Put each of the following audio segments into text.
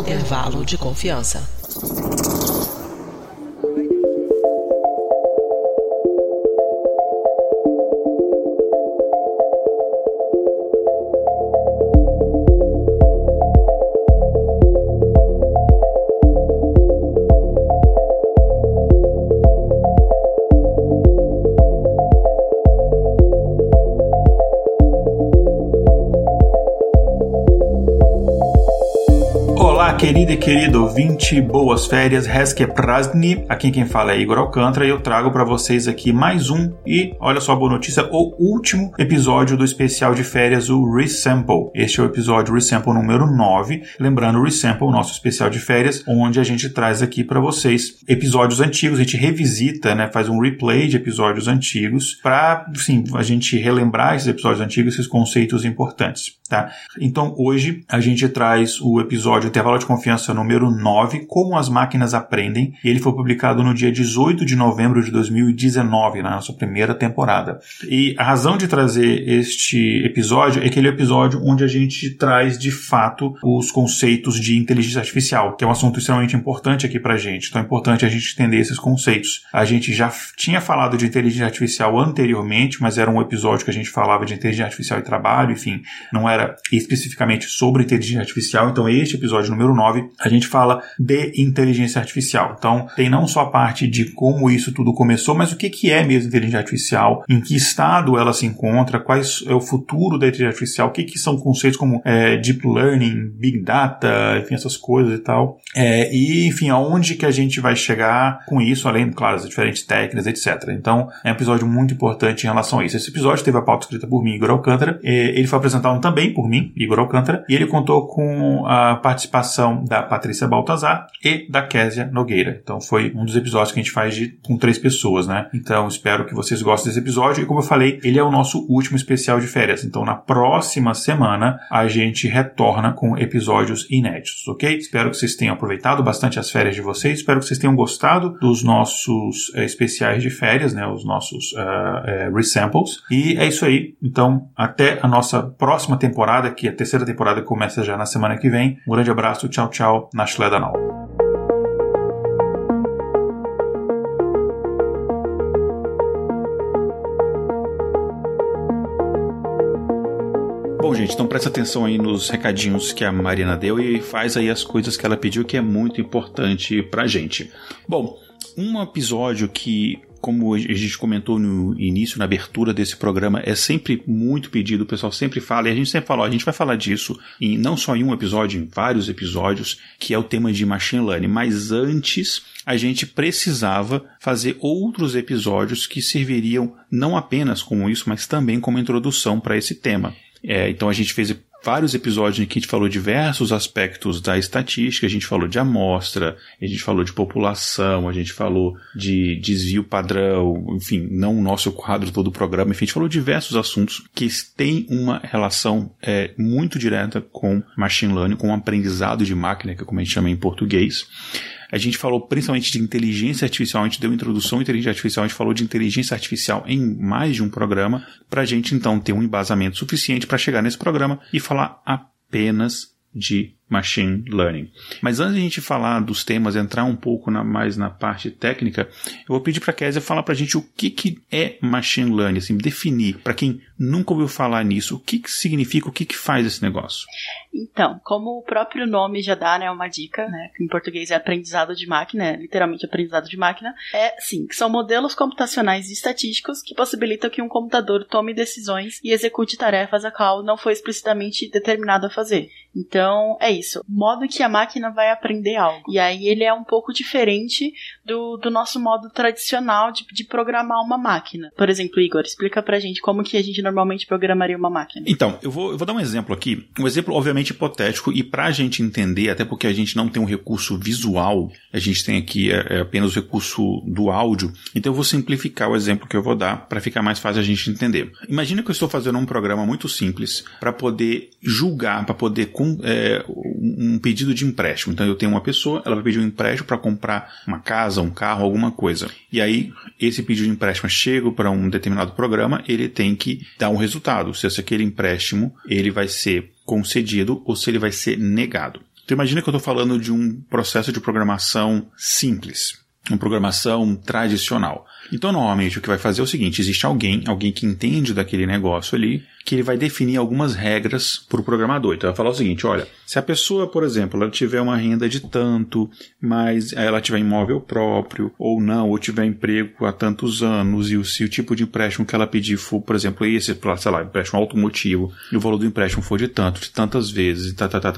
Intervalo de confiança. Querida e querido ouvinte, boas férias, Hezke Prazdni, aqui quem fala é Igor Alcântara e eu trago para vocês aqui mais um e, olha só a boa notícia, o último episódio do especial de férias, o Resample. Este é o episódio Resample número 9, lembrando o Resample, o nosso especial de férias, onde a gente traz aqui para vocês episódios antigos, a gente revisita, né, faz um replay de episódios antigos para, assim, a gente relembrar esses episódios antigos, esses conceitos importantes, tá? Então, hoje a gente traz o episódio Intervalo de Confiança número 9, Como as Máquinas Aprendem, e ele foi publicado no dia 18 de novembro de 2019, na nossa primeira temporada. E a razão de trazer este episódio é que ele é o episódio onde a gente traz, de fato, os conceitos de inteligência artificial, que é um assunto extremamente importante aqui pra gente. Então é importante a gente entender esses conceitos. A gente já tinha falado de inteligência artificial anteriormente, mas era um episódio que a gente falava de inteligência artificial e trabalho, enfim, não era especificamente sobre inteligência artificial. Então este episódio número 9, a gente fala de inteligência artificial. Então, tem não só a parte de como isso tudo começou, mas o que é mesmo inteligência artificial, em que estado ela se encontra, quais é o futuro da inteligência artificial, o que são conceitos como Deep Learning, Big Data, enfim, essas coisas e tal. E, enfim, aonde que a gente vai chegar com isso, além, claro, das diferentes técnicas, etc. Então, é um episódio muito importante em relação a isso. Esse episódio teve a pauta escrita por mim, Igor Alcântara. Ele foi apresentado também por mim, Igor Alcântara, e ele contou com a participação da Patrícia Baltazar e da Késia Nogueira. Então foi um dos episódios que a gente faz com 3 pessoas, né? Então espero que vocês gostem desse episódio e, como eu falei, ele é o nosso último especial de férias. Então na próxima semana a gente retorna com episódios inéditos, ok? Espero que vocês tenham aproveitado bastante as férias de vocês, espero que vocês tenham gostado dos nossos especiais de férias, né? Os nossos resamples. E é isso aí. Então até a nossa próxima temporada, que é a terceira temporada que começa já na semana que vem. Um grande abraço, tchau, tchau, na Schledanau. Bom, gente, então presta atenção aí nos recadinhos que a Marina deu e faz aí as coisas que ela pediu, que é muito importante pra gente. Bom, um episódio que, como a gente comentou no início, na abertura desse programa, é sempre muito pedido, o pessoal sempre fala, e a gente sempre fala, a gente vai falar disso não só em um episódio, em vários episódios, que é o tema de Machine Learning, mas antes a gente precisava fazer outros episódios que serviriam não apenas como isso, mas também como introdução para esse tema. Então a gente fez vários episódios em que a gente falou diversos aspectos da estatística, a gente falou de amostra, a gente falou de população, a gente falou de desvio padrão, enfim, não o nosso quadro todo o programa, enfim, a gente falou de diversos assuntos que têm uma relação muito direta com machine learning, com o aprendizado de máquina, que é como a gente chama em português. A gente falou principalmente de inteligência artificial, a gente deu introdução à inteligência artificial, a gente falou de inteligência artificial em mais de um programa, para a gente então ter um embasamento suficiente para chegar nesse programa e falar apenas de Machine Learning. Mas antes de a gente falar dos temas, entrar um pouco mais na parte técnica, eu vou pedir para a Késia falar para a gente o que é Machine Learning, assim, definir, para quem nunca ouviu falar nisso, o que significa, o que faz esse negócio? Então, como o próprio nome já dá, né, uma dica, né, que em português é aprendizado de máquina, literalmente aprendizado de máquina, sim, que são modelos computacionais e estatísticos que possibilitam que um computador tome decisões e execute tarefas a qual não foi explicitamente determinado a fazer. Então, é isso, o modo que a máquina vai aprender algo. E aí ele é um pouco diferente do nosso modo tradicional de programar uma máquina. Por exemplo, Igor, explica pra gente como que a gente normalmente programaria uma máquina. Então, eu vou dar um exemplo aqui. Um exemplo, obviamente, hipotético, e pra gente entender, até porque a gente não tem um recurso visual, a gente tem aqui apenas o recurso do áudio, então eu vou simplificar o exemplo que eu vou dar para ficar mais fácil a gente entender. Imagina que eu estou fazendo um programa muito simples para poder julgar, para poder um pedido de empréstimo. Então eu tenho uma pessoa, ela vai pedir um empréstimo para comprar uma casa, um carro, alguma coisa. E aí, esse pedido de empréstimo chega para um determinado programa, ele tem que dar um resultado. Se aquele empréstimo ele vai ser concedido ou se ele vai ser negado. Então imagina que eu estou falando de um processo de programação simples, uma programação tradicional. Então, normalmente, o que vai fazer é o seguinte, existe alguém que entende daquele negócio ali, que ele vai definir algumas regras para o programador. Então, vai falar o seguinte, olha, se a pessoa, por exemplo, ela tiver uma renda de tanto, mas ela tiver imóvel próprio, ou não, ou tiver emprego há tantos anos, e se o tipo de empréstimo que ela pedir for, por exemplo, esse, sei lá, empréstimo automotivo, e o valor do empréstimo for de tanto, de tantas vezes,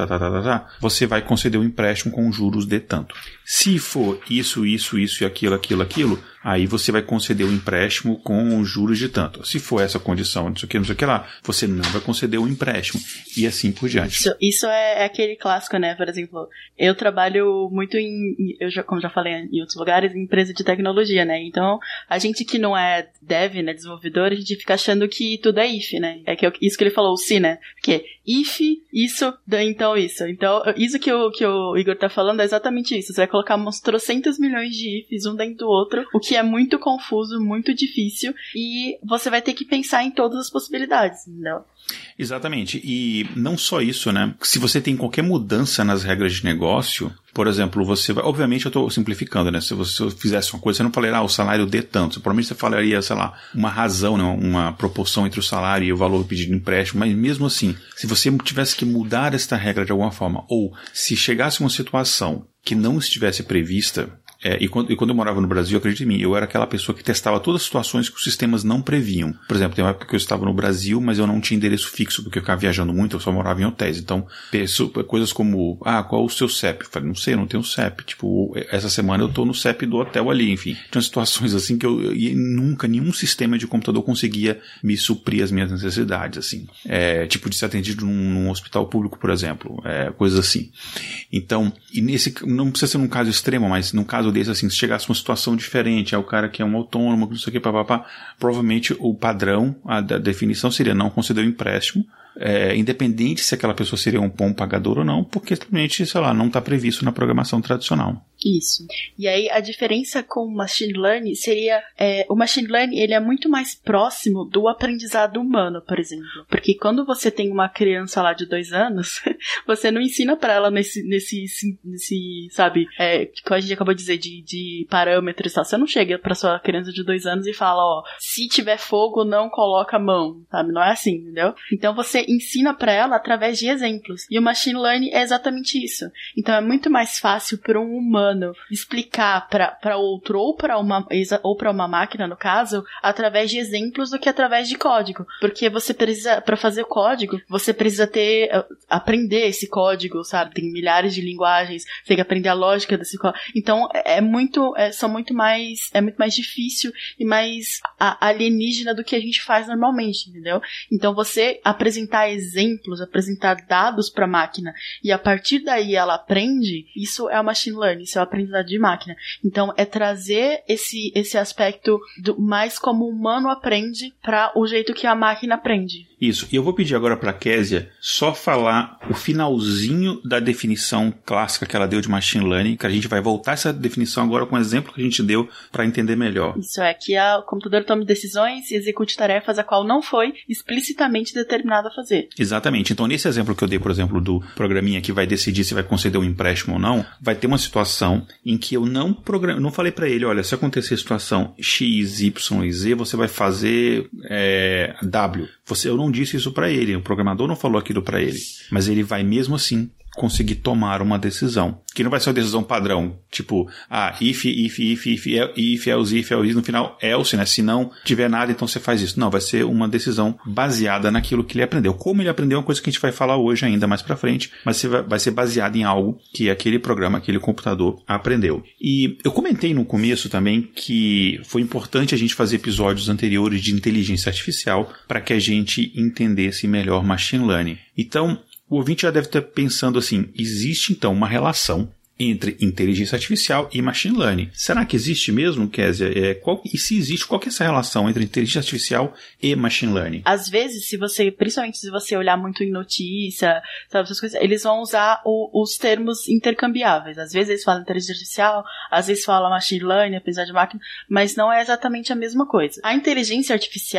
você vai conceder o empréstimo com juros de tanto. Se for isso e aquilo, aí você vai conceder o empréstimo com juros de tanto. Se for essa condição, não sei o que lá, você não vai conceder o empréstimo. E assim por diante. Isso é aquele clássico, né? Por exemplo, eu trabalho muito como já falei em outros lugares, em empresa de tecnologia, né? Então, a gente que não é dev, né, desenvolvedor, a gente fica achando que tudo é if, né? Isso que ele falou, o se, né? Porque if, isso, então isso. Então, isso que o Igor tá falando é exatamente isso. Você vai colocar uns trocentos milhões de ifs um dentro do outro, o que é muito confuso, muito difícil, e você vai ter que pensar em todas as possibilidades, entendeu? Exatamente. E não só isso, né? Se você tem qualquer mudança nas regras de negócio, por exemplo, você vai... Obviamente eu estou simplificando, né? Se você fizesse uma coisa, você não falaria, o salário dê tanto. Provavelmente você falaria, sei lá, uma razão, né? Uma proporção entre o salário e o valor pedido de empréstimo. Mas mesmo assim, se você tivesse que mudar esta regra de alguma forma, ou se chegasse uma situação que não estivesse prevista... E quando eu morava no Brasil, acredite em mim, eu era aquela pessoa que testava todas as situações que os sistemas não previam. Por exemplo, tem uma época que eu estava no Brasil, mas eu não tinha endereço fixo, porque eu ficava viajando muito, eu só morava em hotéis. Então, coisas como, qual é o seu CEP? Eu falei, não sei, eu não tenho CEP. Tipo, essa semana eu tô no CEP do hotel ali, enfim. Tinha situações assim que nunca, nenhum sistema de computador conseguia me suprir as minhas necessidades, assim. Tipo de ser atendido num hospital público, por exemplo. Coisas assim. Então, não precisa ser num caso extremo, mas num caso desse, assim, se chegasse uma situação diferente, o cara que é um autônomo, não sei o que, provavelmente o padrão, a definição seria não conceder o empréstimo, independente se aquela pessoa seria um bom pagador ou não, porque simplesmente, sei lá, não está previsto na programação tradicional. Isso. E aí a diferença com o Machine Learning seria, o Machine Learning ele é muito mais próximo do aprendizado humano, por exemplo. Porque quando você tem uma criança lá de 2 anos, você não ensina para ela nesse sabe, que a gente acabou de dizer, de parâmetros e tal. Você não chega pra sua criança de 2 anos e fala, se tiver fogo, não coloca a mão, sabe? Não é assim, entendeu? Então você ensina para ela através de exemplos. E o Machine Learning é exatamente isso. Então é muito mais fácil para um humano explicar para outro ou para uma máquina, no caso, através de exemplos do que através de código. Porque você precisa, para fazer código, você precisa aprender esse código, sabe? Tem milhares de linguagens, você tem que aprender a lógica desse código. Então é muito mais difícil e mais alienígena do que a gente faz normalmente, entendeu? Então você apresentar exemplos, apresentar dados para a máquina e a partir daí ela aprende, isso é o machine learning, isso é o aprendizado de máquina. Então é trazer esse aspecto mais como o humano aprende para o jeito que a máquina aprende. Isso, e eu vou pedir agora para a Kézia só falar o finalzinho da definição clássica que ela deu de Machine Learning, que a gente vai voltar essa definição agora com o exemplo que a gente deu para entender melhor. Isso é, que o computador tome decisões e execute tarefas a qual não foi explicitamente determinado a fazer. Exatamente, então nesse exemplo que eu dei, por exemplo, do programinha que vai decidir se vai conceder um empréstimo ou não, vai ter uma situação em que eu não falei para ele, olha, se acontecer a situação X, Y e Z, você vai fazer W. Eu não disse isso para ele, o programador não falou aquilo para ele, mas ele vai mesmo assim conseguir tomar uma decisão, que não vai ser uma decisão padrão, tipo, if, else, no final, else, né, se não tiver nada, então você faz isso. Não, vai ser uma decisão baseada naquilo que ele aprendeu. Como ele aprendeu é uma coisa que a gente vai falar hoje ainda mais pra frente, mas vai ser baseado em algo que aquele programa, aquele computador aprendeu. E eu comentei no começo também que foi importante a gente fazer episódios anteriores de inteligência artificial para que a gente entendesse melhor machine learning. Então, o ouvinte já deve estar pensando assim, existe então uma relação entre inteligência artificial e machine learning. Será que existe mesmo, Kézia? E se existe, qual que é essa relação entre inteligência artificial e machine learning? Às vezes, principalmente se você olhar muito em notícia, sabe, essas coisas, eles vão usar os termos intercambiáveis. Às vezes eles falam inteligência artificial, às vezes falam machine learning, aprendizagem de máquina, mas não é exatamente a mesma coisa. A inteligência artificial,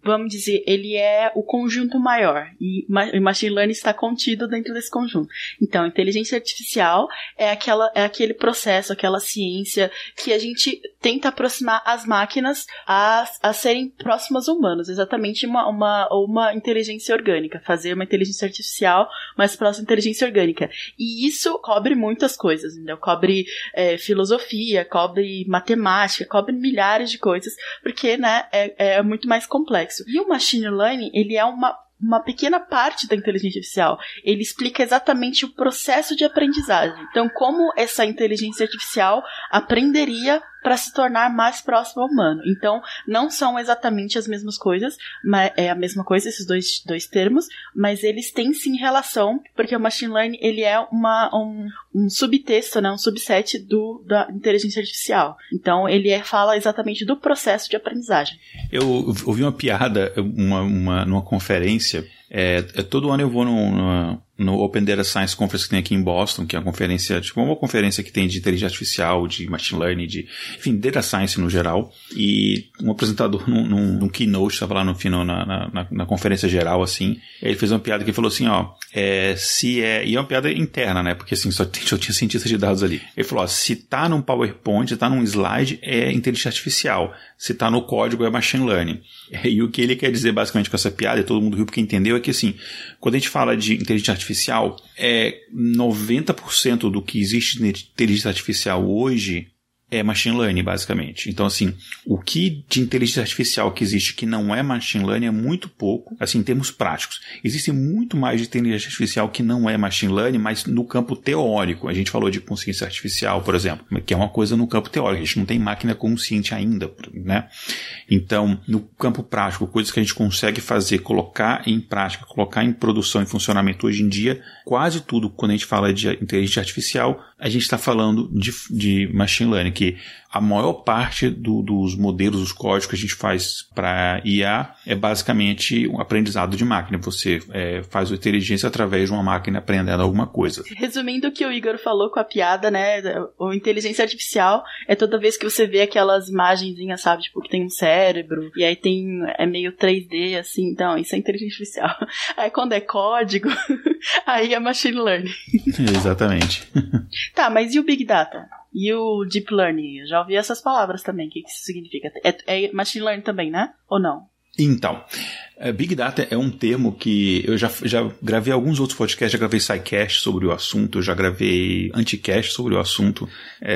vamos dizer, ele é o conjunto maior, e Machine Learning está contido dentro desse conjunto. Então, inteligência artificial é aquele processo, aquela ciência que a gente tenta aproximar as máquinas a serem próximas humanos, exatamente uma inteligência orgânica, fazer uma inteligência artificial mais próxima à inteligência orgânica. E isso cobre muitas coisas, entendeu? Cobre filosofia, cobre matemática, cobre milhares de coisas, porque, né, é muito mais complexo. E o Machine Learning, ele é uma pequena parte da inteligência artificial. Ele explica exatamente o processo de aprendizagem. Então, como essa inteligência artificial aprenderia para se tornar mais próximo ao humano. Então, não são exatamente as mesmas coisas, mas é a mesma coisa, esses dois termos, mas eles têm sim relação, porque o Machine Learning, ele é um subtexto, né, um subset da inteligência artificial. Então, ele fala exatamente do processo de aprendizagem. Eu ouvi uma piada numa conferência. Todo ano eu vou no Open Data Science Conference que tem aqui em Boston, que é uma conferência, uma conferência que tem de inteligência artificial, de machine learning, enfim, data science no geral. E um apresentador num keynote, estava lá no final na conferência geral, assim, ele fez uma piada que falou assim, e é uma piada interna, né, porque assim, só tinha cientista de dados ali. Ele falou, se tá num PowerPoint, se tá num slide, é inteligência artificial. Se tá no código, é machine learning. E o que ele quer dizer basicamente com essa piada, e todo mundo riu porque entendeu, é que assim, quando a gente fala de inteligência artificial, 90% do que existe de inteligência artificial hoje é machine learning, basicamente. Então, assim, o que de inteligência artificial que existe que não é machine learning é muito pouco, assim, em termos práticos. Existe muito mais de inteligência artificial que não é machine learning, mas no campo teórico. A gente falou de consciência artificial, por exemplo, que é uma coisa no campo teórico. A gente não tem máquina consciente ainda, né? Então, no campo prático, coisas que a gente consegue fazer, colocar em prática, colocar em produção, em funcionamento hoje em dia, quase tudo, quando a gente fala de inteligência artificial, a gente está falando de machine learning, que a maior parte dos modelos, dos códigos que a gente faz para IA é basicamente um aprendizado de máquina. Você faz a inteligência através de uma máquina aprendendo alguma coisa. Resumindo o que o Igor falou com a piada, né? A inteligência artificial é toda vez que você vê aquelas imagenzinhas, sabe? Tipo, que tem um cérebro, e aí é meio 3D, assim. Então, isso é inteligência artificial. Aí quando é código, aí é machine learning. Exatamente. Tá, mas e o Big Data? E o Deep Learning? Eu já ouvi essas palavras também. O que isso significa? É Machine Learning também, né? Ou não? Então, Big Data é um termo que eu já gravei alguns outros podcasts, já gravei SciCast sobre o assunto, eu já gravei Anticast sobre o assunto,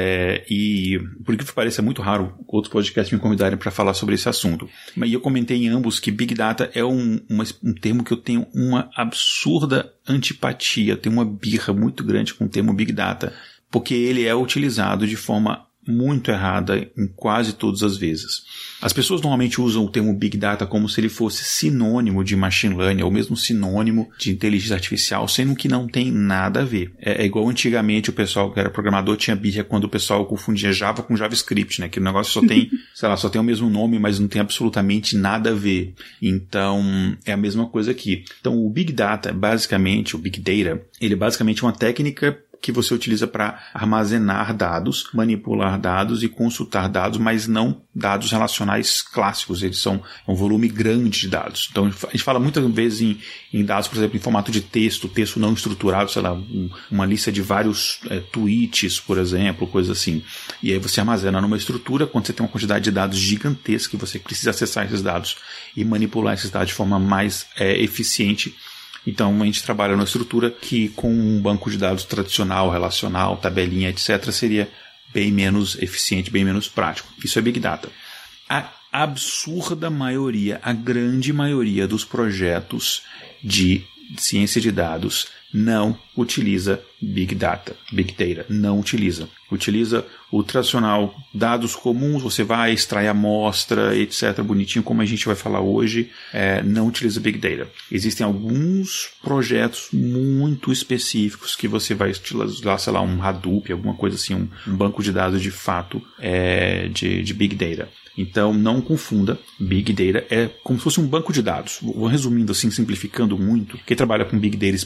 e por que pareça muito raro outros podcasts me convidarem para falar sobre esse assunto. Mas eu comentei em ambos que Big Data é um termo que eu tenho uma absurda antipatia, eu tenho uma birra muito grande com o termo Big Data, porque ele é utilizado de forma muito errada em quase todas as vezes. As pessoas normalmente usam o termo Big Data como se ele fosse sinônimo de Machine Learning, ou mesmo sinônimo de inteligência artificial, sendo que não tem nada a ver. É igual antigamente o pessoal que era programador tinha birra quando o pessoal confundia Java com JavaScript, né? Que o negócio só tem, só tem o mesmo nome, mas não tem absolutamente nada a ver. Então, é a mesma coisa aqui. Então, o Big Data, basicamente, o Big Data, ele é basicamente uma técnica que você utiliza para armazenar dados, manipular dados e consultar dados, mas não dados relacionais clássicos. Eles são um volume grande de dados. Então, a gente fala muitas vezes em dados, por exemplo, em formato de texto não estruturado, sei lá, uma lista de vários tweets, por exemplo, coisa assim. E aí você armazena numa estrutura, quando você tem uma quantidade de dados gigantesca, que você precisa acessar esses dados e manipular esses dados de forma mais eficiente. Então, a gente trabalha numa estrutura que, com um banco de dados tradicional, relacional, tabelinha, etc., seria bem menos eficiente, bem menos prático. Isso é Big Data. A absurda maioria, a grande maioria dos projetos de ciência de dados não utiliza Big Data. Big Data não utiliza. Utiliza o tradicional, dados comuns, você vai extrair a amostra, etc., bonitinho, como a gente vai falar hoje, não utiliza Big Data. Existem alguns projetos muito específicos que você vai utilizar, sei lá, um Hadoop, alguma coisa assim, um banco de dados de fato de Big Data. Então, não confunda, Big Data é como se fosse um banco de dados. Vou resumindo assim, simplificando muito. Quem trabalha com Big Data, especificamente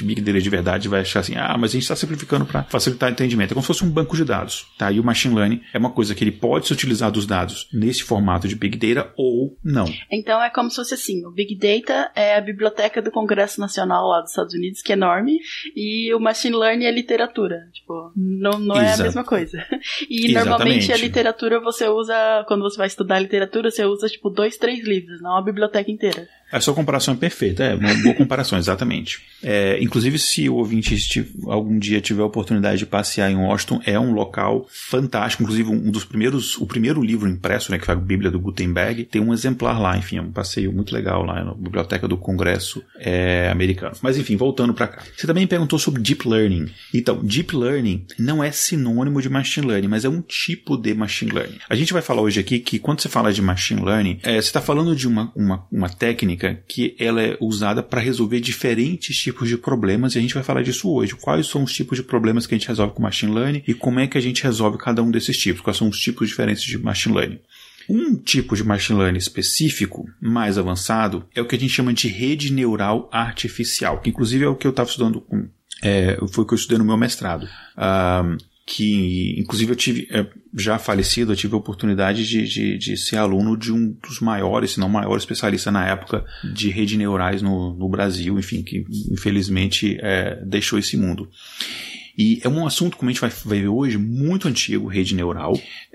de Big Data de verdade vai achar assim, mas a gente está simplificando para facilitar o entendimento. É como se fosse um banco de dados, tá? E o Machine Learning é uma coisa que ele pode se utilizar dos dados nesse formato de Big Data ou não. Então é como se fosse assim, o Big Data é a biblioteca do Congresso Nacional lá dos Estados Unidos, que é enorme, e o Machine Learning é literatura. Tipo, não é a mesma coisa. E normalmente a literatura você usa, quando você vai estudar literatura, você usa tipo 2, 3 livros, não a biblioteca inteira. A sua comparação é perfeita, uma boa comparação, exatamente. Inclusive, se o ouvinte algum dia tiver a oportunidade de passear em Washington, é um local fantástico. Inclusive, o primeiro livro impresso, né, que foi a Bíblia do Gutenberg, tem um exemplar lá. Enfim, é um passeio muito legal lá na Biblioteca do Congresso americano. Mas, enfim, voltando para cá. Você também perguntou sobre Deep Learning. Então, Deep Learning não é sinônimo de Machine Learning, mas é um tipo de Machine Learning. A gente vai falar hoje aqui que quando você fala de Machine Learning, você está falando de uma técnica que ela é usada para resolver diferentes tipos de problemas, e a gente vai falar disso hoje. Quais são os tipos de problemas que a gente resolve com Machine Learning e como é que a gente resolve cada um desses tipos, quais são os tipos diferentes de Machine Learning. Um tipo de Machine Learning específico, mais avançado, é o que a gente chama de rede neural artificial, que inclusive é o que eu estava estudando foi o que eu estudei no meu mestrado. Que inclusive eu tive, já falecido, eu tive a oportunidade de ser aluno de um dos maiores, se não maior especialista na época de redes neurais no Brasil, enfim, que infelizmente deixou esse mundo. E é um assunto, como a gente vai ver hoje, muito antigo, rede neural,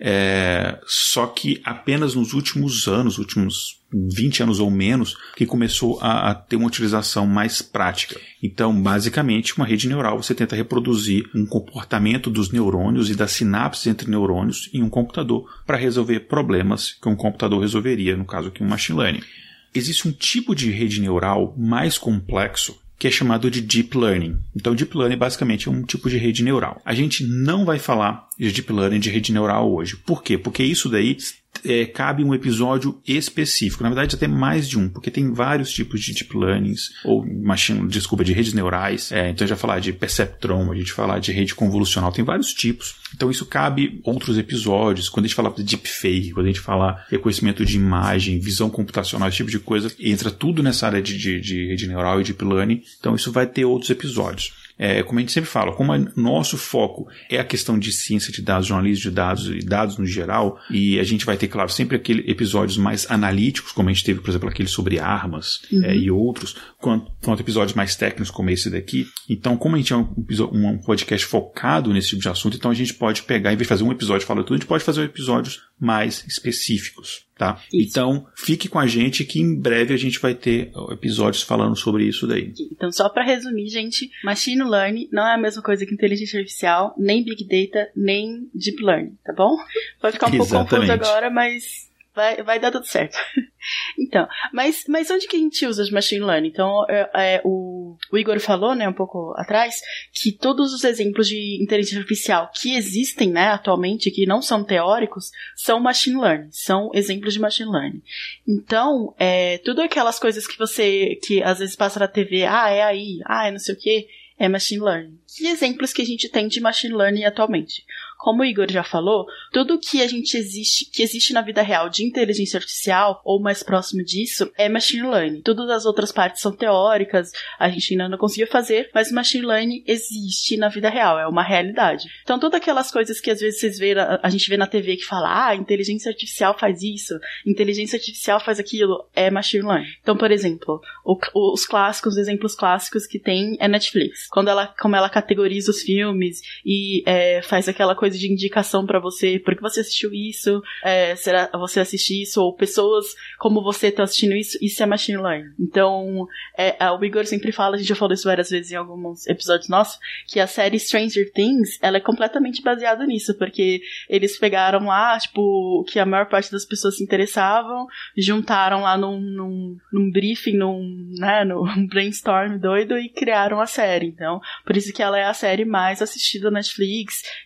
só que apenas nos últimos anos, últimos 20 anos ou menos, que começou a ter uma utilização mais prática. Então, basicamente, uma rede neural, você tenta reproduzir um comportamento dos neurônios e das sinapses entre neurônios em um computador para resolver problemas que um computador resolveria, no caso aqui um Machine Learning. Existe um tipo de rede neural mais complexo, que é chamado de Deep Learning. Então, Deep Learning basicamente é um tipo de rede neural. A gente não vai falar de Deep Learning de rede neural hoje. Por quê? Porque isso daí cabe um episódio específico. Na verdade, até mais de um, porque tem vários tipos de Deep Learnings, ou de redes neurais. Então, a gente vai falar de Perceptron, a gente vai falar de rede convolucional, tem vários tipos. Então, isso cabe outros episódios. Quando a gente fala de Deepfake, quando a gente fala reconhecimento de imagem, visão computacional, esse tipo de coisa, entra tudo nessa área de rede neural e Deep Learning. Então, isso vai ter outros episódios. Como a gente sempre fala, como nosso foco é a questão de ciência de dados, jornalismo de dados e dados no geral, e a gente vai ter, claro, sempre aqueles episódios mais analíticos, como a gente teve, por exemplo, aquele sobre armas e outros, quanto episódios mais técnicos como esse daqui. Então, como a gente é um podcast focado nesse tipo de assunto, então a gente pode pegar, em vez de fazer um episódio falando tudo, a gente pode fazer episódios mais específicos. Tá? Então, fique com a gente que em breve a gente vai ter episódios falando sobre isso daí. Então, só para resumir, gente, Machine Learning não é a mesma coisa que inteligência artificial, nem Big Data, nem Deep Learning, tá bom? Pode ficar um pouco confuso agora, mas vai dar tudo certo. Então, mas onde que a gente usa de Machine Learning? Então, o Igor falou, né, um pouco atrás, que todos os exemplos de inteligência artificial que existem, né, atualmente, que não são teóricos, são Machine Learning, são exemplos de Machine Learning. Então, tudo aquelas coisas que às vezes passa na TV, é não sei o quê, é Machine Learning. Que exemplos que a gente tem de Machine Learning atualmente? Como o Igor já falou, tudo que existe na vida real de inteligência artificial, ou mais próximo disso, é Machine Learning. Todas as outras partes são teóricas, a gente ainda não conseguiu fazer, mas Machine Learning existe na vida real, é uma realidade. Então, todas aquelas coisas que às vezes a gente vê na TV que fala, inteligência artificial faz isso, inteligência artificial faz aquilo, é Machine Learning. Então, por exemplo, os exemplos clássicos que tem é Netflix. Como ela categoriza os filmes e faz aquela coisa de indicação pra você, por que você assistiu isso, será você assistir isso, ou pessoas como você tá assistindo isso é Machine Learning. Então, o Igor sempre fala, a gente já falou isso várias vezes em alguns episódios nossos, que a série Stranger Things, ela é completamente baseada nisso, porque eles pegaram lá, tipo, que a maior parte das pessoas se interessavam, juntaram lá num briefing, num brainstorm doido e criaram a série. Então, por isso que ela é a série mais assistida da Netflix e fez um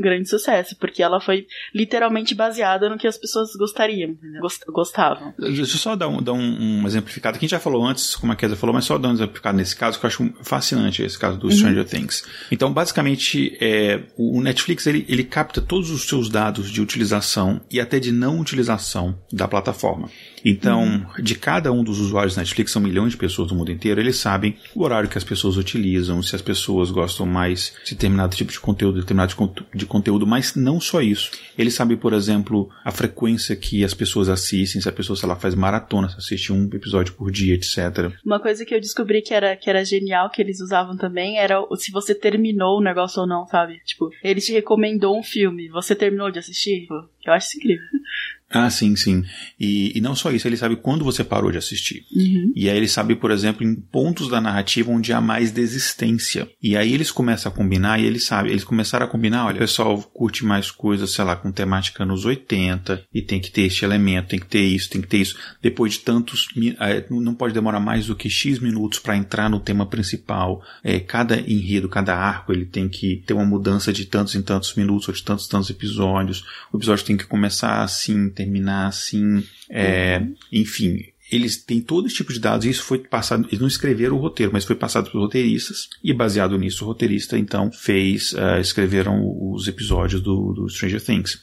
grande sucesso, porque ela foi literalmente baseada no que as pessoas gostariam, entendeu? Gostavam. Deixa eu só dar um exemplificado, que a gente já falou antes, como a Kézia falou, mas só dar um exemplificado nesse caso, que eu acho fascinante, esse caso do Stranger Things. Então, basicamente, o Netflix, ele capta todos os seus dados de utilização e até de não utilização da plataforma. Então, de cada um dos usuários da Netflix, são milhões de pessoas do mundo inteiro, eles sabem o horário que as pessoas utilizam, se as pessoas gostam mais de determinado tipo de conteúdo, determinado de conteúdo, mas não só isso. Eles sabem, por exemplo, a frequência que as pessoas assistem, se a pessoa, se ela faz maratona, se assiste um episódio por dia, etc. Uma coisa que eu descobri que era genial, que eles usavam também, era se você terminou o negócio ou não, sabe? Tipo, ele te recomendou um filme, você terminou de assistir? Eu acho isso incrível. Ah, sim, sim. E não só isso, ele sabe quando você parou de assistir. E aí ele sabe, por exemplo, em pontos da narrativa onde há mais desistência. E aí eles começam a combinar, e eles começaram a combinar, olha, o pessoal curte mais coisas, sei lá, com temática nos 80, e tem que ter este elemento, tem que ter isso. Depois de tantos, não pode demorar mais do que X minutos para entrar no tema principal. Cada enredo, cada arco, ele tem que ter uma mudança de tantos em tantos minutos, ou de tantos episódios. O episódio tem que começar assim, terminar assim, enfim, eles têm todo esse tipo de dados, e isso foi passado, eles não escreveram o roteiro, mas foi passado para os roteiristas, e baseado nisso o roteirista então escreveram os episódios do Stranger Things.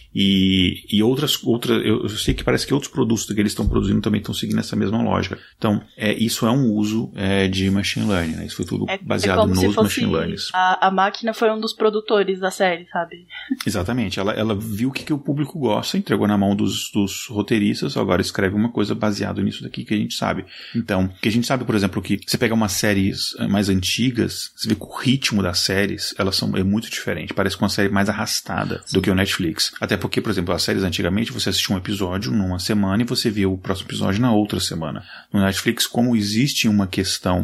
E outras, eu sei que parece que outros produtos que eles estão produzindo também estão seguindo essa mesma lógica. Então, isso é um uso de machine learning, né? Isso foi tudo baseado nos machine learnings. A máquina foi um dos produtores da série, sabe? Exatamente. Ela viu o que o público gosta, entregou na mão dos roteiristas, agora escreve uma coisa baseada nisso daqui que a gente sabe. Então, que a gente sabe, por exemplo, que você pega umas séries mais antigas, você vê que o ritmo das séries, é muito diferente. Parece que uma série mais arrastada do que o Netflix. Até porque, por exemplo, as séries antigamente você assistia um episódio numa semana e você via o próximo episódio na outra semana. No Netflix, como existe uma questão,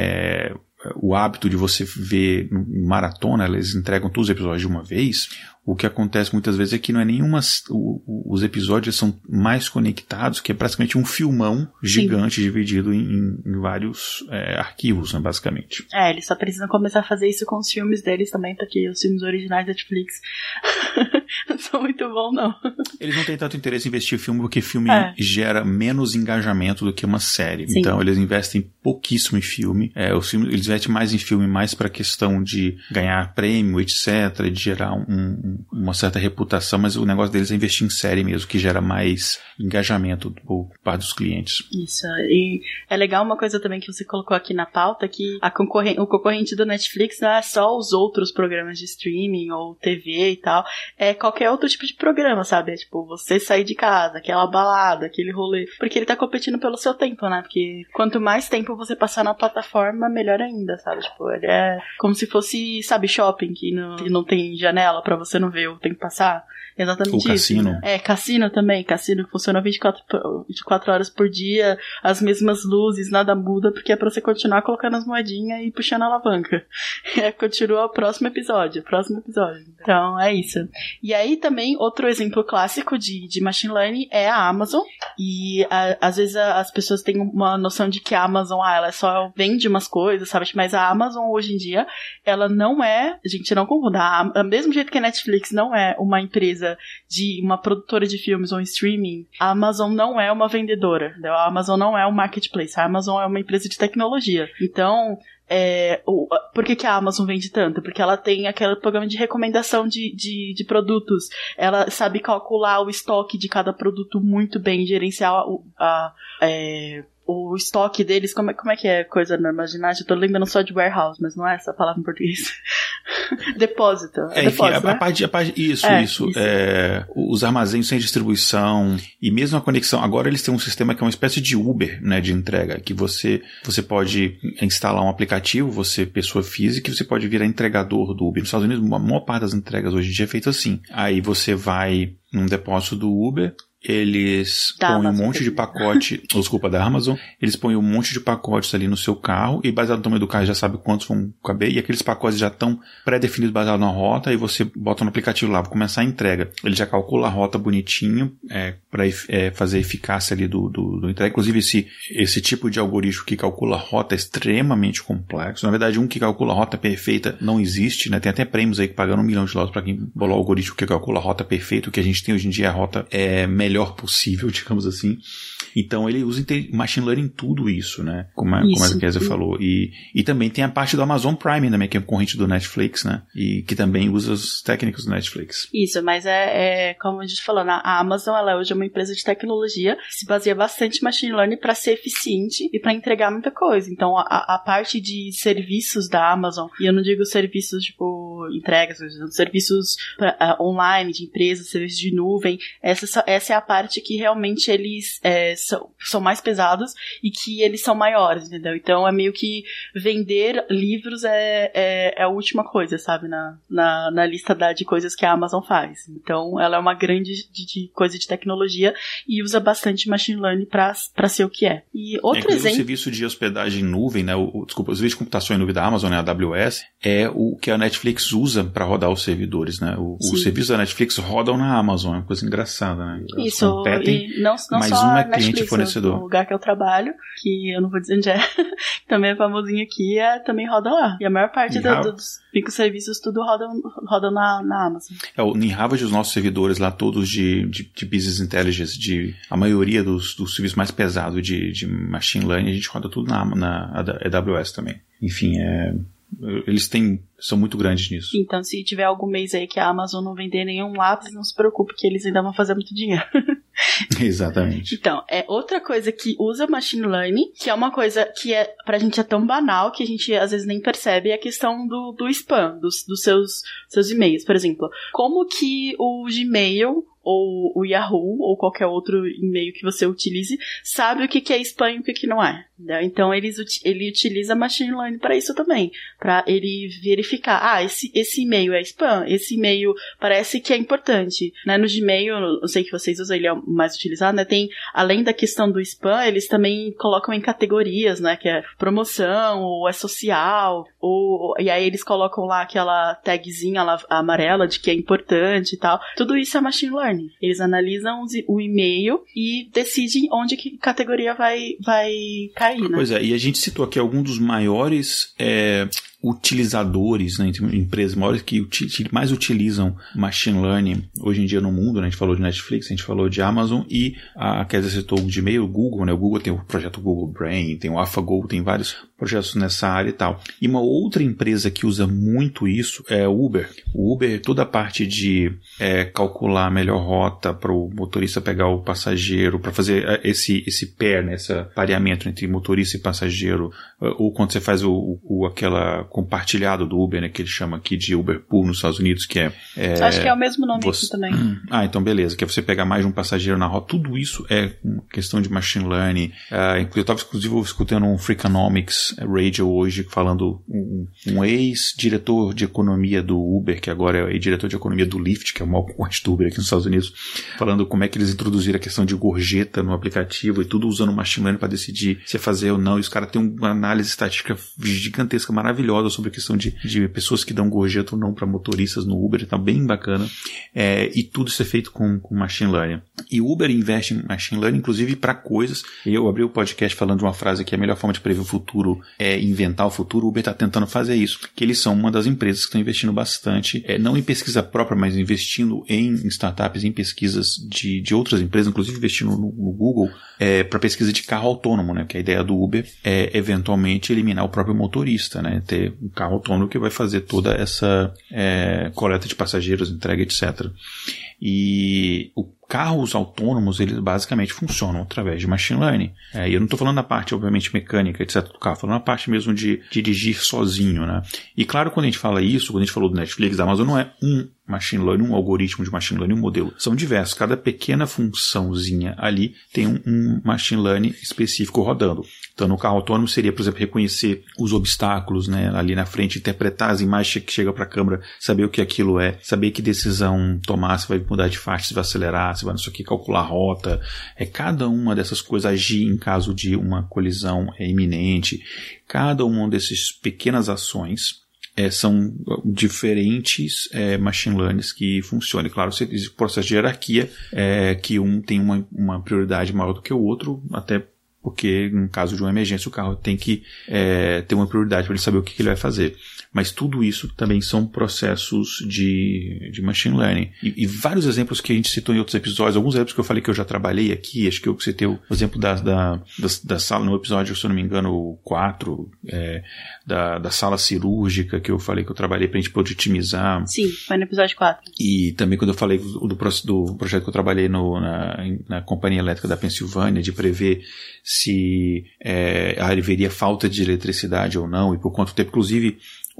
o hábito de você ver maratona, eles entregam todos os episódios de uma vez. O que acontece muitas vezes é que não é os episódios são mais conectados, que é praticamente um filmão gigante dividido em vários arquivos, né, basicamente. Eles só precisam começar a fazer isso com os filmes deles também, porque os filmes originais da Netflix não são muito bons, não. Eles não têm tanto interesse em investir em filme, porque filme gera menos engajamento do que uma série. Sim. Então eles investem pouquíssimo em filme. Eles investem mais em filme, mais para questão de ganhar prêmio, etc., de gerar uma certa reputação, mas o negócio deles é investir em série mesmo, que gera mais engajamento por parte dos clientes. Isso, e é legal uma coisa também que você colocou aqui na pauta, que o concorrente do Netflix não é só os outros programas de streaming ou TV e tal, é qualquer outro tipo de programa, sabe? É tipo, você sair de casa, aquela balada, aquele rolê, porque ele tá competindo pelo seu tempo, né? Porque quanto mais tempo você passar na plataforma, melhor ainda, sabe? Tipo, ele é como se fosse, sabe, shopping, que não tem janela pra você não ver o tempo passar. Exatamente isso. Cassino. Cassino também. Cassino que funciona 24 horas por dia, as mesmas luzes, nada muda, porque é pra você continuar colocando as moedinhas e puxando a alavanca. Continua o próximo episódio. Então, é isso. E aí também, outro exemplo clássico de machine learning é a Amazon. E às vezes as pessoas têm uma noção de que a Amazon, ela só vende umas coisas, sabe? Mas a Amazon, hoje em dia, ela não é, gente, não confunda, mesmo jeito que a Netflix não é uma empresa de uma produtora de filmes ou streaming, a Amazon não é uma vendedora, entendeu? A Amazon não é um marketplace, a Amazon é uma empresa de tecnologia. Então, por que a Amazon vende tanto? Porque ela tem aquele programa de recomendação de produtos, ela sabe calcular o estoque de cada produto muito bem, gerenciar o estoque deles, como é que é coisa normal de ginástica? Eu tô lembrando só de warehouse, mas não é essa palavra em português. Depósito. Enfim, a parte isso. Os armazéns sem distribuição e mesmo a conexão. Agora eles têm um sistema que é uma espécie de Uber, né, de entrega, que você pode instalar um aplicativo, pessoa física, e você pode virar entregador do Uber. Nos Estados Unidos, a maior parte das entregas hoje em dia é feita assim. Aí você vai num depósito do Uber, eles põem um monte de pacote, desculpa, da Amazon, eles põem um monte de pacotes ali no seu carro e baseado no tamanho do carro já sabe quantos vão caber e aqueles pacotes já estão pré-definidos baseado na rota e você bota no aplicativo lá, vou começar a entrega. Ele já calcula a rota bonitinho para fazer a eficácia ali do entrega. Inclusive esse tipo de algoritmo que calcula a rota é extremamente complexo. Na verdade, um que calcula a rota perfeita não existe, né? Tem até prêmios aí que pagando $1 milhão para quem bolou o algoritmo que calcula a rota perfeita. O que a gente tem hoje em dia é a rota melhor possível, digamos assim. Então ele usa machine learning em tudo isso, né? Como a Kézia falou. E também tem a parte do Amazon Prime também, que é concorrente do Netflix, né? E que também usa as técnicas do Netflix. Isso, mas como a gente falou, a Amazon ela hoje é uma empresa de tecnologia que se baseia bastante em machine learning para ser eficiente e para entregar muita coisa. Então a parte de serviços da Amazon, e eu não digo serviços tipo entregas, serviços online de empresas, serviços de nuvem, essa é a parte que realmente eles são mais pesados e que eles são maiores, entendeu? Então é meio que vender livros é a última coisa, sabe? Na lista de coisas que a Amazon faz. Então ela é uma grande coisa de tecnologia e usa bastante machine learning para ser o que é. E outro exemplo... O serviço de hospedagem em nuvem, né? O serviço de computação em nuvem da Amazon, né? A AWS, é o que a Netflix usa para rodar os servidores, né? Os serviços da Netflix rodam na Amazon, é uma coisa engraçada, né? Elas isso, competem, e não mas só um é Netflix, cliente fornecedor. O lugar que eu trabalho, que eu não vou dizer onde é, também é famosinho aqui, também roda lá. E a maior parte dos microserviços tudo roda na Amazon. Em Harvard, os nossos servidores lá, todos de Business Intelligence, a maioria dos serviços mais pesados de Machine Learning, a gente roda tudo na AWS também. Enfim, eles são muito grandes nisso. Então, se tiver algum mês aí que a Amazon não vender nenhum lápis, não se preocupe, que eles ainda vão fazer muito dinheiro. Exatamente. Então, outra coisa que usa machine learning, que é uma coisa que pra gente é tão banal que a gente às vezes nem percebe, é a questão do spam, dos seus e-mails. Por exemplo, como que o Gmail ou o Yahoo, ou qualquer outro e-mail que você utilize, sabe o que é spam e o que não é. Né? Então, ele utiliza machine learning para isso também, para ele verificar, esse e-mail é spam, esse e-mail parece que é importante. Né? No Gmail, eu sei que vocês usam, ele é o mais utilizado, né? Tem, além da questão do spam, eles também colocam em categorias, né? Que é promoção, ou é social, e aí eles colocam lá aquela tagzinha lá, amarela de que é importante e tal. Tudo isso é machine learning. Eles analisam o e-mail e decidem onde que categoria vai cair, né? Pois é, e a gente citou aqui alguns dos maiores utilizadores, né, empresas maiores que mais utilizam machine learning hoje em dia no mundo, né? A gente falou de Netflix, a gente falou de Amazon e a Kézia citou o Gmail, o Google, né? O Google tem o projeto Google Brain, tem o AlphaGo, tem vários projetos nessa área e tal. E uma outra empresa que usa muito isso é o Uber. O Uber, toda a parte de calcular a melhor rota para o motorista pegar o passageiro, para fazer esse pair, né, esse pareamento entre motorista e passageiro, ou quando você faz aquela compartilhado do Uber, né, que ele chama aqui de Uber Pool nos Estados Unidos, que acho que é o mesmo nome aqui também. Então beleza, que é você pegar mais de um passageiro na rota. Tudo isso é uma questão de machine learning. Eu estava inclusive escutando um Freakonomics Radio hoje, falando um ex-diretor de economia do Uber, que agora é diretor de economia do Lyft, que é o maior concorrente do Uber aqui nos Estados Unidos, falando como é que eles introduziram a questão de gorjeta no aplicativo e tudo usando machine learning para decidir se é fazer ou não. E os caras têm uma análise estatística gigantesca, maravilhosa sobre a questão de pessoas que dão gorjeta ou não para motoristas no Uber, tá bem bacana. E tudo isso é feito com machine learning. E o Uber investe em machine learning, inclusive para coisas. Eu abri o podcast falando de uma frase que a melhor forma de prever o futuro é inventar o futuro. O Uber está tentando fazer isso, que eles são uma das empresas que estão investindo bastante, não em pesquisa própria, mas investindo em startups, em pesquisas de outras empresas, inclusive investindo no Google, para pesquisa de carro autônomo, né? Que a ideia do Uber é eventualmente eliminar o próprio motorista, né? Ter um carro autônomo que vai fazer toda essa coleta de passageiros, entrega, etc. E carros autônomos, eles basicamente funcionam através de machine learning. E eu não estou falando da parte, obviamente, mecânica, etc. do carro, falando da parte mesmo de dirigir sozinho, né? E claro, quando a gente fala isso, quando a gente falou do Netflix, da Amazon, não é um machine learning, um algoritmo de machine learning, um modelo. São diversos. Cada pequena funçãozinha ali tem um machine learning específico rodando. Então, no carro autônomo seria, por exemplo, reconhecer os obstáculos, né, ali na frente, interpretar as imagens que chegam para a câmera, saber o que aquilo é, saber que decisão tomar, se vai mudar de faixa, se vai acelerar, se vai não sei o que, calcular a rota. Cada uma dessas coisas, agir em caso de uma colisão iminente. Cada uma dessas pequenas ações são diferentes machine learnings que funcionam. Claro, existe o processo de hierarquia, que um tem uma prioridade maior do que o outro, até porque, no caso de uma emergência, o carro tem que ter uma prioridade para ele saber o que ele vai fazer. Mas tudo isso também são processos de machine learning. E vários exemplos que a gente citou em outros episódios, alguns exemplos que eu falei que eu já trabalhei aqui, acho que eu citei o exemplo da sala, no episódio, se eu não me engano, 4, da sala cirúrgica, que eu falei que eu trabalhei para a gente poder otimizar. Sim, foi no episódio 4. E também quando eu falei do projeto que eu trabalhei na Companhia Elétrica da Pensilvânia, de prever se haveria falta de eletricidade ou não, e por quanto tempo. Inclusive,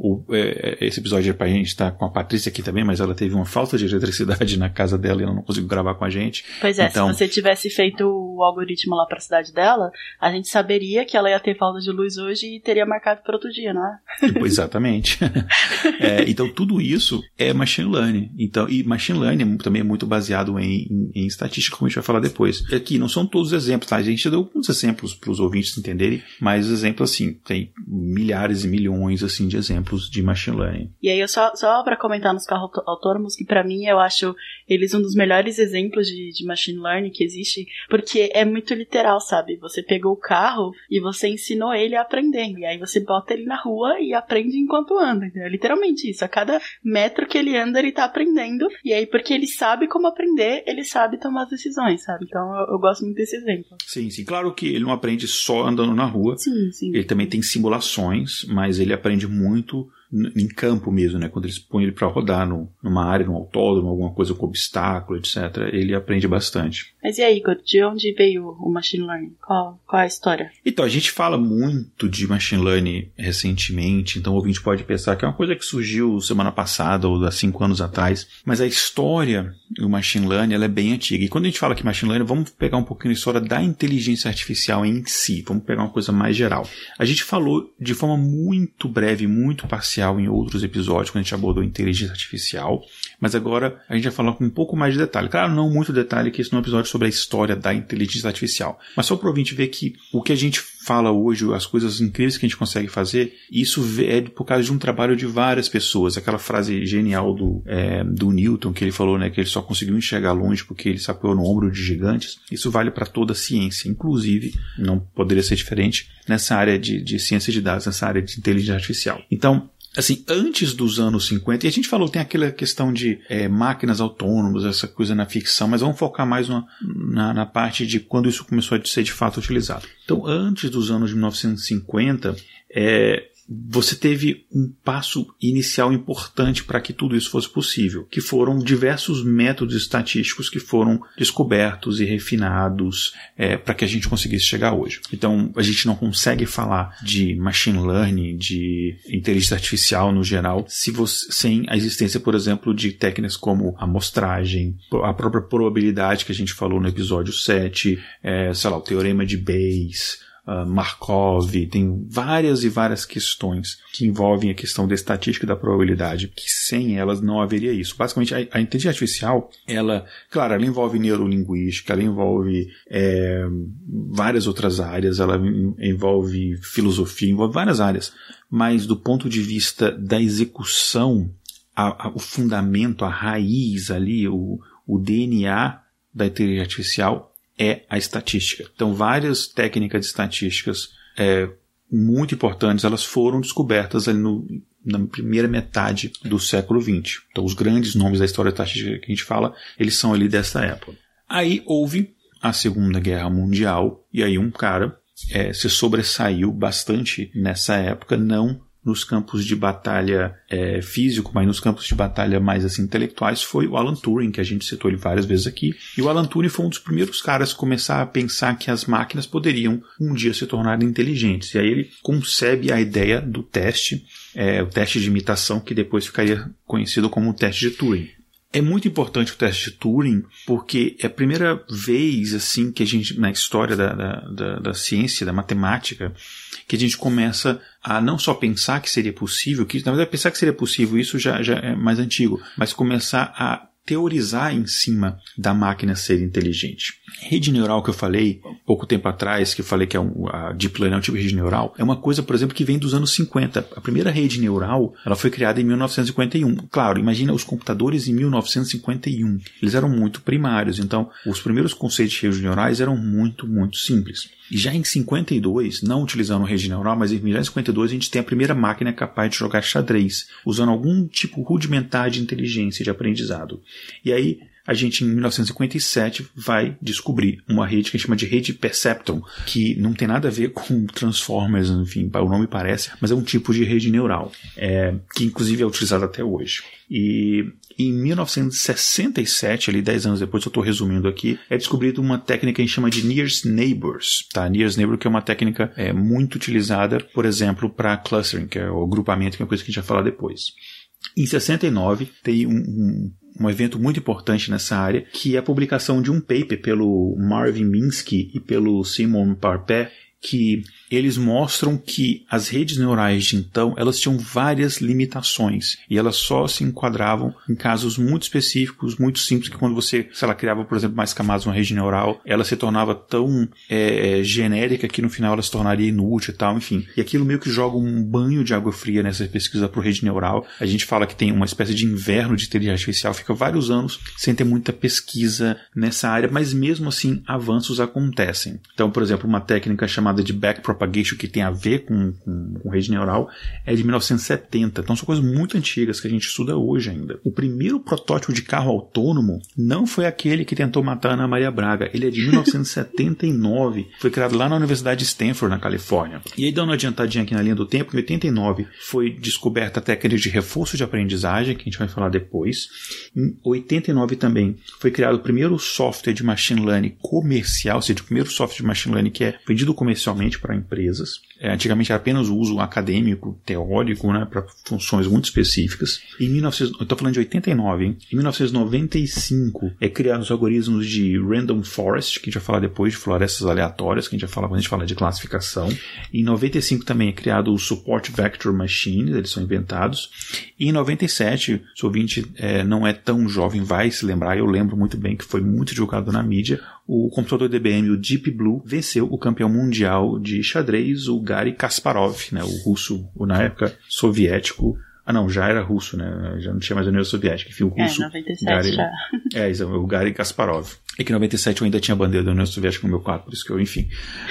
esse episódio é pra gente estar com a Patrícia aqui também, mas ela teve uma falta de eletricidade na casa dela e ela não conseguiu gravar com a gente. Pois é, então, se você tivesse feito o algoritmo lá pra cidade dela, a gente saberia que ela ia ter falta de luz hoje e teria marcado para outro dia, não é? Exatamente. Então tudo isso é machine learning. Então, e machine learning também é muito baseado em estatística, como a gente vai falar depois. Aqui não são todos os exemplos, tá? A gente deu alguns exemplos para os ouvintes entenderem, mas os exemplos, assim, tem milhares e milhões, assim, de exemplos de machine learning. E aí eu só para comentar nos carros autônomos, que pra mim eu acho eles um dos melhores exemplos de machine learning que existe, porque é muito literal, sabe? Você pegou o carro e você ensinou ele a aprender, e aí você bota ele na rua e aprende enquanto anda, entendeu? É literalmente isso, a cada metro que ele anda ele tá aprendendo, e aí porque ele sabe como aprender, ele sabe tomar as decisões, sabe? Então eu gosto muito desse exemplo. Sim, claro que ele não aprende só andando na rua, sim. Ele também tem simulações, mas ele aprende muito em campo mesmo, né? Quando eles põem ele para rodar numa área, num autódromo, alguma coisa com obstáculo, etc., ele aprende bastante. Mas e aí, Igor, de onde veio o machine learning? Qual é a história? Então, a gente fala muito de machine learning recentemente, então o ouvinte pode pensar que é uma coisa que surgiu semana passada ou há 5 anos atrás, mas a história do machine learning ela é bem antiga. E quando a gente fala que machine learning, vamos pegar um pouquinho a história da inteligência artificial em si, vamos pegar uma coisa mais geral. A gente falou de forma muito breve, muito parcial em outros episódios, quando a gente abordou inteligência artificial, mas agora a gente vai falar com um pouco mais de detalhe. Claro, não muito detalhe, que esse não é um episódio sobre a história da inteligência artificial, mas só para o ouvinte ver que o que a gente fala hoje, as coisas incríveis que a gente consegue fazer, isso é por causa de um trabalho de várias pessoas. Aquela frase genial do Newton, que ele falou, né, que ele só conseguiu enxergar longe porque ele se apoiou no ombro de gigantes. Isso vale para toda a ciência, inclusive, não poderia ser diferente nessa área de ciência de dados, nessa área de inteligência artificial. Então, assim, antes dos anos 50, e a gente falou, tem aquela questão de máquinas autônomas, essa coisa na ficção, mas vamos focar mais na parte de quando isso começou a ser de fato utilizado. Então, antes dos anos de 1950, você teve um passo inicial importante para que tudo isso fosse possível, que foram diversos métodos estatísticos que foram descobertos e refinados para que a gente conseguisse chegar hoje. Então, a gente não consegue falar de machine learning, de inteligência artificial no geral, sem a existência, por exemplo, de técnicas como amostragem, a própria probabilidade que a gente falou no episódio 7, o teorema de Bayes, Markov, tem várias e várias questões que envolvem a questão da estatística e da probabilidade, que sem elas não haveria isso. Basicamente, a inteligência artificial, ela envolve neurolinguística, ela envolve várias outras áreas, ela envolve filosofia, envolve várias áreas, mas do ponto de vista da execução, o fundamento, a raiz ali, o DNA da inteligência artificial é a estatística. Então, várias técnicas estatísticas muito importantes, elas foram descobertas ali na primeira metade do século XX. Então, os grandes nomes da história estatística que a gente fala, eles são ali dessa época. Aí houve a Segunda Guerra Mundial, e aí um cara se sobressaiu bastante nessa época, não nos campos de batalha físico, mas nos campos de batalha mais assim, intelectuais, foi o Alan Turing, que a gente citou ele várias vezes aqui. E o Alan Turing foi um dos primeiros caras a começar a pensar que as máquinas poderiam um dia se tornar inteligentes. E aí ele concebe a ideia do teste, o teste de imitação, que depois ficaria conhecido como o teste de Turing. É muito importante o teste de Turing, porque é a primeira vez, assim, que a gente, na história da ciência, da matemática, que a gente começa a não só pensar que seria possível, que na verdade pensar que seria possível, isso já é mais antigo, mas começar a teorizar em cima da máquina ser inteligente. Rede neural que eu falei pouco tempo atrás, que eu falei que a Deep Learning é um tipo de rede neural, é uma coisa, por exemplo, que vem dos anos 50. A primeira rede neural, ela foi criada em 1951. Claro, imagina os computadores em 1951. Eles eram muito primários, então os primeiros conceitos de redes neurais eram muito, muito simples. E já em 52, não utilizando rede neural, mas já em 52 a gente tem a primeira máquina capaz de jogar xadrez, usando algum tipo rudimentar de inteligência de aprendizado. E aí, a gente, em 1957, vai descobrir uma rede que a gente chama de rede Perceptron, que não tem nada a ver com Transformers, enfim, o nome parece, mas é um tipo de rede neural, que inclusive é utilizada até hoje. E em 1967, ali 10 anos depois, eu estou resumindo aqui, é descobrida uma técnica que a gente chama de Nearest Neighbors. Tá? Nearest Neighbor, que é uma técnica muito utilizada, por exemplo, para clustering, que é o agrupamento, que é uma coisa que a gente vai falar depois. Em 69, tem um evento muito importante nessa área, que é a publicação de um paper pelo Marvin Minsky e pelo Simon Parpet, que eles mostram que as redes neurais de então, elas tinham várias limitações e elas só se enquadravam em casos muito específicos, muito simples, que quando você, sei lá, criava, por exemplo, mais camadas numa rede neural, ela se tornava tão genérica que no final ela se tornaria inútil e tal, enfim. E aquilo meio que joga um banho de água fria nessa pesquisa por rede neural. A gente fala que tem uma espécie de inverno de inteligência artificial, fica vários anos sem ter muita pesquisa nessa área, mas mesmo assim avanços acontecem. Então, por exemplo, uma técnica chamada de backpropagation, que tem a ver com rede neural, é de 1970. Então são coisas muito antigas que a gente estuda hoje ainda. O primeiro protótipo de carro autônomo não foi aquele que tentou matar a Ana Maria Braga. Ele é de 1979. Foi criado lá na Universidade de Stanford, na Califórnia. E aí, dando uma adiantadinha aqui na linha do tempo, em 89 foi descoberta a técnica de reforço de aprendizagem, que a gente vai falar depois. Em 89 também foi criado o primeiro software de machine learning comercial, ou seja, o primeiro software de machine learning que é vendido comercialmente para empresas. Antigamente era apenas o uso acadêmico, teórico, né, para funções muito específicas. Eu estou falando de 89, hein? Em 1995 é criado os algoritmos de Random Forest, que a gente vai falar depois, de florestas aleatórias, que a gente vai falar quando a gente fala de classificação. Em 95 também é criado o Support Vector Machines, eles são inventados. E em 97, se o ouvinte não é tão jovem, vai se lembrar, eu lembro muito bem que foi muito divulgado na mídia, o computador da IBM, o Deep Blue, venceu o campeão mundial de xadrez, o Garry Kasparov, né, o russo, na época soviético. Ah, não, já era russo, né? Já não tinha mais a União Soviética. Enfim, o russo. 97 Garry, já. O Garry Kasparov. É que em 97 eu ainda tinha a bandeira da União Soviética no meu quarto, por isso que eu, enfim.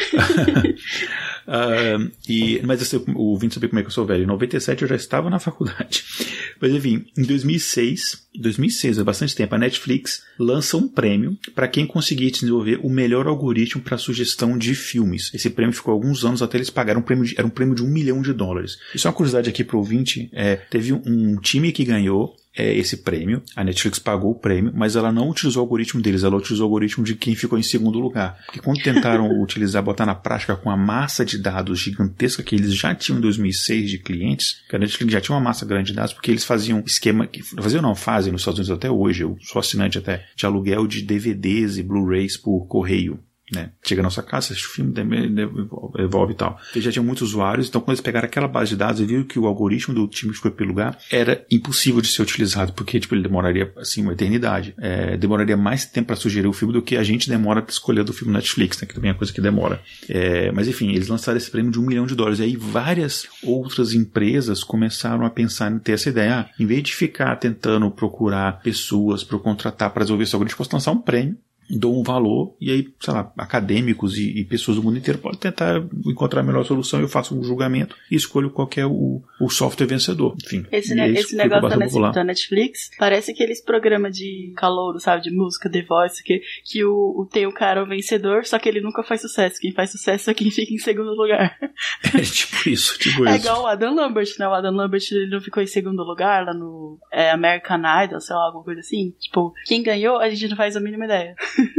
Mas o ouvinte saber como é que eu sou velho. Em 97 eu já estava na faculdade. Mas enfim, em 2006, há bastante tempo, a Netflix lança um prêmio para quem conseguir desenvolver o melhor algoritmo para sugestão de filmes. Esse prêmio ficou alguns anos até eles pagaram era um prêmio de $1 milhão. Isso é uma curiosidade aqui para o ouvinte. Teve um time que ganhou esse prêmio, a Netflix pagou o prêmio, mas ela não utilizou o algoritmo deles, ela utilizou o algoritmo de quem ficou em segundo lugar. Porque quando tentaram botar na prática com a massa de dados gigantesca que eles já tinham em 2006 de clientes, que a Netflix já tinha uma massa grande de dados, porque eles faziam fazem nos Estados Unidos até hoje, eu sou assinante até, de aluguel de DVDs e Blu-rays por correio. Né? Chega na sua casa, assiste o filme, devolve e tal. Eles já tinham muitos usuários, então quando eles pegaram aquela base de dados e viram que o algoritmo do time que ficou em primeiro lugar era impossível de ser utilizado, porque ele demoraria assim uma eternidade. Demoraria mais tempo para sugerir o filme do que a gente demora para escolher do filme Netflix, né? Que também é uma coisa que demora. Mas enfim, eles lançaram esse prêmio de $1 milhão. E aí várias outras empresas começaram a pensar em ter essa ideia. Em vez de ficar tentando procurar pessoas para contratar para desenvolver esse algoritmo, posso lançar um prêmio, dou um valor, e aí, sei lá, acadêmicos e pessoas do mundo inteiro podem tentar encontrar a melhor solução, eu faço um julgamento e escolho qual que é o software vencedor. Enfim, esse negócio da Netflix, parece aqueles programas de calouro, sabe, de música, The Voice, que tem o cara o vencedor, só que ele nunca faz sucesso. Quem faz sucesso é quem fica em segundo lugar. É tipo isso. É igual o Adam Lambert, né? O Adam Lambert, ele não ficou em segundo lugar lá no American Idol, sei lá, alguma coisa assim. Tipo, quem ganhou, a gente não faz a mínima ideia.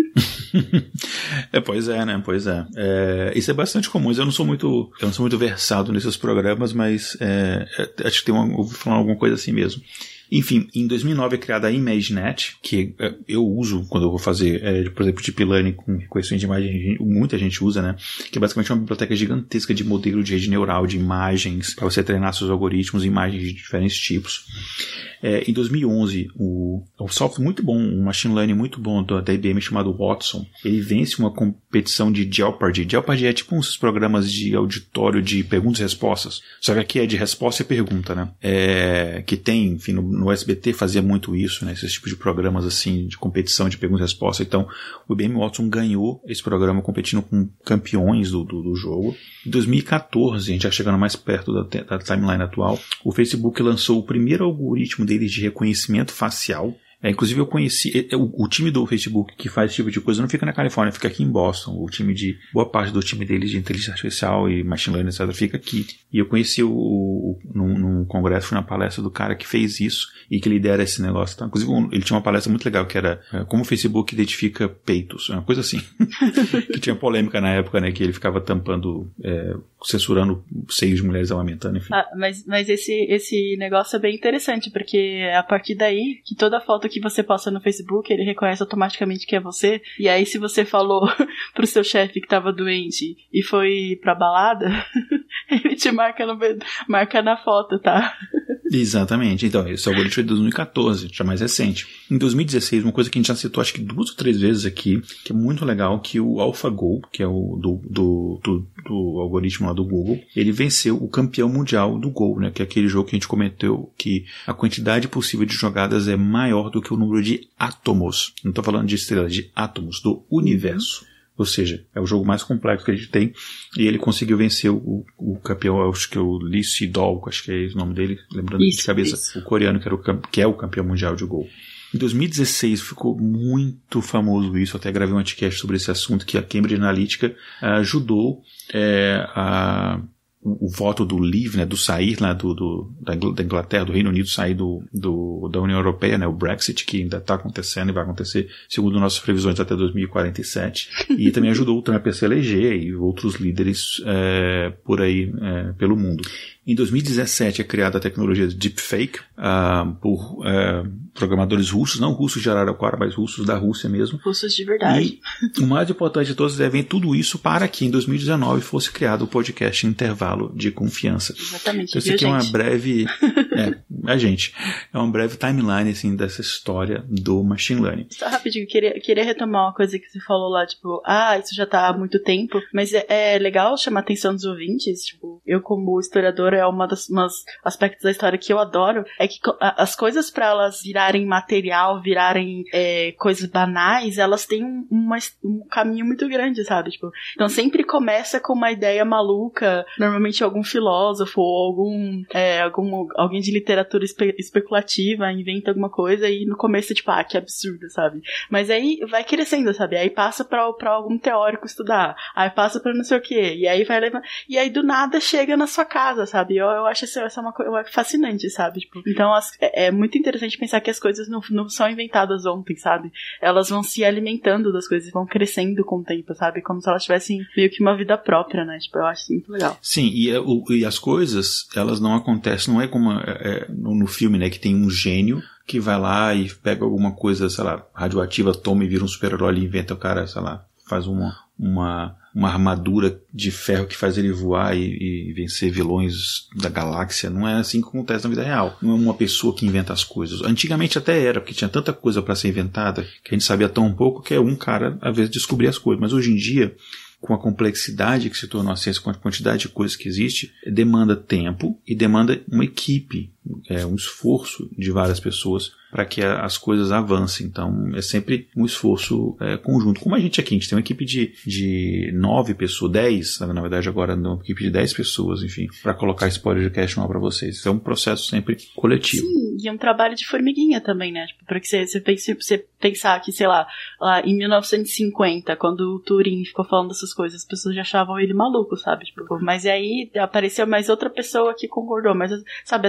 Pois é, né? Pois é. Isso é bastante comum. Eu não sou muito versado nesses programas, mas acho que ouvi falar alguma coisa assim mesmo. Enfim, em 2009 é criada a ImageNet, que eu uso quando eu vou fazer, por exemplo, Deep Learning com reconhecimento de imagem, muita gente usa, né? Que é basicamente uma biblioteca gigantesca de modelo de rede neural, de imagens, para você treinar seus algoritmos, imagens de diferentes tipos. Em 2011, um software muito bom, um machine learning muito bom da IBM chamado Watson, ele vence uma competição de Jeopardy. Jeopardy é tipo uns programas de auditório de perguntas e respostas. Só que aqui é de resposta e pergunta, né? Que tem, enfim, no SBT fazia muito isso, né? Esses tipos de programas assim, de competição de perguntas e respostas. Então, o IBM Watson ganhou esse programa competindo com campeões do jogo. Em 2014, a gente já chegando mais perto da timeline atual, o Facebook lançou o primeiro algoritmo deles de reconhecimento facial. Inclusive eu conheci o time do Facebook que faz esse tipo de coisa não fica na Califórnia, fica aqui em Boston. O time boa parte do time deles de inteligência artificial e machine learning, etc., fica aqui. E eu conheci num congresso, fui na palestra do cara que fez isso e que lidera esse negócio. Tá? Inclusive ele tinha uma palestra muito legal que era como o Facebook identifica peitos, uma coisa assim. Que tinha polêmica na época, né, que ele ficava tampando, censurando seios de mulheres amamentando, enfim. Mas esse negócio é bem interessante, porque é a partir daí que toda foto que você posta no Facebook, ele reconhece automaticamente que é você, e aí se você falou pro seu chefe que tava doente e foi pra balada, ele te marca na foto, tá? Exatamente. Então, esse algoritmo é de 2014, já mais recente. Em 2016, uma coisa que a gente já citou acho que 2 ou 3 vezes aqui, que é muito legal, que o AlphaGo, que é o do algoritmo lá do Google, ele venceu o campeão mundial do Go, né? Que é aquele jogo que a gente comentou que a quantidade possível de jogadas é maior do que o número de átomos. Não estou falando de estrelas, de átomos do universo. Ou seja, é o jogo mais complexo que a gente tem. E ele conseguiu vencer o campeão, acho que é o Lee Sedol, acho que é o nome dele, lembrando de cabeça, o coreano que é o campeão mundial de Go. Em 2016 ficou muito famoso isso, até gravei um podcast sobre esse assunto, que a Cambridge Analytica ajudou o voto do leave, né, do sair lá da Inglaterra, do Reino Unido, sair da União Europeia, né, o Brexit, que ainda está acontecendo e vai acontecer, segundo nossas previsões, até 2047. E também ajudou o Trump a se eleger e outros líderes por aí pelo mundo. Em 2017 é criada a tecnologia de Deepfake por programadores russos, não russos de Araraquara, mas russos da Rússia mesmo. Russos de verdade. E o mais importante de todos, devem tudo isso para que em 2019 fosse criado o podcast Intervalo de Confiança. Exatamente. Então, isso aqui é uma breve... é uma breve timeline assim, dessa história do machine learning. Só rapidinho, queria retomar uma coisa que você falou lá, tipo, isso já tá há muito tempo, mas é legal chamar a atenção dos ouvintes, tipo, eu como historiadora, é um dos aspectos da história que eu adoro, é que as coisas pra elas virarem material, virarem coisas banais, elas têm um caminho muito grande, sabe? Tipo, então sempre começa com uma ideia maluca, normalmente algum filósofo ou alguém de literatura especulativa inventa alguma coisa e no começo é tipo, que absurdo, sabe? Mas aí vai crescendo, sabe? Aí passa pra algum teórico estudar, aí passa pra não sei o quê, e aí vai levar, e aí do nada chega na sua casa, sabe? Eu acho essa uma coisa fascinante, sabe? Tipo, então é muito interessante pensar que as coisas não são inventadas ontem, sabe? Elas vão se alimentando das coisas, vão crescendo com o tempo, sabe? Como se elas tivessem meio que uma vida própria, né? Tipo, eu acho isso muito legal. Sim, e as coisas, elas não acontecem, não é como no filme, né? Que tem um gênio que vai lá e pega alguma coisa, sei lá, radioativa, toma e vira um super-herói e inventa o cara, sei lá, faz uma armadura de ferro que faz ele voar e vencer vilões da galáxia. Não é assim que acontece na vida real. Não é uma pessoa que inventa as coisas. Antigamente até era, porque tinha tanta coisa para ser inventada que a gente sabia tão pouco que um cara, às vezes, descobria as coisas. Mas hoje em dia, com a complexidade que se tornou a ciência, com a quantidade de coisas que existe, demanda tempo e demanda uma equipe, um esforço de várias pessoas para que as coisas avancem. Então, é sempre um esforço conjunto. Como a gente aqui, a gente tem uma equipe de 9 pessoas, 10, na verdade agora uma equipe de 10 pessoas, enfim, para colocar esse podcast no ar para vocês. É um processo sempre coletivo. Sim, e é um trabalho de formiguinha também, né? Tipo, para que você pensar que, sei lá em 1950, quando o Turing ficou falando dessas coisas, as pessoas já achavam ele maluco, sabe? Tipo, mas aí apareceu mais outra pessoa que concordou, mas, sabe, até chegar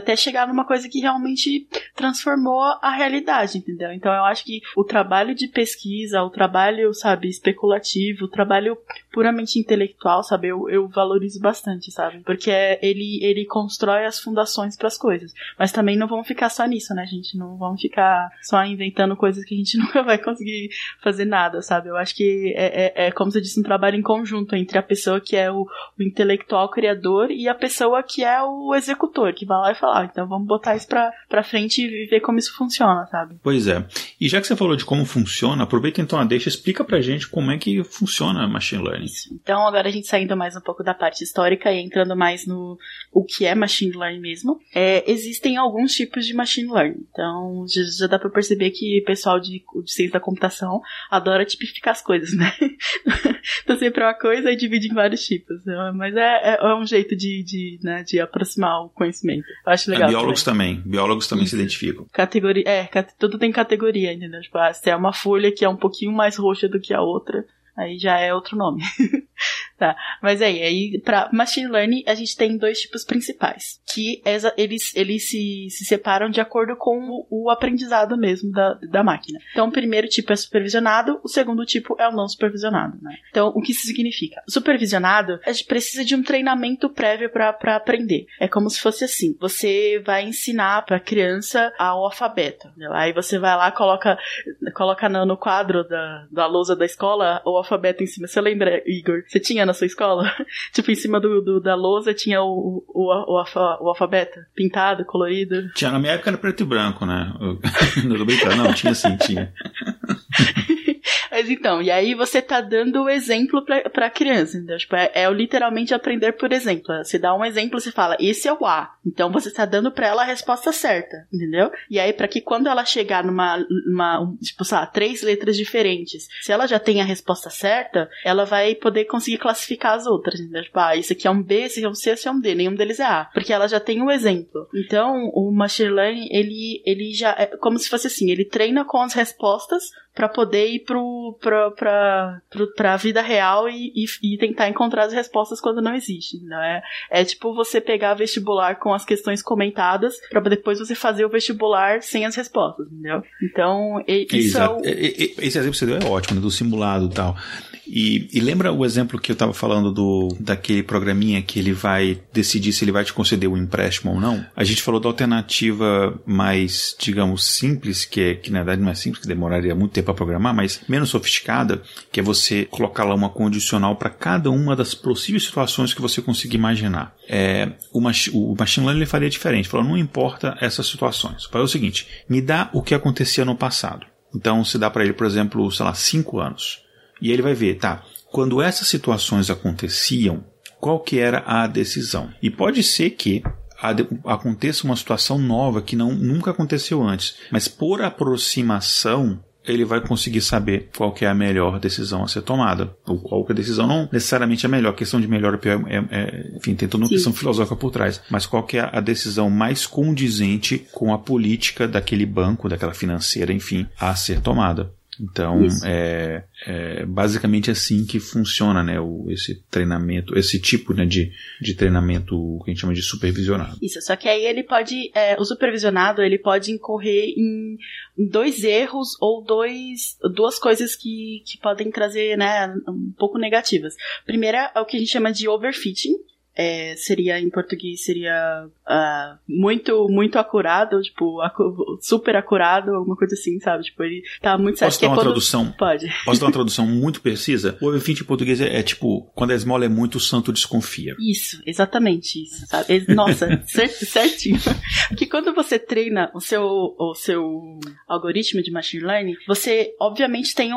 numa coisa que realmente transformou a realidade, entendeu? Então eu acho que o trabalho de pesquisa, o trabalho, sabe, especulativo, o trabalho puramente intelectual, sabe, eu valorizo bastante, sabe? Porque ele constrói as fundações pras coisas. Mas também não vamos ficar só nisso, né, gente? Não vamos ficar só inventando coisas que a gente nunca vai conseguir fazer nada, sabe? Eu acho que como você disse, um trabalho em conjunto entre a pessoa que é o intelectual criador e a pessoa que é o executor, que vai lá e fala, então vamos botar isso pra frente e ver como isso funciona, sabe? Pois é. E já que você falou de como funciona, aproveita então a deixa, explica pra gente como é que funciona Machine Learning. Então agora a gente saindo mais um pouco da parte histórica e entrando mais no o que é Machine Learning mesmo, existem alguns tipos de Machine Learning. Então já dá pra perceber que o pessoal de ciência da computação adora tipificar as coisas, né? Então sempre é uma coisa e divide em vários tipos. Mas é um jeito de aproximar o conhecimento. Eu acho legal. Biólogos também se identificam. Categoria, tudo tem categoria, entendeu? Tipo, se é uma folha que é um pouquinho mais roxa do que a outra, aí já é outro nome. Tá, mas aí pra Machine Learning a gente tem dois tipos principais, que eles se separam de acordo com o aprendizado mesmo da máquina. Então o primeiro tipo é supervisionado, o segundo tipo é o não supervisionado, né? Então o que isso significa? O supervisionado, a gente precisa de um treinamento prévio pra aprender. É como se fosse assim, você vai ensinar pra criança o alfabeto, entendeu? Aí você vai lá, coloca no quadro da lousa da escola o alfabeto em cima. Você lembra, Igor? Você tinha na sua escola? Tipo, em cima da lousa tinha o alfabeto pintado, colorido. Tinha, na minha época era preto e branco, né? Não tô brincando, não, tinha sim, tinha. Mas então, e aí você tá dando o exemplo pra criança, entendeu? Tipo, literalmente aprender por exemplo. Você dá um exemplo, você fala, esse é o A. Então você tá dando pra ela a resposta certa, entendeu? E aí, pra que quando ela chegar numa tipo, sei lá, 3 letras diferentes, se ela já tem a resposta certa, ela vai poder conseguir classificar as outras, entendeu? Tipo, isso aqui é um B, esse aqui é um C, esse é um D, nenhum deles é A. Porque ela já tem um exemplo. Então, o Machine Learning, ele já é como se fosse assim, ele treina com as respostas pra poder ir pra vida real e tentar encontrar as respostas quando não existe, não é? É tipo você pegar vestibular com as questões comentadas pra depois você fazer o vestibular sem as respostas, entendeu? Então, isso esse exemplo que você deu é ótimo, né? Do simulado e tal. E lembra o exemplo que eu estava falando daquele programinha que ele vai decidir se ele vai te conceder um empréstimo ou não? A gente falou da alternativa mais, digamos, simples, que na verdade não é simples, que demoraria muito tempo para programar, mas menos sofisticada, que é você colocar lá uma condicional para cada uma das possíveis situações que você conseguir imaginar. O Machine Learning ele faria diferente. Falou, não importa essas situações. Fala o seguinte, me dá o que acontecia no passado. Então, se dá para ele, por exemplo, sei lá, 5 anos. E ele vai ver, tá, quando essas situações aconteciam, qual que era a decisão? E pode ser que aconteça uma situação nova que nunca aconteceu antes, mas por aproximação, ele vai conseguir saber qual que é a melhor decisão a ser tomada. Ou qual que é a decisão não necessariamente é a melhor. A questão de melhor ou pior, enfim, tem toda uma questão filosófica por trás. Mas qual que é a decisão mais condizente com a política daquele banco, daquela financeira, enfim, a ser tomada. Então, é basicamente assim que funciona, né, esse treinamento, esse tipo, né, de treinamento que a gente chama de supervisionado. Isso, só que aí ele pode, o supervisionado, ele pode incorrer em 2 erros ou duas coisas que podem trazer, né, um pouco negativas. Primeira é o que a gente chama de overfitting. Seria, em português, seria muito, muito acurado, tipo, super acurado, alguma coisa assim, sabe? Tipo, ele tá muito certo. Posso dar uma tradução? Pode. Posso dar uma tradução muito precisa? O overfit em português é tipo, quando a esmola é muito, o santo desconfia. Isso, exatamente isso, sabe? Nossa, certinho. Porque quando você treina o seu algoritmo de machine learning, você, obviamente, tem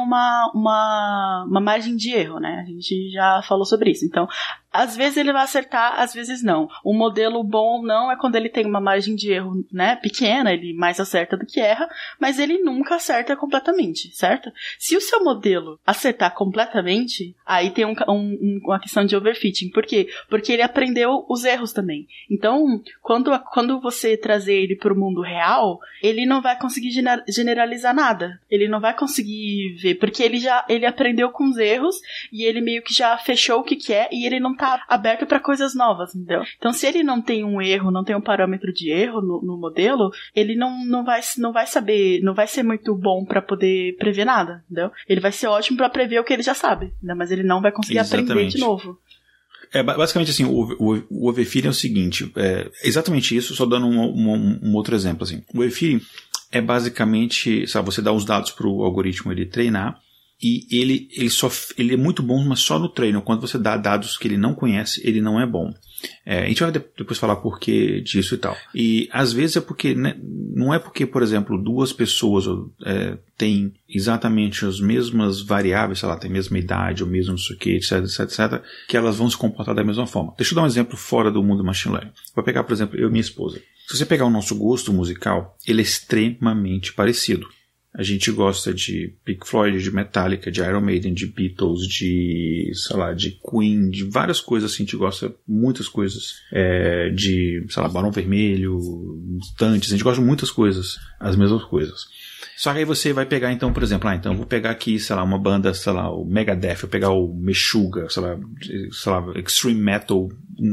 uma margem de erro, né? A gente já falou sobre isso. Então, às vezes ele vai acertar, às vezes não. O modelo bom ou não é quando ele tem uma margem de erro, né, pequena, ele mais acerta do que erra, mas ele nunca acerta completamente, certo? Se o seu modelo acertar completamente, aí tem uma questão de overfitting. Por quê? Porque ele aprendeu os erros também. Então, quando você trazer ele para o mundo real, ele não vai conseguir generalizar nada. Ele não vai conseguir ver, porque ele aprendeu com os erros e ele meio que já fechou o que é e ele não tá aberto para coisas novas, entendeu? Então, se ele não tem um erro, não tem um parâmetro de erro no modelo, ele não vai saber, não vai ser muito bom pra poder prever nada, entendeu? Ele vai ser ótimo pra prever o que ele já sabe, né? Mas ele não vai conseguir aprender de novo. Basicamente assim, o overfitting é o seguinte, exatamente isso, só dando um outro exemplo, assim. O overfitting é basicamente, sabe, você dá os dados para o algoritmo ele treinar, e ele é muito bom, mas só no treino. Quando você dá dados que ele não conhece, ele não é bom. A gente vai depois falar por que disso e tal. E às vezes é porque, né, não é porque, por exemplo, duas pessoas têm exatamente as mesmas variáveis, sei lá, têm a mesma idade, ou mesmo não sei o que, etc, que elas vão se comportar da mesma forma. Deixa eu dar um exemplo fora do mundo do machine learning. Vou pegar, por exemplo, eu e minha esposa. Se você pegar o nosso gosto musical, ele é extremamente parecido. A gente gosta de Pink Floyd, de Metallica, de Iron Maiden, de Beatles, de, sei lá, de Queen, de várias coisas assim. A gente gosta muitas coisas. De, sei lá, Barão Vermelho, Mutantes. A gente gosta de muitas coisas, as mesmas coisas. Só que aí você vai pegar, então, por exemplo, então eu vou pegar aqui, sei lá, uma banda, sei lá, o Megadeth, vou pegar o Meshuggah, sei lá, Extreme Metal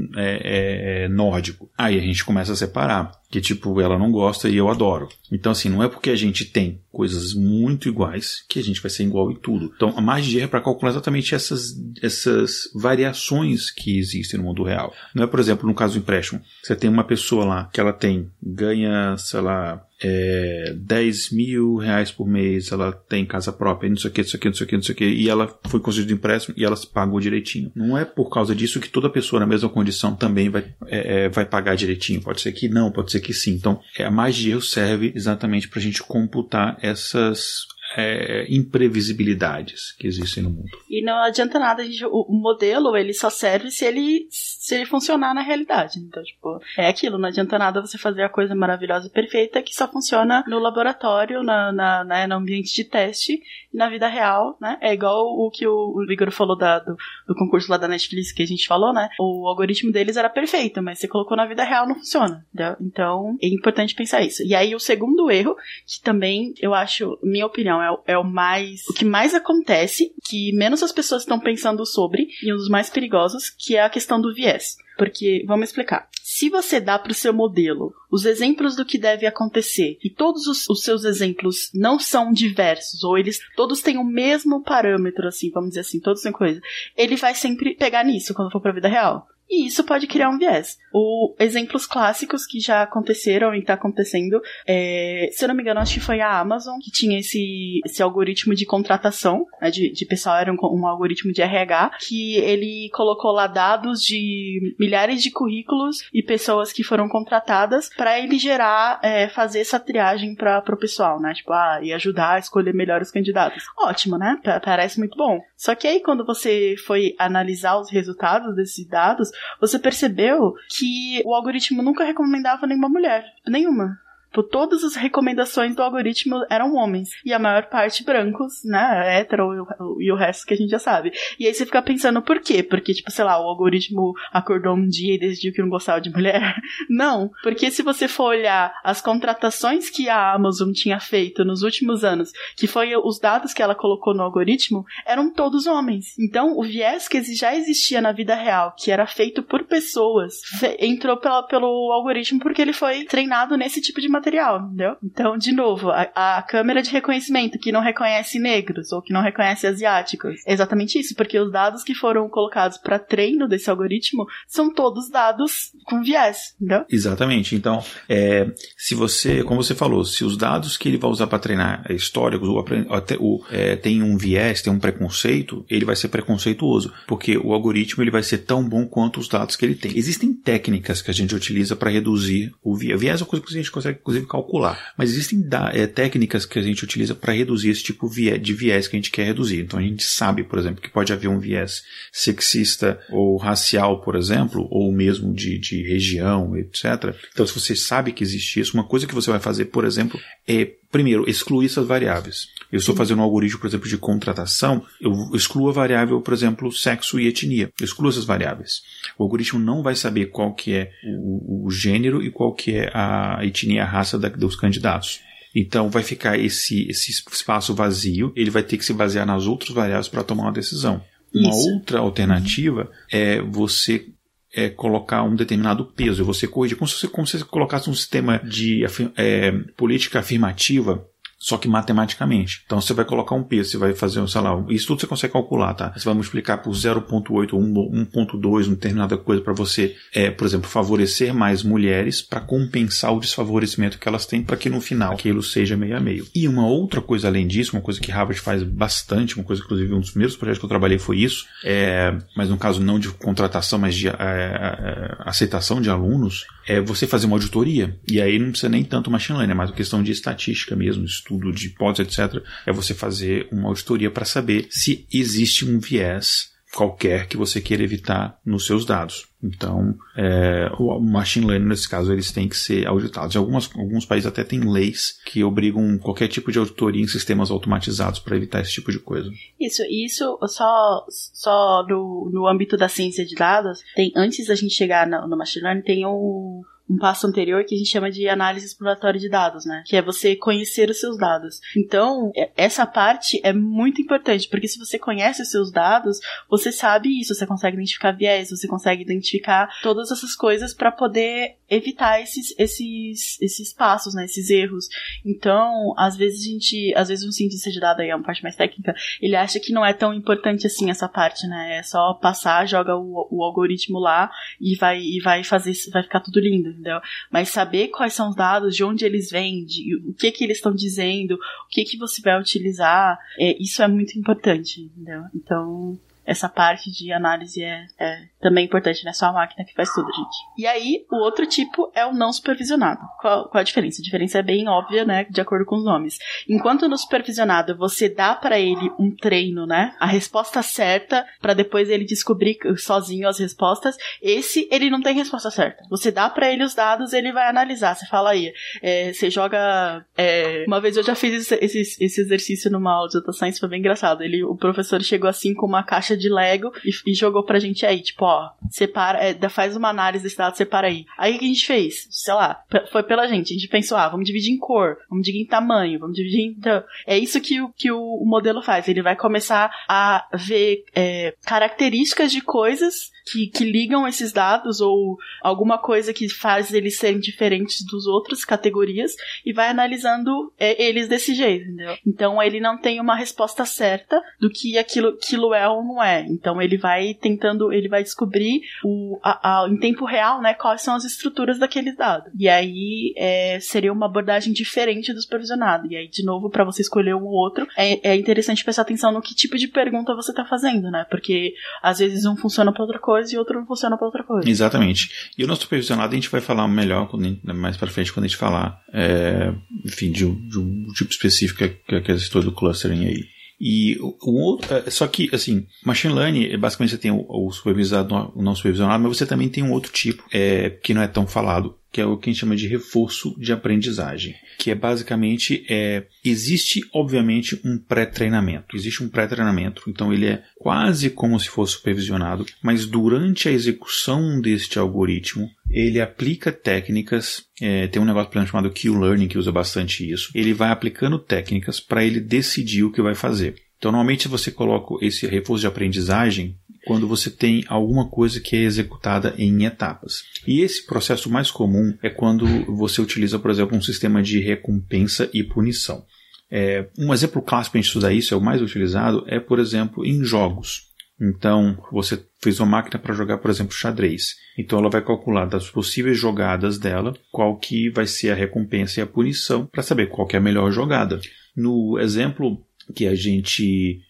nórdico. Aí a gente começa a separar, que tipo, ela não gosta e eu adoro. Então assim, não é porque a gente tem coisas muito iguais que a gente vai ser igual em tudo. Então a margem de erro é para calcular exatamente essas variações que existem no mundo real. Não é, por exemplo, no caso do empréstimo, você tem uma pessoa lá que ela ganha, sei lá, 10 mil reais por mês, ela tem casa própria, não sei o que, e ela foi concedido empréstimo e ela pagou direitinho. Não é por causa disso que toda pessoa na mesma condição também vai pagar direitinho. Pode ser que não, pode ser que sim. Então, a margem de erro serve exatamente para a gente computar essas imprevisibilidades que existem no mundo. E não adianta nada, o modelo ele só serve se ele funcionar na realidade. Então, tipo, é aquilo, não adianta nada você fazer a coisa maravilhosa e perfeita que só funciona no laboratório, no ambiente de teste e na vida real, né? É igual o que o Igor falou do concurso lá da Netflix que a gente falou, né? O algoritmo deles era perfeito, mas você colocou na vida real, não funciona, entendeu? Então, é importante pensar isso. E aí, o segundo erro, que também, eu acho, minha opinião, o que mais acontece, que menos as pessoas estão pensando sobre, e um dos mais perigosos, que é a questão do viés. Porque, vamos explicar. Se você dá para o seu modelo os exemplos do que deve acontecer, e todos os seus exemplos não são diversos, ou eles todos têm o mesmo parâmetro, assim, vamos dizer assim, todos têm coisa, ele vai sempre pegar nisso quando for para a vida real. E isso pode criar um viés. Exemplos clássicos que já aconteceram e tá acontecendo, se eu não me engano, acho que foi a Amazon que tinha esse algoritmo de contratação, né, de pessoal, era um algoritmo de RH, que ele colocou lá dados de milhares de currículos e pessoas que foram contratadas para ele fazer essa triagem para o pessoal, né? Tipo, e ajudar a escolher melhor os candidatos. Ótimo, né? Parece muito bom. Só que aí, quando você foi analisar os resultados desses dados, você percebeu que o algoritmo nunca recomendava nenhuma mulher. Nenhuma. Todas as recomendações do algoritmo eram homens. E a maior parte brancos, né? Hétero e o resto que a gente já sabe. E aí você fica pensando, por quê? Porque, tipo, sei lá, o algoritmo acordou um dia e decidiu que não gostava de mulher? Não. Porque se você for olhar as contratações que a Amazon tinha feito nos últimos anos, que foi os dados que ela colocou no algoritmo, eram todos homens. Então, o viés que já existia na vida real, que era feito por pessoas, entrou pelo algoritmo porque ele foi treinado nesse tipo de material, entendeu? Então, de novo, a câmera de reconhecimento que não reconhece negros ou que não reconhece asiáticos, é exatamente isso, porque os dados que foram colocados para treino desse algoritmo são todos dados com viés, entendeu? Exatamente. Então, se você, como você falou, se os dados que ele vai usar para treinar históricos ou tem um viés, tem um preconceito, ele vai ser preconceituoso, porque o algoritmo ele vai ser tão bom quanto os dados que ele tem. Existem técnicas que a gente utiliza para reduzir o viés. Viés é uma coisa que a gente consegue inclusive calcular, mas existem técnicas que a gente utiliza para reduzir esse tipo de viés que a gente quer reduzir. Então a gente sabe, por exemplo, que pode haver um viés sexista ou racial, por exemplo, ou mesmo de região, etc. Então, se você sabe que existe isso, uma coisa que você vai fazer, por exemplo, é primeiro, excluir essas variáveis. Eu estou fazendo um algoritmo, por exemplo, de contratação, eu excluo a variável, por exemplo, sexo e etnia. Eu excluo essas variáveis. O algoritmo não vai saber qual que é o gênero e qual que é a etnia, a raça dos candidatos. Então vai ficar esse espaço vazio, ele vai ter que se basear nas outras variáveis para tomar uma decisão. Uma outra alternativa é você colocar um determinado peso, você corrige, como se você colocasse um sistema de política afirmativa, só que matematicamente. Então você vai colocar um peso, você vai fazer, sei lá, isso tudo você consegue calcular, tá? Você vai multiplicar por 0,8 ou 1,2, uma determinada coisa para você, por exemplo, favorecer mais mulheres para compensar o desfavorecimento que elas têm para que no final aquilo seja meio a meio. E uma outra coisa além disso, uma coisa que Harvard faz bastante, uma coisa inclusive um dos primeiros projetos que eu trabalhei foi isso, mas no caso não de contratação, mas de aceitação de alunos, é você fazer uma auditoria. E aí não precisa nem tanto machine learning, é mais uma questão de estatística mesmo, estudo de hipóteses, etc. É você fazer uma auditoria para saber se existe um viés qualquer que você queira evitar nos seus dados. Então, o machine learning, nesse caso, eles têm que ser auditados. Alguns países até têm leis que obrigam qualquer tipo de auditoria em sistemas automatizados para evitar esse tipo de coisa. Isso só no âmbito da ciência de dados, antes da gente chegar no machine learning, tem um passo anterior que a gente chama de análise exploratória de dados, né? Que é você conhecer os seus dados. Então, essa parte é muito importante, porque se você conhece os seus dados, você sabe isso, você consegue identificar viés, você consegue identificar todas essas coisas para poder evitar esses passos, né? Esses erros. Então, às vezes um cientista de dados aí é uma parte mais técnica, ele acha que não é tão importante assim essa parte, né? É só passar, joga o algoritmo lá e vai ficar tudo lindo. Entendeu? Mas saber quais são os dados, de onde eles vêm, o que eles estão dizendo, o que você vai utilizar, isso é muito importante, entendeu? Então, essa parte de análise é também importante, não é só a máquina que faz tudo, gente. E aí, o outro tipo é o não supervisionado. Qual a diferença? A diferença é bem óbvia, né, de acordo com os nomes. Enquanto no supervisionado você dá pra ele um treino, né, a resposta certa, pra depois ele descobrir sozinho as respostas, ele não tem resposta certa. Você dá pra ele os dados, ele vai analisar. Você fala aí, você joga... uma vez eu já fiz esse exercício numa aula de data science, foi bem engraçado. O professor chegou assim com uma caixa de Lego e jogou pra gente aí, tipo, ó, separa, faz uma análise desse dado, separa aí. Aí o que a gente fez? Sei lá, foi pela gente. A gente pensou, vamos dividir em cor, vamos dividir em tamanho, vamos dividir em... Então, é isso que o modelo faz. Ele vai começar a ver características de coisas que ligam esses dados ou alguma coisa que faz eles serem diferentes dos outros categorias e vai analisando eles desse jeito, entendeu? Então ele não tem uma resposta certa do que aquilo é ou não é. Então ele vai descobrir em tempo real, né, quais são as estruturas daqueles dados. E aí seria uma abordagem diferente do supervisionado. E aí, de novo, para você escolher um ou outro, é interessante prestar atenção no que tipo de pergunta você tá fazendo, né? Porque às vezes um funciona para outra coisa e outro não funciona para outra coisa. Exatamente. E o nosso supervisionado a gente vai falar melhor mais para frente quando a gente falar, enfim, de um tipo específico que é a história do clustering aí. E o outro, só que, assim, machine learning, basicamente você tem o supervisionado, o não supervisionado, mas você também tem um outro tipo, que não é tão falado, que é o que a gente chama de reforço de aprendizagem, que é basicamente, existe obviamente um pré-treinamento, então ele é quase como se fosse supervisionado, mas durante a execução deste algoritmo, ele aplica técnicas, tem um negócio por exemplo, chamado Q-Learning que usa bastante isso, ele vai aplicando técnicas para ele decidir o que vai fazer. Então normalmente você coloca esse reforço de aprendizagem quando você tem alguma coisa que é executada em etapas. E esse processo mais comum é quando você utiliza, por exemplo, um sistema de recompensa e punição. Um exemplo clássico para a gente estudar isso, é o mais utilizado, é, por exemplo, em jogos. Então, você fez uma máquina para jogar, por exemplo, xadrez. Então, ela vai calcular das possíveis jogadas dela, qual que vai ser a recompensa e a punição, para saber qual que é a melhor jogada. No exemplo que a gente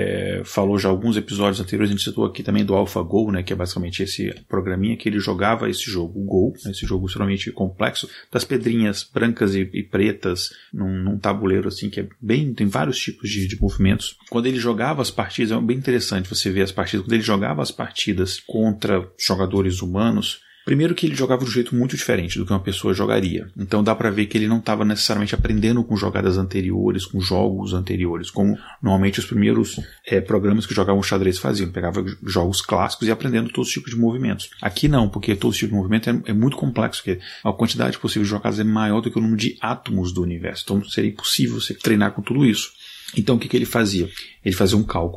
falou já alguns episódios anteriores, a gente citou aqui também do AlphaGo, né, que é basicamente esse programinha que ele jogava esse jogo, o Go, esse jogo extremamente complexo, das pedrinhas brancas e pretas num tabuleiro assim, que tem vários tipos de movimentos. Quando ele jogava as partidas, é bem interessante você ver as partidas, quando ele jogava as partidas contra jogadores humanos, primeiro que ele jogava de um jeito muito diferente do que uma pessoa jogaria. Então dá pra ver que ele não estava necessariamente aprendendo com jogadas anteriores, com jogos anteriores, como normalmente os primeiros programas que jogavam xadrez faziam. Pegava jogos clássicos e aprendendo todos os tipos de movimentos. Aqui não, porque todo tipo de movimento é muito complexo, porque a quantidade possível de jogadas é maior do que o número de átomos do universo. Então seria impossível você treinar com tudo isso. Então o que ele fazia? Ele fazia um cálculo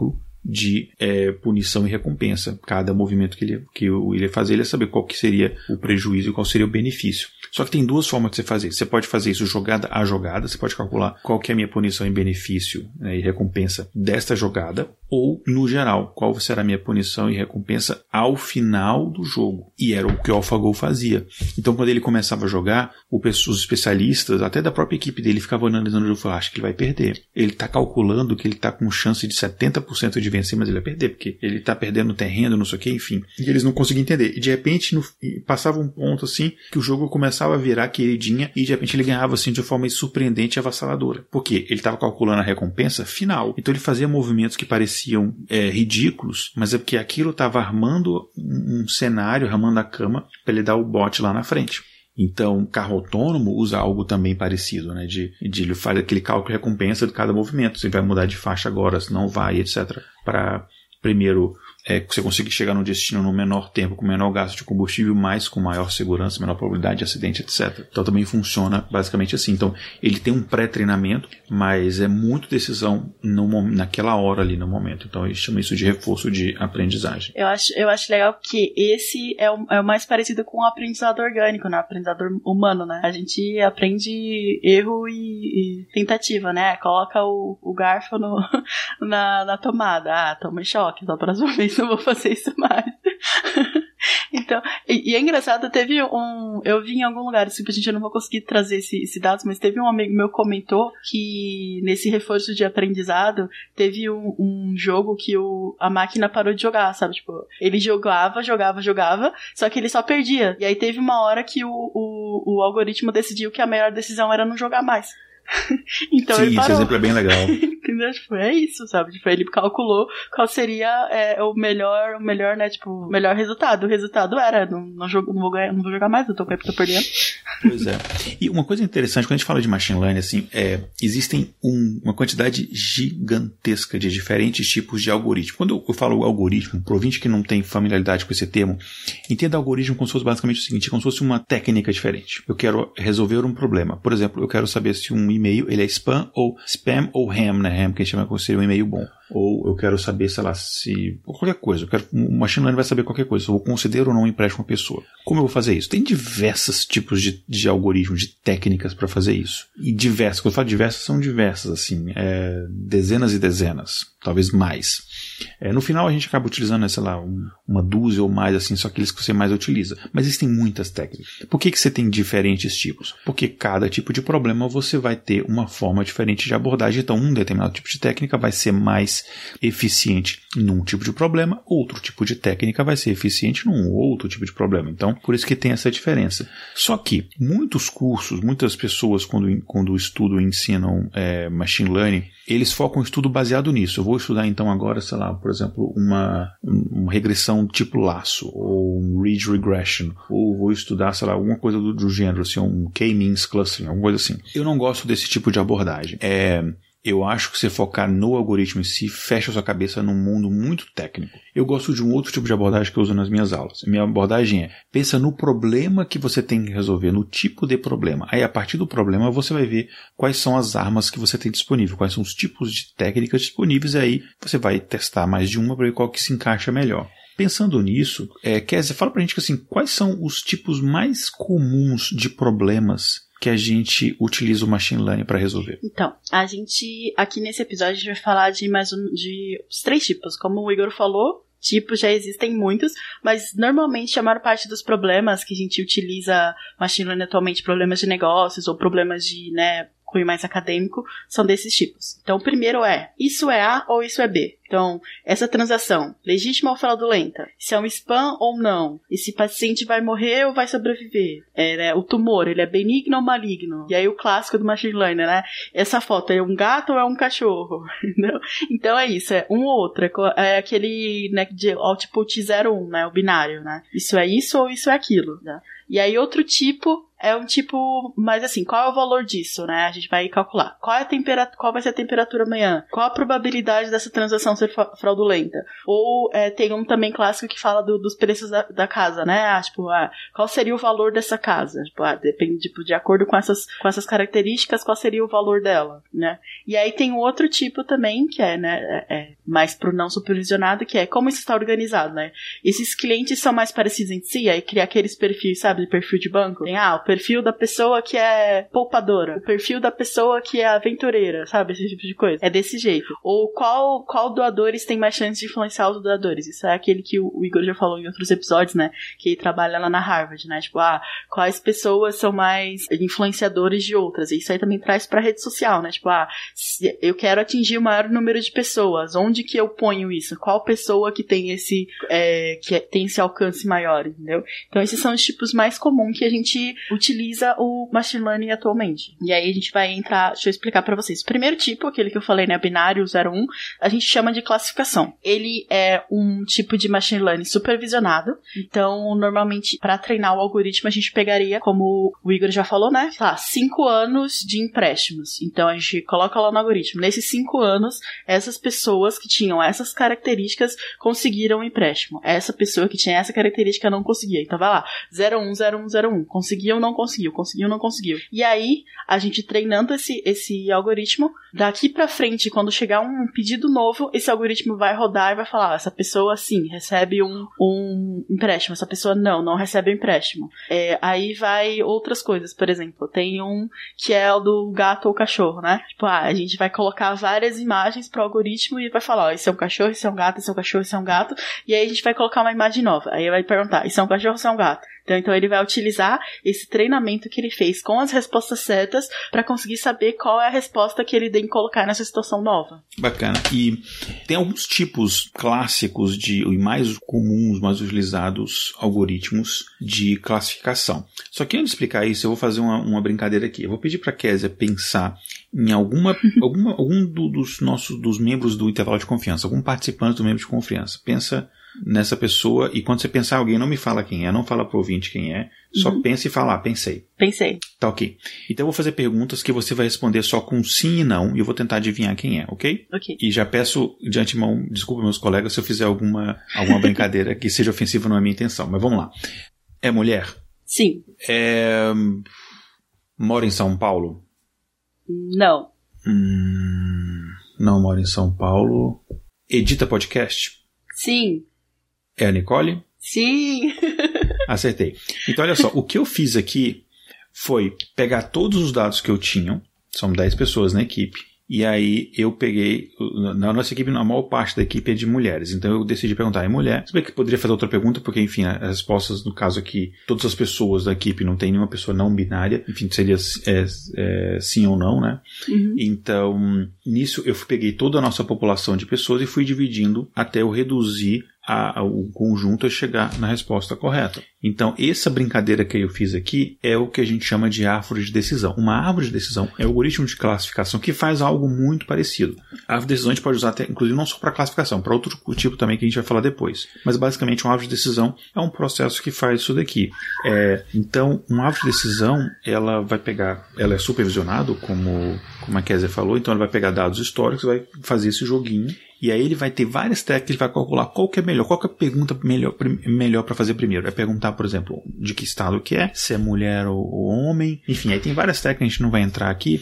de punição e recompensa. Cada movimento que ele ia fazer, ele ia saber qual que seria o prejuízo e qual seria o benefício. Só que tem duas formas de você fazer. Você pode fazer isso jogada a jogada, você pode calcular qual que é a minha punição e benefício, né, e recompensa desta jogada, ou, no geral, qual será a minha punição e recompensa ao final do jogo. E era o que o AlphaGo fazia. Então, quando ele começava a jogar, os especialistas, até da própria equipe dele, ficavam analisando o jogo e falavam, acho que ele vai perder. Ele está calculando que ele está com chance de 70% de vencer, mas ele vai perder, porque ele está perdendo terreno, não sei o que, enfim. E eles não conseguiam entender. E, de repente, passava um ponto, assim, que o jogo começava a virar queridinha e, de repente, ele ganhava, assim, de uma forma surpreendente e avassaladora. Por quê? Ele estava calculando a recompensa final. Então, ele fazia movimentos que pareciam ridículos, mas é porque aquilo estava armando um cenário, armando a cama para ele dar o bote lá na frente. Então, carro autônomo usa algo também parecido, né? De ele faz aquele cálculo de recompensa de cada movimento. Você vai mudar de faixa agora, se não vai, etc. Para, primeiro, você conseguir chegar no destino no menor tempo, com menor gasto de combustível, mas com maior segurança, menor probabilidade de acidente, etc. Então também funciona basicamente assim. Então ele tem um pré-treinamento, mas é muito decisão naquela hora ali no momento. Então ele chama isso de reforço de aprendizagem. Eu acho legal que esse é o mais parecido com o aprendizado orgânico, né? O aprendizado humano, né? A gente aprende erro e tentativa, né? Coloca o garfo na tomada. Toma choque, da próxima vez não vou fazer isso mais. Então, e é engraçado, eu vi em algum lugar, simplesmente eu não vou conseguir trazer esse dado, mas teve um amigo meu que comentou que nesse reforço de aprendizado teve um jogo que a máquina parou de jogar, sabe? Tipo, ele jogava, só que ele só perdia. E aí teve uma hora que o algoritmo decidiu que a melhor decisão era não jogar mais. Então, sim, esse exemplo é bem legal. Entendeu? Tipo, é isso, sabe? Tipo, ele calculou qual seria o melhor, né? Tipo, o melhor resultado. O resultado era, não vou jogar mais, eu tô perdendo. Pois é. E uma coisa interessante, quando a gente fala de machine learning, assim, existem uma quantidade gigantesca de diferentes tipos de algoritmo. Quando eu falo algoritmo, pro ouvinte que não tem familiaridade com esse termo, entenda algoritmo como se fosse basicamente o seguinte, como se fosse uma técnica diferente. Eu quero resolver um problema. Por exemplo, eu quero saber se um e-mail ele é spam ou ham, né? Ham, que a gente chama como seria um e-mail bom. Ou eu quero saber, sei lá, se... qualquer coisa. O machine learning vai saber qualquer coisa. Se eu vou conceder ou não um empréstimo a uma pessoa. Como eu vou fazer isso? Tem diversos tipos de algoritmos, de técnicas para fazer isso. E diversas. Quando eu falo diversas, são diversas, assim. Dezenas e dezenas. Talvez mais. No final a gente acaba utilizando, sei lá, uma dúzia ou mais, assim, só aqueles que você mais utiliza. Mas existem muitas técnicas. Por que você tem diferentes tipos? Porque cada tipo de problema você vai ter uma forma diferente de abordagem. Então, um determinado tipo de técnica vai ser mais eficiente num tipo de problema, outro tipo de técnica vai ser eficiente num outro tipo de problema. Então, por isso que tem essa diferença. Só que muitos cursos, muitas pessoas quando estudam e ensinam machine learning, eles focam o estudo baseado nisso. Eu vou estudar então agora, sei lá, por exemplo, uma regressão tipo laço, ou um ridge regression, ou vou estudar, sei lá, alguma coisa do gênero, assim, um K-means clustering, alguma coisa assim. Eu não gosto desse tipo de abordagem. Eu acho que você focar no algoritmo em si fecha a sua cabeça num mundo muito técnico. Eu gosto de um outro tipo de abordagem que eu uso nas minhas aulas. Minha abordagem pensa no problema que você tem que resolver, no tipo de problema. Aí, a partir do problema, você vai ver quais são as armas que você tem disponível, quais são os tipos de técnicas disponíveis, e aí você vai testar mais de uma para ver qual que se encaixa melhor. Pensando nisso, Kézia, fala pra gente assim, quais são os tipos mais comuns de problemas que a gente utiliza o machine learning para resolver? Então, a gente, aqui nesse episódio, a gente vai falar de os 3 tipos. Como o Igor falou, tipos já existem muitos, mas normalmente a maior parte dos problemas que a gente utiliza machine learning atualmente, problemas de negócios ou problemas de, cunho mais acadêmico, são desses tipos. Então, o primeiro isso é A ou isso é B? Então, essa transação, legítima ou fraudulenta? Se é um spam ou não? Esse paciente vai morrer ou vai sobreviver? O tumor, ele é benigno ou maligno? E aí o clássico do machine learning, né? Essa foto é um gato ou é um cachorro? Então é isso, é um ou outro. É aquele, de output 0 1, né? O binário, né? Isso é isso ou isso é aquilo, né? E aí outro tipo é um tipo, mas assim, qual é o valor disso, né? A gente vai calcular. Qual vai ser a temperatura amanhã? Qual a probabilidade dessa transação ser fraudulenta? Ou tem um também clássico que fala dos preços da casa, né? Qual seria o valor dessa casa? Depende, de acordo com essas características, qual seria o valor dela, né? E aí tem um outro tipo também, que mais pro não supervisionado, que é como isso está organizado, né? Esses clientes são mais parecidos entre si, aí cria aqueles perfis, sabe, de perfil de banco. Tem, o perfil da pessoa que é poupadora, o perfil da pessoa que é aventureira, sabe, esse tipo de coisa. É desse jeito. Ou qual doadores tem mais chance de influenciar os doadores. Isso é aquele que o Igor já falou em outros episódios, né? Que ele trabalha lá na Harvard, né? Quais pessoas são mais influenciadores de outras. E isso aí também traz pra rede social, né? Se eu quero atingir o maior número de pessoas, onde que eu ponho isso? Qual pessoa que tem tem esse alcance maior, entendeu? Então esses são os tipos mais comuns que a gente utiliza o machine learning atualmente. E aí a gente vai entrar, deixa eu explicar pra vocês. O primeiro tipo, aquele que eu falei, né, binário 0-1, a gente chama de classificação. Ele é um tipo de machine learning supervisionado. Então, normalmente, para treinar o algoritmo, a gente pegaria, como o Igor já falou, né, 5 anos de empréstimos. Então, a gente coloca lá no algoritmo. Nesses 5 anos, essas pessoas que tinham essas características conseguiram um empréstimo. Essa pessoa que tinha essa característica não conseguia. Então, vai lá, 0-1, 0-1, 0-1. Conseguiu, não conseguiu. Conseguiu, não conseguiu. E aí, a gente treinando esse algoritmo, daqui pra frente, quando chegar um pedido novo, esse algoritmo vai rodar e vai falar, essa pessoa, sim, recebe um empréstimo. Essa pessoa, não recebe um empréstimo. Aí vai outras coisas, por exemplo, tem um que é o do gato ou cachorro, né? A gente vai colocar várias imagens pro algoritmo e vai falar, esse é um cachorro, esse é um gato, esse é um cachorro, esse é um gato, e aí a gente vai colocar uma imagem nova. Aí vai perguntar, esse é um cachorro, esse é um gato? Então ele vai utilizar esse treinamento que ele fez com as respostas certas para conseguir saber qual é a resposta que ele tem que colocar nessa situação nova. Bacana. E tem alguns tipos clássicos e mais comuns, mais utilizados algoritmos de classificação. Só que antes de explicar isso, eu vou fazer uma brincadeira aqui. Eu vou pedir para a Kézia pensar em algum dos membros do intervalo de confiança, algum participante do membro de confiança. Pensa nessa pessoa, e quando você pensar alguém, não me fala quem é, não fala pro ouvinte quem é, só pensa e fala, pensei. Tá ok. Então eu vou fazer perguntas que você vai responder só com sim e não, e eu vou tentar adivinhar quem é, ok? Ok. E já peço de antemão, desculpa meus colegas se eu fizer alguma brincadeira que seja ofensiva, não é minha intenção, mas vamos lá. É mulher? Sim. Mora em São Paulo? Não. Não mora em São Paulo. Edita podcast? Sim. É a Nicole? Sim. Acertei. Então, olha só. O que eu fiz aqui foi pegar todos os dados que eu tinha. São 10 pessoas na equipe. E aí eu peguei... Na nossa equipe, a maior parte da equipe é de mulheres. Então eu decidi perguntar, é mulher? Se bem que poderia fazer outra pergunta, porque, enfim, as respostas, no caso aqui, todas as pessoas da equipe, não tem nenhuma pessoa não binária. Enfim, seria sim ou não, né? Uhum. Então, nisso eu peguei toda a nossa população de pessoas e fui dividindo até eu reduzir o conjunto a chegar na resposta correta. Então, essa brincadeira que eu fiz aqui é o que a gente chama de árvore de decisão. Uma árvore de decisão é um algoritmo de classificação que faz algo muito parecido. A árvore de decisão a gente pode usar até, inclusive, não só para classificação, para outro tipo também que a gente vai falar depois. Mas, basicamente, uma árvore de decisão é um processo que faz isso daqui. Então, uma árvore de decisão, ela vai pegar, ela é supervisionado, como a Kézia falou, então ela vai pegar dados históricos, vai fazer esse joguinho. E aí ele vai ter várias técnicas, ele vai calcular qual que é melhor, qual que é a pergunta melhor para fazer primeiro. Vai perguntar, por exemplo, de que estado que é, se é mulher ou homem. Enfim, aí tem várias técnicas, a gente não vai entrar aqui.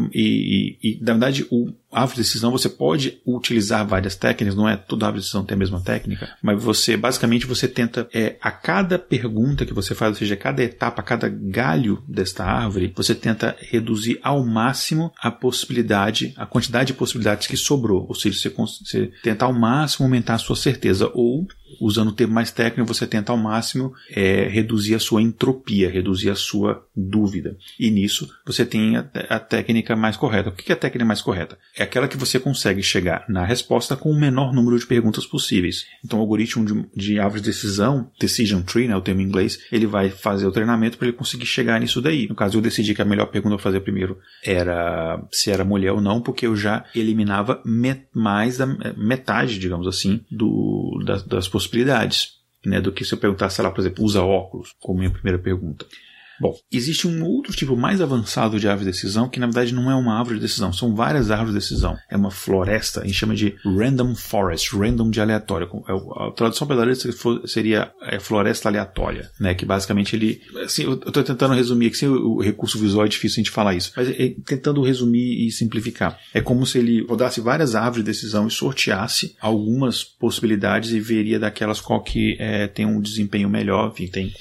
E na verdade, a árvore de decisão, você pode utilizar várias técnicas, não é toda árvore de decisão tem a mesma técnica, mas basicamente você tenta, a cada pergunta que você faz, ou seja, a cada etapa, a cada galho desta árvore, você tenta reduzir ao máximo a quantidade de possibilidades que sobrou. Ou seja, você tenta ao máximo aumentar a sua certeza, ou, usando o termo mais técnico, você tenta ao máximo reduzir a sua entropia, reduzir a sua dúvida. E nisso você tem a técnica mais correta. O que é a técnica mais correta? É aquela que você consegue chegar na resposta com o menor número de perguntas possíveis. Então o algoritmo de árvore de decisão, decision tree, né, o termo em inglês, ele vai fazer o treinamento para ele conseguir chegar nisso daí. No caso, eu decidi que a melhor pergunta a fazer primeiro era se era mulher ou não, porque eu já eliminava mais da metade, digamos assim, das possibilidades, né, do que se eu perguntasse, sei lá, por exemplo, usa óculos, como minha primeira pergunta. Bom, existe um outro tipo mais avançado de árvore de decisão, que na verdade não é uma árvore de decisão, são várias árvores de decisão. É uma floresta, a gente chama de random forest, random de aleatório. A tradução verdadeira seria floresta aleatória, né? Que basicamente ele... Assim, eu estou tentando resumir aqui, sem o recurso visual é difícil a gente falar isso, mas tentando resumir e simplificar. É como se ele rodasse várias árvores de decisão e sorteasse algumas possibilidades e veria daquelas qual que tem um desempenho melhor, enfim, tem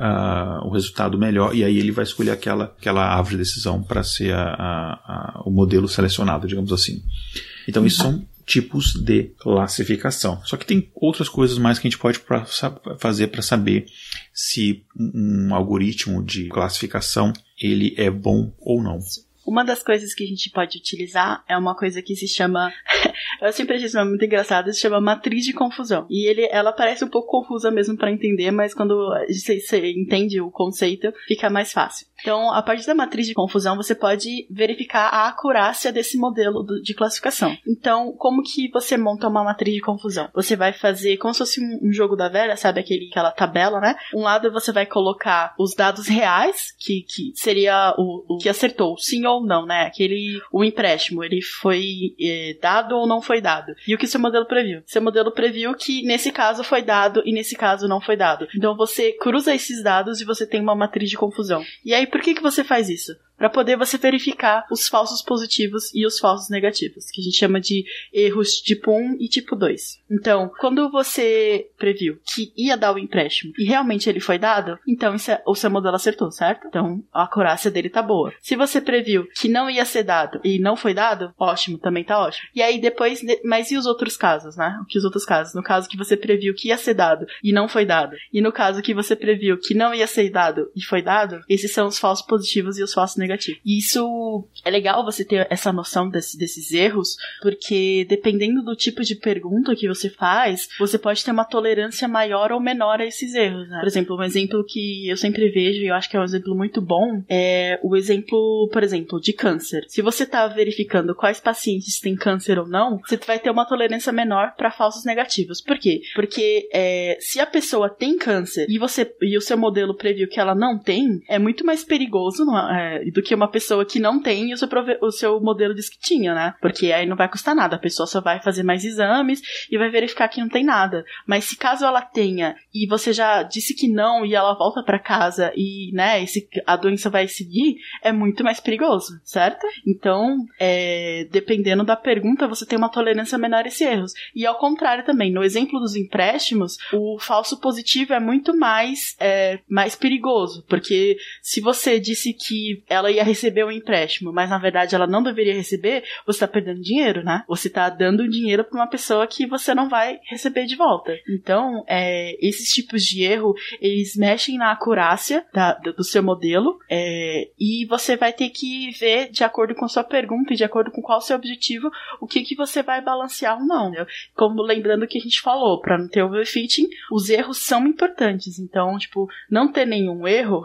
o resultado melhor, e aí ele vai escolher aquela árvore de decisão para ser o modelo selecionado, digamos assim. Então isso são tipos de classificação. Só que tem outras coisas mais que a gente pode fazer para saber se um algoritmo de classificação ele é bom ou não. Uma das coisas que a gente pode utilizar é uma coisa que se chama... eu sempre achei isso muito engraçado, se chama matriz de confusão. E ela parece um pouco confusa mesmo para entender, mas quando você entende o conceito, fica mais fácil. Então, a partir da matriz de confusão, você pode verificar a acurácia desse modelo de classificação. Então, como que você monta uma matriz de confusão? Você vai fazer como se fosse um jogo da velha, sabe? Aquela tabela, né? Um lado você vai colocar os dados reais, que seria o que acertou, sim ou não, né? O empréstimo, ele foi dado ou não foi dado. E o que seu modelo previu? Seu modelo previu que nesse caso foi dado e nesse caso não foi dado. Então, você cruza esses dados e você tem uma matriz de confusão. E aí, por que você faz isso? Para poder você verificar os falsos positivos e os falsos negativos, que a gente chama de erros tipo 1 e tipo 2. Então, quando você previu que ia dar o empréstimo e realmente ele foi dado, então o seu modelo acertou, certo? Então, a acurácia dele tá boa. Se você previu que não ia ser dado e não foi dado, ótimo, também tá ótimo. E aí depois, mas e os outros casos, né? O que os outros casos? No caso que você previu que ia ser dado e não foi dado, e no caso que você previu que não ia ser dado e foi dado, esses são os falsos positivos e os falsos negativos. E isso é legal você ter essa noção desses erros, porque dependendo do tipo de pergunta que você faz, você pode ter uma tolerância maior ou menor a esses erros, né? Por exemplo, um exemplo que eu sempre vejo, e eu acho que é um exemplo muito bom, é o exemplo, por exemplo, de câncer. Se você está verificando quais pacientes têm câncer ou não, você vai ter uma tolerância menor para falsos negativos. Por quê? Porque se a pessoa tem câncer e o seu modelo previu que ela não tem, é muito mais perigoso do que uma pessoa que não tem e o seu modelo diz que tinha, né? Porque aí não vai custar nada, a pessoa só vai fazer mais exames e vai verificar que não tem nada. Mas se caso ela tenha e você já disse que não e ela volta pra casa e, né, a doença vai seguir, é muito mais perigoso, certo? Então, dependendo da pergunta, você tem uma tolerância menor a esses erros. E ao contrário também, no exemplo dos empréstimos, o falso positivo é muito mais perigoso, porque se você disse que ela ia receber um empréstimo, mas na verdade ela não deveria receber, você tá perdendo dinheiro, né? Você tá dando dinheiro pra uma pessoa que você não vai receber de volta. Então, esses tipos de erro, eles mexem na acurácia do seu modelo, e você vai ter que ver, de acordo com a sua pergunta e de acordo com qual o seu objetivo, o que você vai balancear ou não. Né? Como lembrando que a gente falou, pra não ter overfitting, os erros são importantes. Então, não ter nenhum erro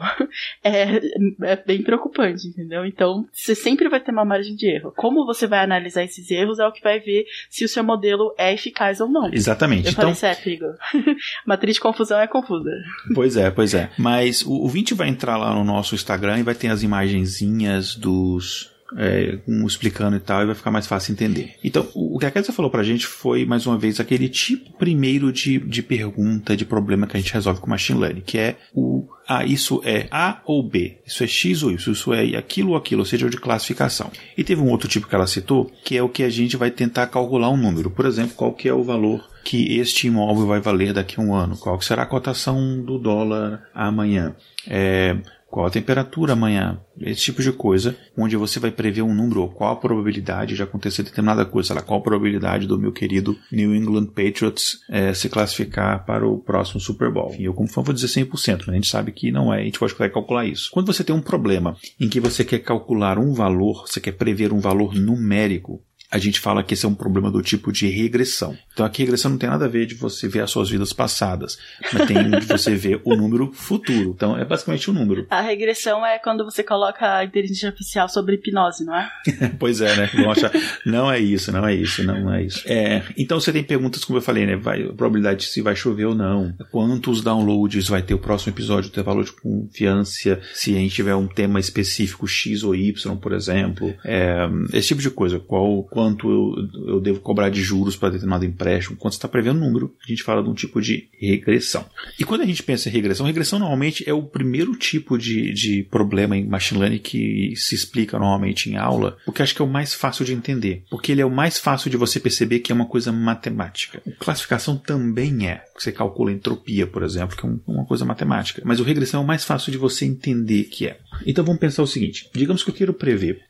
é bem preocupante, entendeu? Então, você sempre vai ter uma margem de erro. Como você vai analisar esses erros é o que vai ver se o seu modelo é eficaz ou não. Exatamente. Eu falei certo, Igor. Matriz de confusão é confusa. Pois é. Mas o Vinci vai entrar lá no nosso Instagram e vai ter as imagenzinhas explicando e tal, e vai ficar mais fácil entender. Então, o que a Kézia falou pra gente foi, mais uma vez, aquele tipo primeiro de pergunta, de problema que a gente resolve com Machine Learning, que é isso é A ou B, isso é X ou Y, isso é aquilo ou aquilo, ou seja, o de classificação. E teve um outro tipo que ela citou, que é o que a gente vai tentar calcular um número. Por exemplo, qual que é o valor que este imóvel vai valer daqui a um ano? Qual que será a cotação do dólar amanhã? Qual a temperatura amanhã? Esse tipo de coisa, onde você vai prever um número, ou qual a probabilidade de acontecer determinada coisa, sei lá, qual a probabilidade do meu querido New England Patriots se classificar para o próximo Super Bowl. E eu, como fã, vou dizer 100%, né? A gente sabe que não é, a gente pode calcular isso. Quando você tem um problema em que você quer calcular um valor, você quer prever um valor numérico, a gente fala que esse é um problema do tipo de regressão. Então aqui regressão não tem nada a ver de você ver as suas vidas passadas, mas tem de você ver o número futuro. Então é basicamente um número. A regressão é quando você coloca a inteligência artificial sobre hipnose, não é? Pois é, né? Vão achar, não é isso. Então você tem perguntas, como eu falei, né? A probabilidade de se vai chover ou não, quantos downloads vai ter o próximo episódio, ter valor de confiança, se a gente tiver um tema específico X ou Y, por exemplo, esse tipo de coisa, quanto eu devo cobrar de juros para determinado empréstimo, quando você está prevendo o número, a gente fala de um tipo de regressão. E quando a gente pensa em regressão normalmente é o primeiro tipo de problema em machine learning que se explica normalmente em aula, porque acho que é o mais fácil de entender, porque ele é o mais fácil de você perceber que é uma coisa matemática. A classificação também você calcula entropia, por exemplo, que é uma coisa matemática, mas o regressão é o mais fácil de você entender que é. Então vamos pensar o seguinte, digamos que eu quero prever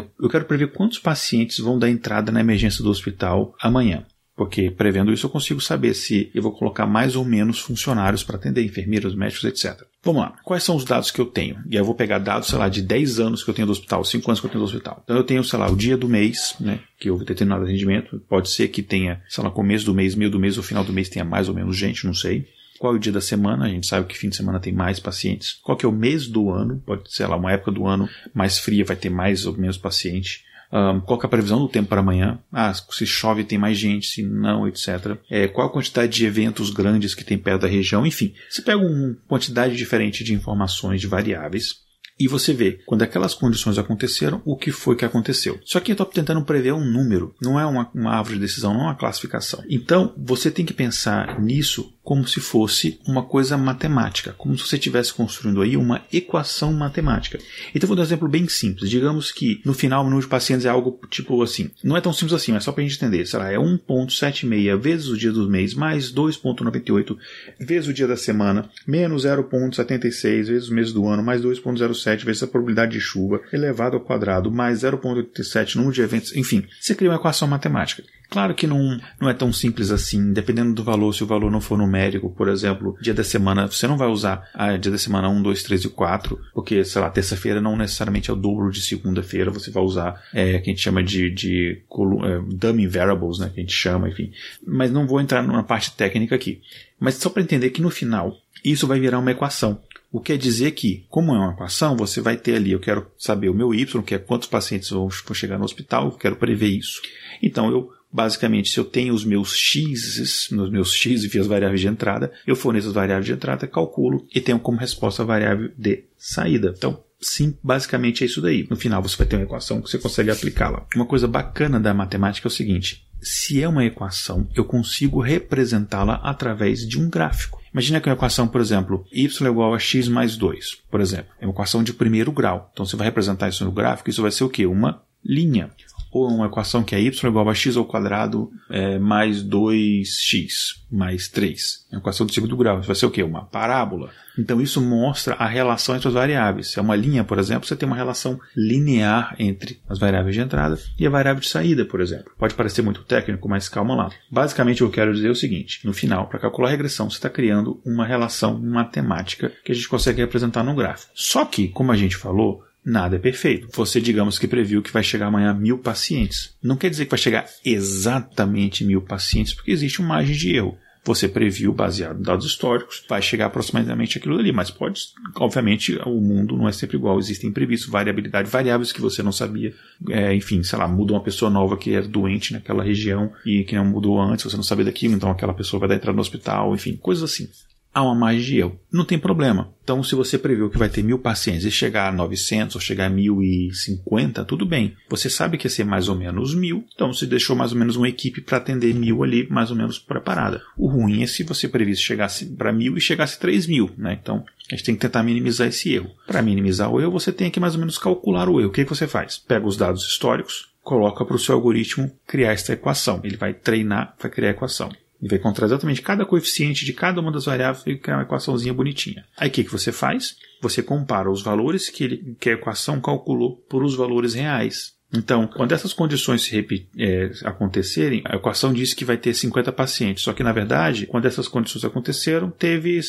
quantos pacientes vão dar entrada na emergência do hospital amanhã. Porque prevendo isso eu consigo saber se eu vou colocar mais ou menos funcionários para atender, enfermeiros, médicos, etc. Vamos lá. Quais são os dados que eu tenho? E aí eu vou pegar dados, sei lá, de 10 anos que eu tenho do hospital, 5 anos que eu tenho do hospital. Então eu tenho, sei lá, o dia do mês, né, que eu vou ter determinado atendimento. Pode ser que tenha, sei lá, começo do mês, meio do mês ou final do mês tenha mais ou menos gente, não sei. Qual é o dia da semana? A gente sabe que fim de semana tem mais pacientes. Qual que é o mês do ano? Pode ser lá, uma época do ano mais fria vai ter mais ou menos paciente. Qual que é a previsão do tempo para amanhã? Se chove tem mais gente, se não, etc. Qual a quantidade de eventos grandes que tem perto da região? Enfim, você pega uma quantidade diferente de informações, de variáveis, e você vê, quando aquelas condições aconteceram, o que foi que aconteceu. Só que eu estou tentando prever um número, não é uma árvore de decisão, não é uma classificação. Então, você tem que pensar nisso como se fosse uma coisa matemática, como se você estivesse construindo aí uma equação matemática. Então, vou dar um exemplo bem simples. Digamos que, no final, o número de pacientes é algo tipo assim. Não é tão simples assim, mas só para a gente entender. Sei lá, é 1,76 vezes o dia do mês, mais 2,98 vezes o dia da semana, menos 0,76 vezes o mês do ano, mais 2,07 vezes a probabilidade de chuva, elevado ao quadrado, mais 0,87 número de eventos. Enfim, você cria uma equação matemática. Claro que não é tão simples assim, dependendo do valor, se o valor não for numérico, por exemplo, dia da semana, você não vai usar dia da semana 1, 2, 3 e 4, porque, sei lá, terça-feira não necessariamente é o dobro de segunda-feira, você vai usar que a gente chama de dummy variables, né, que a gente chama, enfim. Mas não vou entrar numa parte técnica aqui. Mas só para entender que no final, isso vai virar uma equação. O que quer dizer que, como é uma equação, você vai ter ali, eu quero saber o meu Y, que é quantos pacientes vão chegar no hospital, eu quero prever isso. Então, basicamente, se eu tenho os meus X e as variáveis de entrada, eu forneço as variáveis de entrada, calculo e tenho como resposta a variável de saída. Então, sim, basicamente é isso daí. No final, você vai ter uma equação que você consegue aplicá-la. Uma coisa bacana da matemática é o seguinte, se é uma equação, eu consigo representá-la através de um gráfico. Imagina que uma equação, por exemplo, y é igual a x mais 2, por exemplo. É uma equação de primeiro grau. Então, você vai representar isso no gráfico, isso vai ser o quê? Uma linha. Ou uma equação que é y igual a x ao quadrado mais 2x mais 3. É uma equação do segundo grau. Isso vai ser o quê? Uma parábola. Então isso mostra a relação entre as variáveis. Se é uma linha, por exemplo, você tem uma relação linear entre as variáveis de entrada e a variável de saída, por exemplo. Pode parecer muito técnico, mas calma lá. Basicamente, o que eu quero dizer é o seguinte. No final, para calcular a regressão, você está criando uma relação matemática que a gente consegue representar no gráfico. Só que, como a gente falou, nada é perfeito. Você, digamos que previu que vai chegar amanhã 1.000 pacientes. Não quer dizer que vai chegar exatamente 1.000 pacientes, porque existe uma margem de erro. Você previu, baseado em dados históricos, vai chegar aproximadamente aquilo ali, mas pode, obviamente, o mundo não é sempre igual, existem imprevistos, variabilidade, variáveis que você não sabia, enfim, sei lá, muda uma pessoa nova que era doente naquela região e que não mudou antes, você não sabia daquilo, então aquela pessoa vai dar entrada no hospital, enfim, coisas assim. Há uma margem de erro. Não tem problema. Então, se você previu que vai ter 1.000 pacientes e chegar a 900 ou chegar a 1.050, tudo bem. Você sabe que ia ser mais ou menos 1.000, então você deixou mais ou menos uma equipe para atender 1.000 ali, mais ou menos preparada. O ruim é se você previsse chegasse para 1.000 e chegasse a 3.000, né? Então, a gente tem que tentar minimizar esse erro. Para minimizar o erro, você tem que mais ou menos calcular o erro. O que você faz? Pega os dados históricos, coloca para o seu algoritmo criar essa equação. Ele vai treinar para criar a equação. E vai encontrar exatamente cada coeficiente de cada uma das variáveis e criar uma equaçãozinha bonitinha. Aí o que você faz? Você compara os valores que a equação calculou por os valores reais. Então, quando essas condições acontecerem, a equação diz que vai ter 50 pacientes. Só que, na verdade, quando essas condições aconteceram, teve,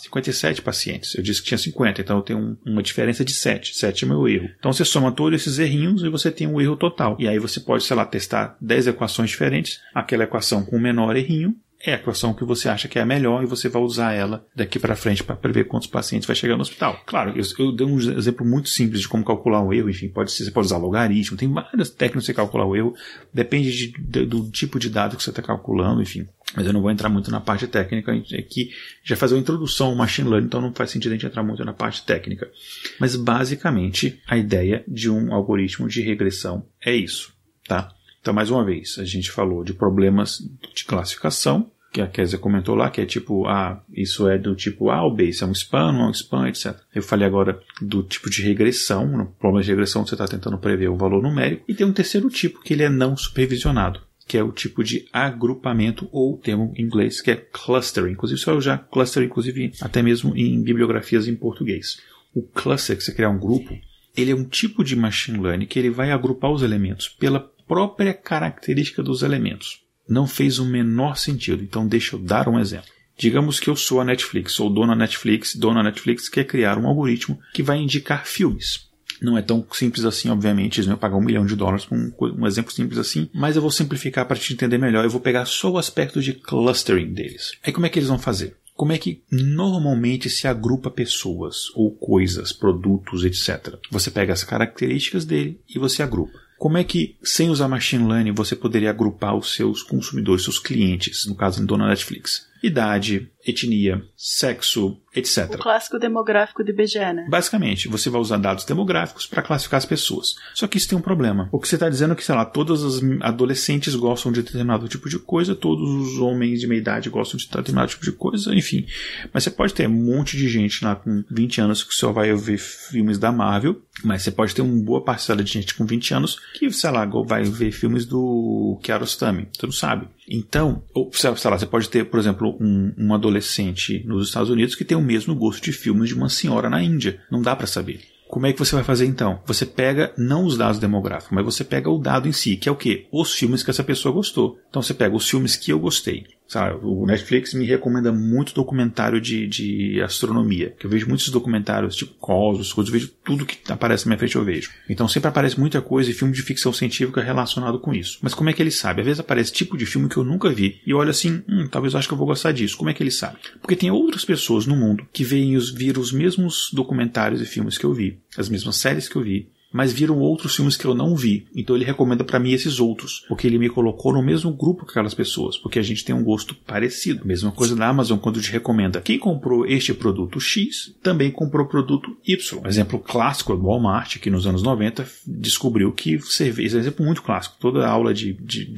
57 pacientes. Eu disse que tinha 50, então eu tenho uma diferença de 7. 7 é meu erro. Então, você soma todos esses errinhos e você tem um erro total. E aí você pode, testar 10 equações diferentes. Aquela equação com o menor errinho é a equação que você acha que é a melhor e você vai usar ela daqui para frente para prever quantos pacientes vai chegar no hospital. Claro, eu dei um exemplo muito simples de como calcular um erro, enfim, você pode usar logaritmo, tem várias técnicas de você calcular o erro, depende do tipo de dado que você está calculando, enfim. Mas eu não vou entrar muito na parte técnica, aqui já fazer uma introdução ao machine learning, então não faz sentido a gente entrar muito na parte técnica. Mas basicamente a ideia de um algoritmo de regressão é isso, tá? Então, mais uma vez, a gente falou de problemas de classificação, que a Kézia comentou lá, que é tipo, isso é do tipo A ou B, isso é um span, não é um span, etc. Eu falei agora do tipo de regressão, no problema de regressão você está tentando prever um valor numérico, e tem um terceiro tipo que ele é não supervisionado, que é o tipo de agrupamento, ou termo em inglês, que é clustering. Inclusive, isso eu já cluster, inclusive, até mesmo em bibliografias em português. O cluster, que você criar um grupo, ele é um tipo de machine learning que ele vai agrupar os elementos pela própria característica dos elementos. Não fez o menor sentido. Então, deixa eu dar um exemplo. Digamos que eu sou a Netflix, sou dona Netflix quer criar um algoritmo que vai indicar filmes. Não é tão simples assim, obviamente, eles vão pagar $1 milhão por um exemplo simples assim, mas eu vou simplificar para te entender melhor, eu vou pegar só o aspecto de clustering deles. Aí como é que eles vão fazer? Como é que normalmente se agrupa pessoas, ou coisas, produtos, etc. Você pega as características dele e você agrupa. Como é que, sem usar machine learning, você poderia agrupar os seus consumidores, seus clientes, no caso dona Netflix? Idade, etnia, sexo, etc. O clássico demográfico do IBGE, né? Basicamente, você vai usar dados demográficos para classificar as pessoas. Só que isso tem um problema. O que você está dizendo é que, todas as adolescentes gostam de determinado tipo de coisa, todos os homens de meia idade gostam de determinado tipo de coisa, enfim. Mas você pode ter um monte de gente lá com 20 anos que só vai ver filmes da Marvel, mas você pode ter uma boa parcela de gente com 20 anos que, vai ver filmes do Kiarostami. Você não sabe. Então, você pode ter, por exemplo, um adolescente nos Estados Unidos que tem o mesmo gosto de filmes de uma senhora na Índia. Não dá para saber. Como é que você vai fazer então? Você pega não os dados demográficos, mas você pega o dado em si, que é o quê? Os filmes que essa pessoa gostou. Então você pega os filmes que eu gostei. O Netflix me recomenda muito documentário de astronomia, que eu vejo muitos documentários tipo Cosmos, eu vejo tudo que aparece na minha frente eu vejo. Então sempre aparece muita coisa e filme de ficção científica relacionado com isso. Mas como é que ele sabe? Às vezes aparece tipo de filme que eu nunca vi e eu olho assim, talvez eu acho que eu vou gostar disso. Como é que ele sabe? Porque tem outras pessoas no mundo que viram os mesmos documentários e filmes que eu vi, as mesmas séries que eu vi, mas viram outros filmes que eu não vi. Então ele recomenda para mim esses outros, porque ele me colocou no mesmo grupo que aquelas pessoas, porque a gente tem um gosto parecido. Mesma coisa na Amazon, quando te recomenda quem comprou este produto X, também comprou o produto Y. Um exemplo clássico é o Walmart, que nos anos 90 descobriu que cerveja, é um exemplo muito clássico, toda aula que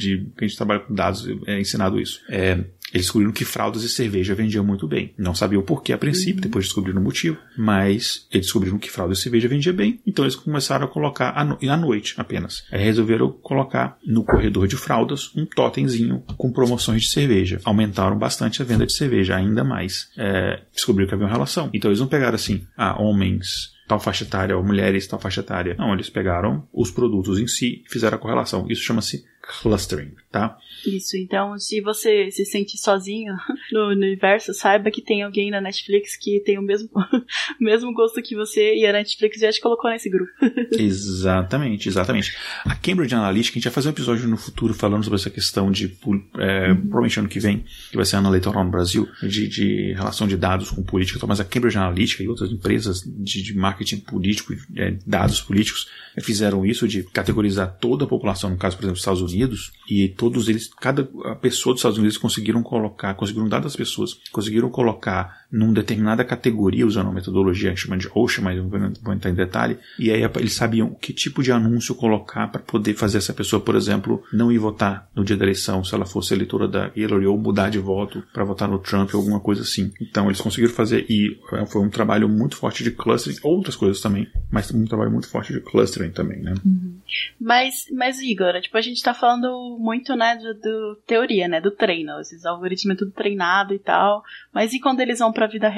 a gente trabalha com dados é ensinado isso. Eles descobriram que fraldas e cerveja vendiam muito bem. Não sabiam o porquê a princípio, depois descobriram o motivo, mas eles descobriram que fralda e cerveja vendia bem, então eles começaram a colocar à noite apenas. Aí resolveram colocar no corredor de fraldas um totemzinho com promoções de cerveja. Aumentaram bastante a venda de cerveja, ainda mais. Descobriram que havia uma relação. Então eles não pegaram assim, homens tal faixa etária ou mulheres tal faixa etária. Não, eles pegaram os produtos em si e fizeram a correlação. Isso chama-se clustering, tá? Isso, então se você se sente sozinho no universo, saiba que tem alguém na Netflix que tem o mesmo, mesmo gosto que você e a Netflix já te colocou nesse grupo. Exatamente. A Cambridge Analytica, a gente vai fazer um episódio no futuro falando sobre essa questão de, provavelmente ano que vem, que vai ser ano eleitoral no Brasil, de relação de dados com política, mas a Cambridge Analytica e outras empresas de marketing político, dados políticos, fizeram isso de categorizar toda a população, no caso, por exemplo, dos Estados Unidos, e todos eles, cada pessoa dos Estados Unidos conseguiram dadas das pessoas, conseguiram colocar numa determinada categoria, usando uma metodologia chamada de OSHA, mas não vou entrar em detalhe, e aí eles sabiam que tipo de anúncio colocar para poder fazer essa pessoa, por exemplo, não ir votar no dia da eleição, se ela fosse eleitora da Hillary, ou mudar de voto para votar no Trump, ou alguma coisa assim. Então eles conseguiram fazer, e foi um trabalho muito forte de clustering, outras coisas também, mas um trabalho muito forte de clustering também, né? Uhum. Mas Igor, a gente tá falando muito, né, do teoria, né, do treino, esses algoritmos é tudo treinado e tal, mas e quando eles vão pra vida real?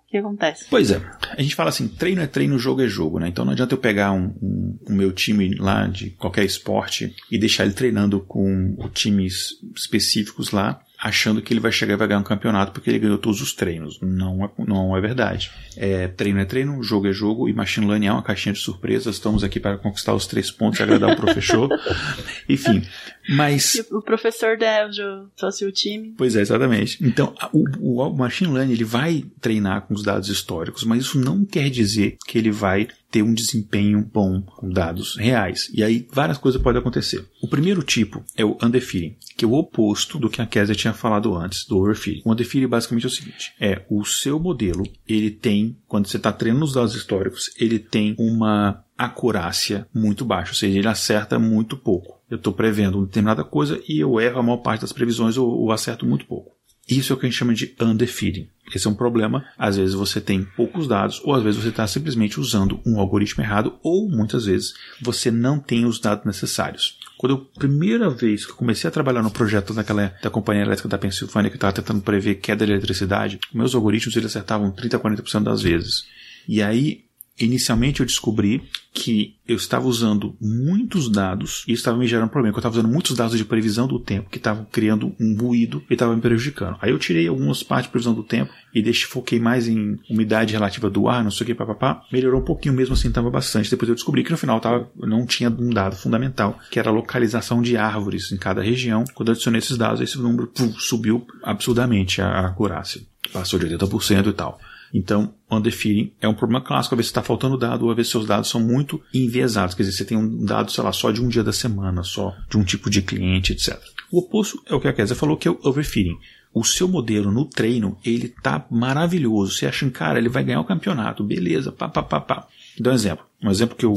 O que acontece? Pois é, a gente fala assim, treino é treino, jogo é jogo, né? Então não adianta eu pegar o meu time lá de qualquer esporte e deixar ele treinando com times específicos lá, achando que ele vai chegar e vai ganhar um campeonato porque ele ganhou todos os treinos. Não é verdade. Treino é treino, jogo é jogo, e Machine Learning é uma caixinha de surpresas. Estamos aqui para conquistar os 3 pontos e agradar o professor. Enfim, mas... E o professor deve só se o time. Pois é, exatamente. Então, o Machine Learning ele vai treinar com os dados históricos, mas isso não quer dizer que ele vai ter um desempenho bom com dados reais. E aí várias coisas podem acontecer. O primeiro tipo é o underfitting, que é o oposto do que a Kézia tinha falado antes, do overfitting. O underfitting basicamente é o seguinte, o seu modelo, ele tem, quando você está treinando os dados históricos, ele tem uma acurácia muito baixa, ou seja, ele acerta muito pouco. Eu estou prevendo uma determinada coisa e eu erro a maior parte das previsões ou acerto muito pouco. Isso é o que a gente chama de underfitting. Esse é um problema. Às vezes você tem poucos dados, ou às vezes você está simplesmente usando um algoritmo errado, ou muitas vezes você não tem os dados necessários. Primeira vez que eu comecei a trabalhar no projeto da Companhia Elétrica da Pensilvânia, que estava tentando prever queda de eletricidade, meus algoritmos eles acertavam 30% a 40% das vezes. E aí, inicialmente eu descobri que eu estava usando muitos dados e isso estava me gerando problema, eu estava usando muitos dados de previsão do tempo que estavam criando um ruído e estavam me prejudicando. Aí eu tirei algumas partes de previsão do tempo e foquei mais em umidade relativa do ar, não sei o que, papapá. Melhorou um pouquinho, mesmo assim estava bastante. Depois eu descobri que no final não tinha um dado fundamental, que era a localização de árvores em cada região. Quando eu adicionei esses dados, esse número subiu absurdamente a acurácia. Passou de 80% e tal. Então, underfitting é um problema clássico. Às vezes está faltando dado, ou às vezes seus dados são muito enviesados. Quer dizer, você tem um dado, sei lá, só de um dia da semana, só de um tipo de cliente, etc. O oposto é o que a Kézia falou, que é o overfitting. O seu modelo no treino, ele tá maravilhoso. Você acha, cara, ele vai ganhar o campeonato. Beleza, pá. Dá um exemplo. Um exemplo que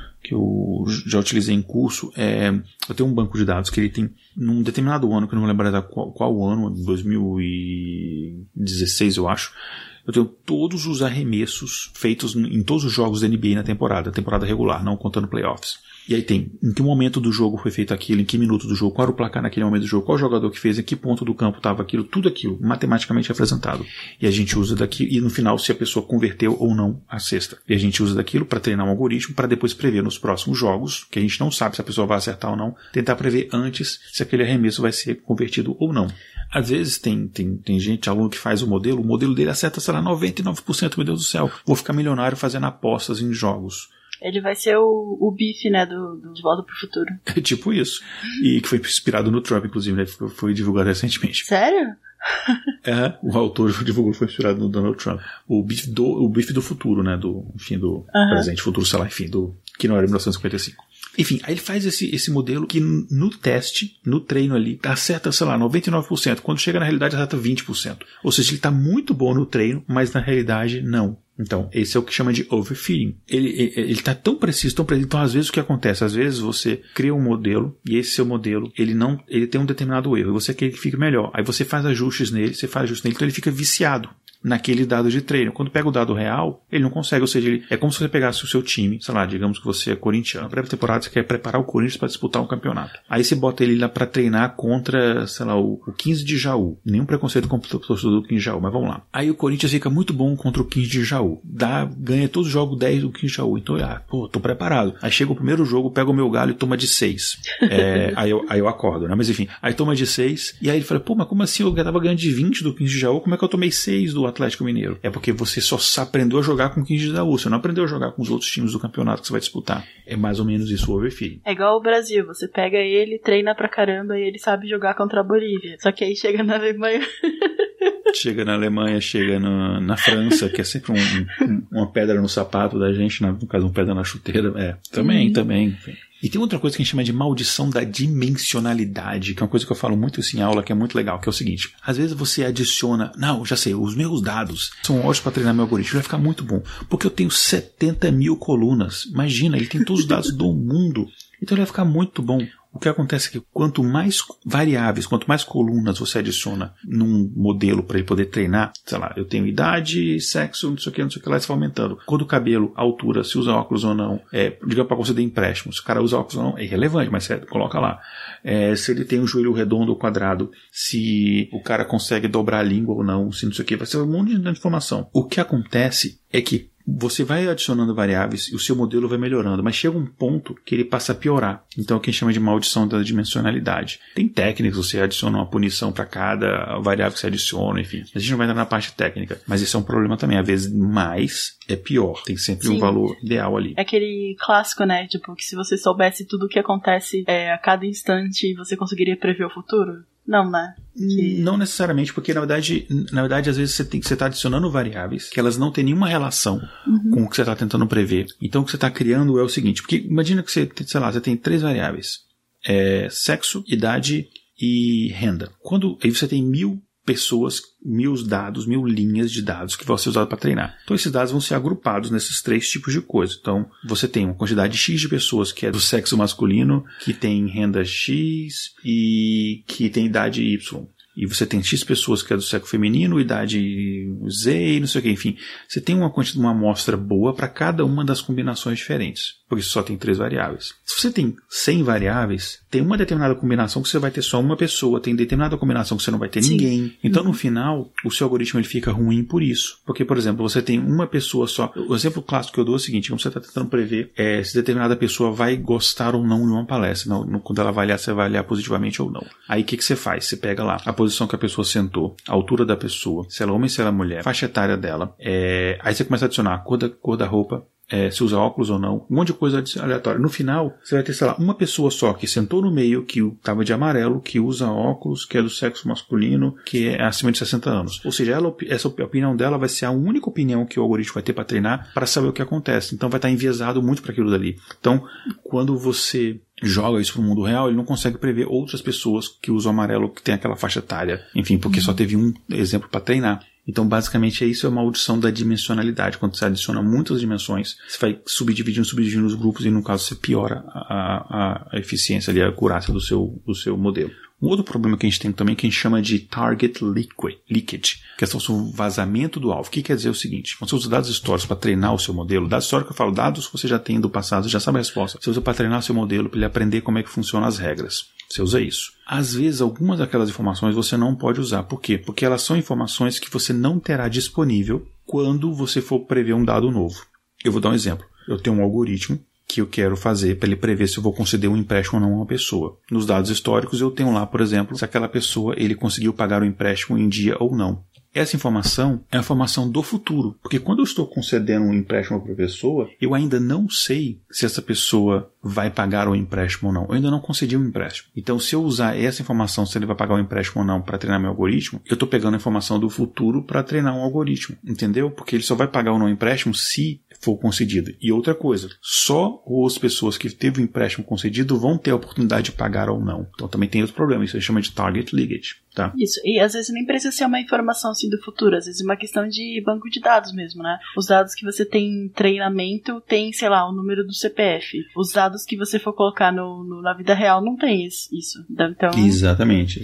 eu já utilizei em curso eu tenho um banco de dados que ele tem, num determinado ano, que eu não vou lembrar qual ano, 2016 eu acho, eu tenho todos os arremessos feitos em todos os jogos da NBA na temporada regular, não contando playoffs. E aí tem em que momento do jogo foi feito aquilo, em que minuto do jogo, qual era o placar naquele momento do jogo, qual jogador que fez, em que ponto do campo estava aquilo, tudo aquilo, matematicamente representado. E a gente usa daquilo, e no final se a pessoa converteu ou não a cesta. E a gente usa daquilo para treinar um algoritmo, para depois prever nos próximos jogos, que a gente não sabe se a pessoa vai acertar ou não, tentar prever antes se aquele arremesso vai ser convertido ou não. Às vezes tem gente, aluno que faz o modelo dele acerta, sei lá, 99%, meu Deus do céu, vou ficar milionário fazendo apostas em jogos. Ele vai ser o Biff, né, do De Volta pro Futuro. É tipo isso. E que foi inspirado no Trump, inclusive, né? Foi divulgado recentemente. Sério? O autor divulgou, foi inspirado no Donald Trump. O Biff do futuro, né? Do presente, futuro, sei lá, enfim, que não era 1955. Enfim, aí ele faz esse modelo que no teste, no treino ali, acerta, sei lá, 99%. Quando chega na realidade, acerta 20%. Ou seja, ele está muito bom no treino, mas na realidade, não. Então, esse é o que chama de overfitting. Ele está tão preciso. Então, às vezes, o que acontece? Às vezes, você cria um modelo e esse seu modelo, ele tem um determinado erro e você quer que fique melhor. Aí você faz ajustes nele, então ele fica viciado naquele dado de treino. Quando pega o dado real, ele não consegue. Ou seja, é como se você pegasse o seu time, sei lá, digamos que você é corintiano. Na pré-temporada, você quer preparar o Corinthians para disputar um campeonato. Aí você bota ele lá para treinar contra, sei lá, o 15 de Jaú. Nenhum preconceito com o torcedor do 15 de Jaú, mas vamos lá. Aí o Corinthians fica muito bom contra o 15 de Jaú. Ganha todos os jogos 10 do 15 de Jaú. Então, tô preparado. Aí chega o primeiro jogo, pega o meu galho e toma de 6. Aí eu acordo, né? Mas enfim, aí toma de 6. E aí ele fala, mas como assim? Eu tava ganhando de 20 do 15 de Jaú, como é que eu tomei 6 do Atlético Mineiro? É porque você só aprendeu a jogar com o 15 de Jaú. Você não aprendeu a jogar com os outros times do campeonato que você vai disputar. É mais ou menos isso o overfitting. É igual o Brasil. Você pega ele, treina pra caramba e ele sabe jogar contra a Bolívia. Só que aí chega na Alemanha... Chega na Alemanha, chega na França, que é sempre uma pedra no sapato da gente, no caso, uma pedra na chuteira. Também. Enfim. E tem outra coisa que a gente chama de maldição da dimensionalidade, que é uma coisa que eu falo muito assim em aula, que é muito legal, que é o seguinte: às vezes você adiciona, já sei, os meus dados são ótimos para treinar meu algoritmo, vai ficar muito bom, porque eu tenho 70 mil colunas. Imagina, ele tem todos os dados do mundo. Então ele vai ficar muito bom. O que acontece é que quanto mais variáveis, quanto mais colunas você adiciona num modelo para ele poder treinar, sei lá, eu tenho idade, sexo, não sei o que lá, isso vai aumentando. Cor do cabelo, altura, se usa óculos ou não, diga para você dar empréstimo, se o cara usa óculos ou não, é irrelevante, mas você coloca lá. Se ele tem um joelho redondo ou quadrado, se o cara consegue dobrar a língua ou não, se não sei o que, vai ser um monte de informação. O que acontece é que você vai adicionando variáveis e o seu modelo vai melhorando, mas chega um ponto que ele passa a piorar. Então, é o que a gente chama de maldição da dimensionalidade. Tem técnicas, você adiciona uma punição para cada variável que você adiciona, enfim. A gente não vai entrar na parte técnica, mas esse é um problema também. Às vezes, mais é pior. Tem sempre um valor ideal ali. É aquele clássico, né? Tipo, que se você soubesse tudo o que acontece a cada instante, você conseguiria prever o futuro? Não, né? Não necessariamente, porque na verdade às vezes você está adicionando variáveis que elas não têm nenhuma relação com o que você está tentando prever. Então o que você está criando é o seguinte, porque imagina que você tem 3 variáveis. Sexo, idade e renda. Aí você tem 1000 pessoas, 1000 dados, 1000 linhas de dados que vão ser usados para treinar. Então esses dados vão ser agrupados nesses 3 tipos de coisa. Então você tem uma quantidade X de pessoas que é do sexo masculino, que tem renda X e que tem idade Y. E você tem X pessoas que é do sexo feminino, idade Z e não sei o que, enfim. Você tem uma amostra boa para cada uma das combinações diferentes, porque só tem 3 variáveis. Se você tem 100 variáveis, tem uma determinada combinação que você vai ter só uma pessoa, tem determinada combinação que você não vai ter ninguém. Então, no final, o seu algoritmo ele fica ruim por isso. Porque, por exemplo, você tem uma pessoa só. O exemplo clássico que eu dou é o seguinte, como você está tentando prever se determinada pessoa vai gostar ou não de uma palestra. Quando ela avaliar, você vai avaliar positivamente ou não. Aí, o que você faz? Você pega lá a posição que a pessoa sentou, a altura da pessoa, se ela é homem, se ela é mulher, faixa etária dela. Aí você começa a adicionar a cor da roupa, se usa óculos ou não, um monte de coisa aleatória. No final, você vai ter, sei lá, uma pessoa só que sentou no meio, que estava de amarelo, que usa óculos, que é do sexo masculino, que é acima de 60 anos. Ou seja, essa opinião dela vai ser a única opinião que o algoritmo vai ter para treinar para saber o que acontece. Então vai estar enviesado muito para aquilo dali. Então, quando você joga isso pro mundo real, ele não consegue prever outras pessoas que usam amarelo, que tem aquela faixa etária. Enfim, porque só teve um exemplo para treinar. Então, basicamente, isso é uma maldição da dimensionalidade. Quando você adiciona muitas dimensões, você vai subdividindo os grupos e, no caso, você piora a eficiência ali, a acurácia do seu modelo. Um outro problema que a gente tem também, que a gente chama de target leakage, que é o vazamento do alvo. O que quer dizer o seguinte? Quando você usa dados históricos para treinar o seu modelo, dados históricos eu falo, dados que você já tem do passado, você já sabe a resposta. Você usa para treinar o seu modelo, para ele aprender como é que funcionam as regras. Você usa isso. Às vezes, algumas daquelas informações você não pode usar. Por quê? Porque elas são informações que você não terá disponível quando você for prever um dado novo. Eu vou dar um exemplo. Eu tenho um algoritmo que eu quero fazer para ele prever se eu vou conceder um empréstimo ou não a uma pessoa. Nos dados históricos eu tenho lá, por exemplo, se aquela pessoa ele conseguiu pagar o empréstimo em dia ou não. Essa informação é a informação do futuro, porque quando eu estou concedendo um empréstimo para a pessoa, eu ainda não sei se essa pessoa vai pagar o empréstimo ou não. Eu ainda não concedi um empréstimo. Então, se eu usar essa informação, se ele vai pagar o empréstimo ou não para treinar meu algoritmo, eu estou pegando a informação do futuro para treinar um algoritmo, entendeu? Porque ele só vai pagar ou não o empréstimo se for concedido. E outra coisa, só as pessoas que teve o empréstimo concedido vão ter a oportunidade de pagar ou não. Então, também tem outro problema. Isso se chama de target leakage. Tá. Isso, e às vezes nem precisa ser uma informação assim do futuro, às vezes é uma questão de banco de dados mesmo, né? Os dados que você tem em treinamento tem, sei lá, o número do CPF. Os dados que você for colocar na vida real não tem isso. Então... Exatamente.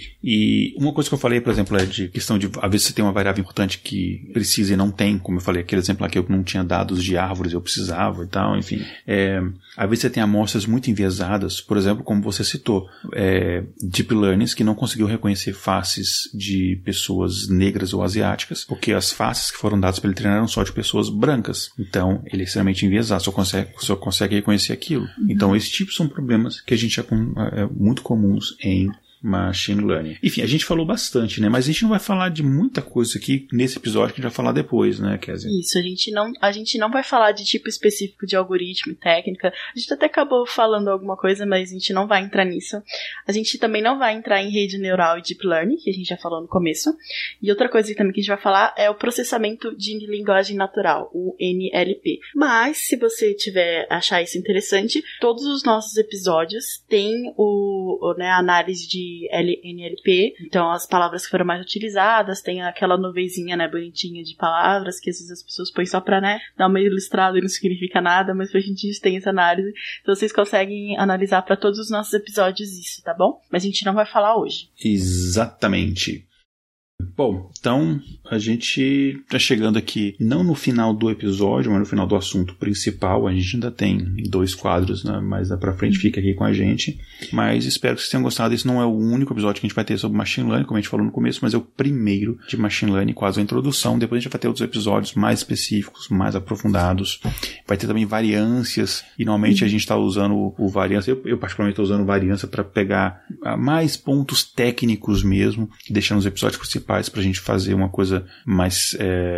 E uma coisa que eu falei, por exemplo, é de questão de, às vezes você tem uma variável importante que precisa e não tem, como eu falei, aquele exemplo lá que eu não tinha dados de árvores, eu precisava e tal, enfim. Às vezes você tem amostras muito enviesadas, por exemplo, como você citou, Deep Learning que não conseguiu reconhecer faces de pessoas negras ou asiáticas, porque as faces que foram dadas para ele treinar eram só de pessoas brancas. Então, ele é extremamente enviesado, só consegue reconhecer aquilo. Então, esses tipos são problemas que a gente é muito comuns em Machine Learning. Enfim, a gente falou bastante, né? Mas a gente não vai falar de muita coisa aqui nesse episódio que a gente vai falar depois, né, Kézia? Isso, a gente não vai falar de tipo específico de algoritmo e técnica. A gente até acabou falando alguma coisa, mas a gente não vai entrar nisso. A gente também não vai entrar em rede neural e deep learning, que a gente já falou no começo. E outra coisa também que a gente vai falar é o processamento de linguagem natural, o NLP. Mas, se você achar isso interessante, todos os nossos episódios têm a análise de de NLP, então as palavras que foram mais utilizadas, tem aquela nuvenzinha, né, bonitinha de palavras, que às vezes as pessoas põem só pra, né, dar uma ilustrada e não significa nada, mas pra gente tem essa análise, então vocês conseguem analisar pra todos os nossos episódios isso, tá bom? Mas a gente não vai falar hoje. Exatamente. Bom, então a gente está chegando aqui não no final do episódio, mas no final do assunto principal. A gente ainda tem 2 quadros, né, mais pra frente, fica aqui com a gente. Mas espero que vocês tenham gostado. Esse não é o único episódio que a gente vai ter sobre Machine Learning, como a gente falou no começo, mas é o primeiro de Machine Learning, quase a introdução. Depois a gente vai ter outros episódios mais específicos, mais aprofundados. Vai ter também variâncias, e normalmente a gente está usando o variância. Eu particularmente estou usando variância para pegar mais pontos técnicos mesmo, deixando os episódios principais para a gente fazer uma coisa mais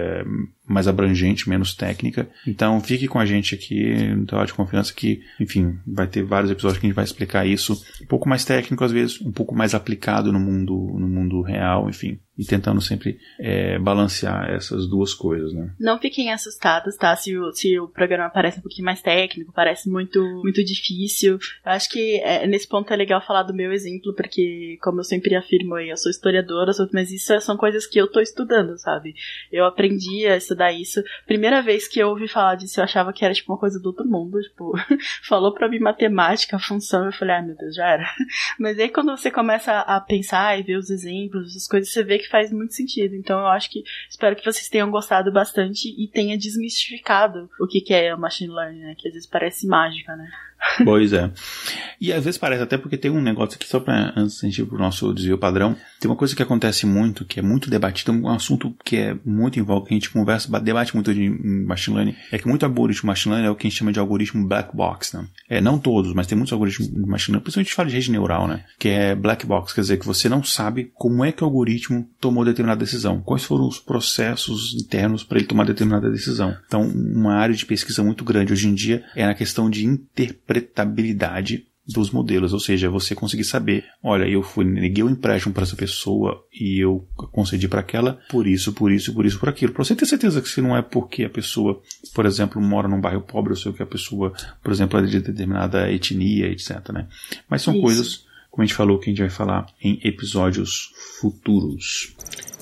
abrangente, menos técnica. Então fique com a gente aqui, então de confiança que, enfim, vai ter vários episódios que a gente vai explicar isso um pouco mais técnico às vezes, um pouco mais aplicado no mundo real, enfim, e tentando sempre balancear essas duas coisas, né? Não fiquem assustados, tá? Se o programa parece um pouquinho mais técnico, parece muito, muito difícil. Eu acho que nesse ponto é legal falar do meu exemplo, porque, como eu sempre afirmo, eu sou historiadora, mas isso são coisas que eu tô estudando, sabe? Eu aprendi a estudar isso. Primeira vez que eu ouvi falar disso, eu achava que era tipo uma coisa do outro mundo, tipo, falou pra mim matemática, função, eu falei, meu Deus, já era. Mas aí quando você começa a pensar e ver os exemplos, as coisas, você vê que faz muito sentido. Então eu acho que, espero que vocês tenham gostado bastante e tenha desmistificado o que é machine learning, né? Que às vezes parece mágica, né? Pois é. E às vezes parece, até porque tem um negócio aqui, só para antes de a gente ir pro nosso desvio padrão, tem uma coisa que acontece muito, que é muito debatido, um assunto que é muito em voga, que a gente conversa, debate muito em machine learning, é que muito algoritmo machine learning é o que a gente chama de algoritmo black box, né? Não todos, mas tem muitos algoritmos de machine learning, principalmente a gente fala de rede neural, né? Que é black box, quer dizer que você não sabe como é que o algoritmo tomou determinada decisão, quais foram os processos internos para ele tomar determinada decisão. Então, uma área de pesquisa muito grande hoje em dia é na questão de interpretabilidade dos modelos, ou seja, você conseguir saber, olha, eu neguei o empréstimo para essa pessoa e eu concedi para aquela por isso, por aquilo. Para você ter certeza que se não é porque a pessoa, por exemplo, mora num bairro pobre, ou sei que a pessoa, por exemplo, é de determinada etnia, etc, né? Mas são coisas, como a gente falou, que a gente vai falar em episódios futuros.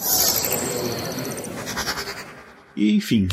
E, enfim,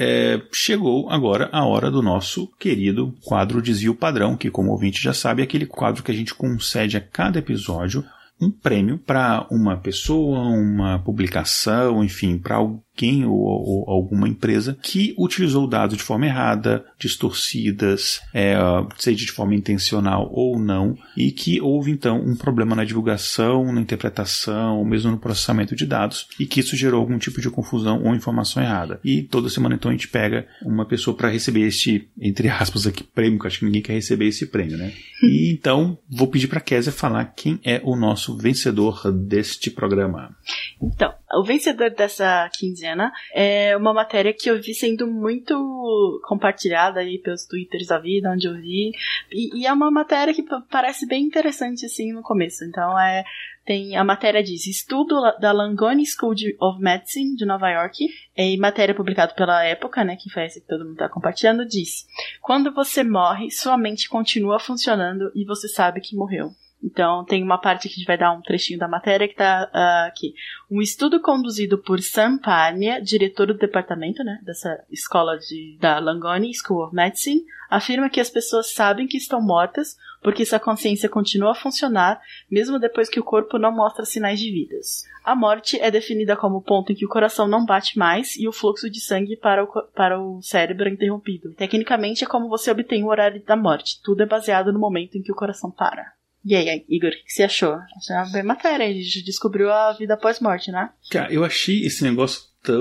chegou agora a hora do nosso querido quadro Desvio Padrão, que, como o ouvinte já sabe, é aquele quadro que a gente concede a cada episódio um prêmio para uma pessoa, uma publicação, enfim, para alguém ou alguma empresa que utilizou dados de forma errada, distorcidas, seja de forma intencional ou não, e que houve então um problema na divulgação, na interpretação, ou mesmo no processamento de dados, e que isso gerou algum tipo de confusão ou informação errada. E toda semana então a gente pega uma pessoa para receber este, entre aspas aqui, prêmio, que acho que ninguém quer receber esse prêmio, né? E então vou pedir para a Kézia falar quem é o nosso vencedor deste programa. Então, o vencedor dessa quinzena é uma matéria que eu vi sendo muito compartilhada aí pelos twitters da vida, onde eu vi, e é uma matéria que parece bem interessante assim no começo. Então tem a matéria diz estudo da Langone School of Medicine de Nova York, e matéria publicada pela Época, né, que foi essa que todo mundo está compartilhando, diz: quando você morre, sua mente continua funcionando e você sabe que morreu. Então, tem uma parte que a gente vai dar um trechinho da matéria que está aqui. Um estudo conduzido por Sam Parnia, diretor do departamento, né, dessa escola da Langone School of Medicine, afirma que as pessoas sabem que estão mortas porque sua consciência continua a funcionar mesmo depois que o corpo não mostra sinais de vidas. A morte é definida como o ponto em que o coração não bate mais e o fluxo de sangue para o cérebro é interrompido. Tecnicamente, é como você obtém o horário da morte. Tudo é baseado no momento em que o coração para. E aí, Igor, o que você achou? Achei uma bem matéria, a gente descobriu a vida após-morte, né? Cara, eu achei esse negócio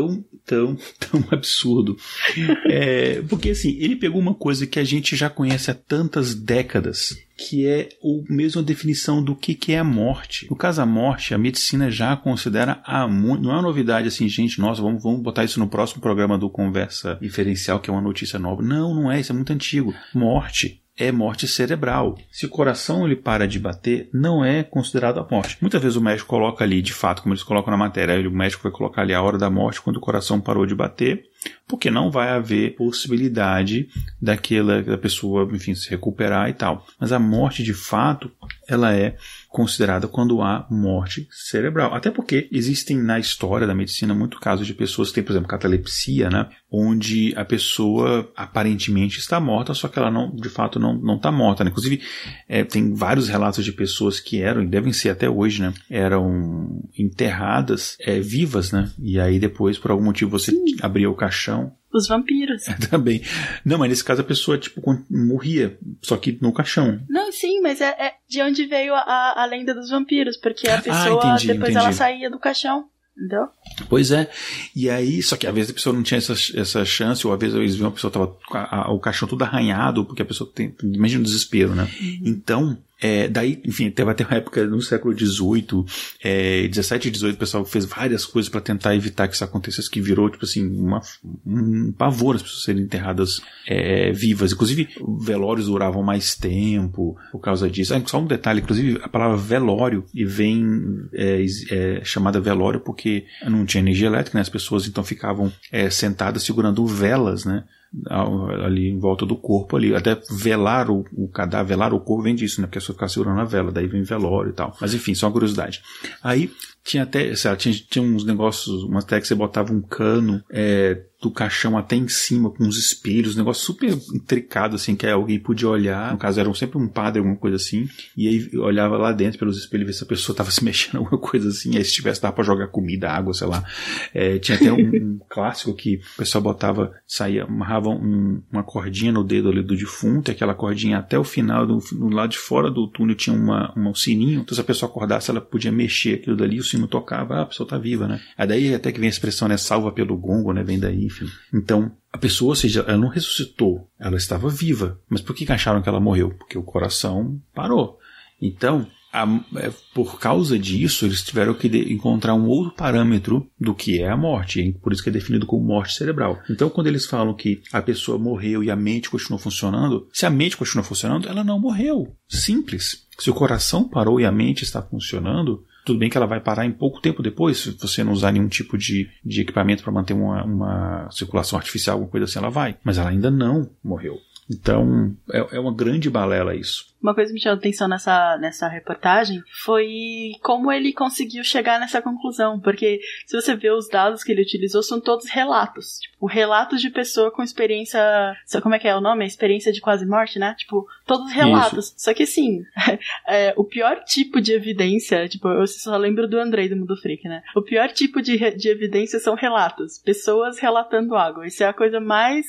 tão absurdo. Porque, assim, ele pegou uma coisa que a gente já conhece há tantas décadas, que é a mesma definição do que é a morte. No caso, a morte, a medicina já considera não é uma novidade assim, gente, nossa, vamos botar isso no próximo programa do Conversa Diferencial, que é uma notícia nova. Não é, isso é muito antigo. Morte é morte cerebral. Se o coração ele para de bater, não é considerado a morte. Muitas vezes o médico coloca ali, de fato, como eles colocam na matéria, o médico vai colocar ali a hora da morte quando o coração parou de bater, porque não vai haver possibilidade da pessoa, enfim, se recuperar e tal. Mas a morte, de fato, ela é considerada quando há morte cerebral. Até porque existem na história da medicina muitos casos de pessoas que têm, por exemplo, catalepsia, né? Onde a pessoa aparentemente está morta, só que ela não, de fato não está morta, né? Inclusive, tem vários relatos de pessoas que eram, e devem ser até hoje, né? Eram enterradas vivas, né? E aí depois, por algum motivo, você abria o caixão. Os vampiros. Também. Não, mas nesse caso a pessoa, tipo, morria, só que no caixão. Não, sim, mas é de onde veio a lenda dos vampiros, porque a pessoa, depois ela saía do caixão, entendeu? Pois é. E aí, só que às vezes a pessoa não tinha essa chance, ou às vezes eles viam a pessoa tava com o caixão todo arranhado, porque a pessoa imagina o desespero, né? Então, daí, enfim, teve até uma época no século XVIII, 17 e 18, o pessoal fez várias coisas para tentar evitar que isso acontecesse, que virou, tipo assim, um pavor as pessoas serem enterradas vivas. Inclusive, velórios duravam mais tempo por causa disso. Só um detalhe, inclusive, a palavra velório vem chamada velório porque não tinha energia elétrica, né? As pessoas então ficavam sentadas segurando velas, né? Ali em volta do corpo ali, até velar o cadáver, velar o corpo vem disso, né, porque a pessoa ficar segurando a vela, daí vem velório e tal, mas enfim, só uma curiosidade. Aí tinha até, tinha uns negócios, até que você botava um cano do caixão até em cima, com uns espelhos, um negócio super intricado, assim, que alguém podia olhar, no caso era sempre um padre, alguma coisa assim, e aí olhava lá dentro pelos espelhos, ver se a pessoa estava se mexendo, alguma coisa assim, aí se tivesse, dava pra jogar comida, água, sei lá. Tinha até um clássico que o pessoal amarrava uma cordinha no dedo ali do defunto, e aquela cordinha até o final, do lado de fora do túnel tinha um sininho, então se a pessoa acordasse, ela podia mexer aquilo dali, o sino tocava, a pessoa tá viva, né? Aí daí até que vem a expressão, né, salva pelo gongo, né, vem daí, enfim. Então, a pessoa, ou seja, ela não ressuscitou, ela estava viva. Mas por que acharam que ela morreu? Porque o coração parou. Então, por causa disso, eles tiveram que encontrar um outro parâmetro do que é a morte, por isso que é definido como morte cerebral. Então, quando eles falam que a pessoa morreu e a mente continuou funcionando, se a mente continua funcionando, ela não morreu. Simples. Se o coração parou e a mente está funcionando, tudo bem que ela vai parar em pouco tempo depois, se você não usar nenhum tipo de equipamento para manter uma circulação artificial, alguma coisa assim, ela vai. Mas ela ainda não morreu. Então, é uma grande balela isso. Uma coisa que me chamou a atenção nessa reportagem foi como ele conseguiu chegar nessa conclusão, porque se você vê os dados que ele utilizou, são todos relatos, tipo, relatos de pessoa com experiência, como é que é o nome? Experiência de quase morte, né? Tipo, todos relatos. Isso. Só que assim, o pior tipo de evidência, tipo, eu só lembro do Andrei do Mundo Freak, né? O pior tipo de evidência são relatos, pessoas relatando algo. Isso é a coisa mais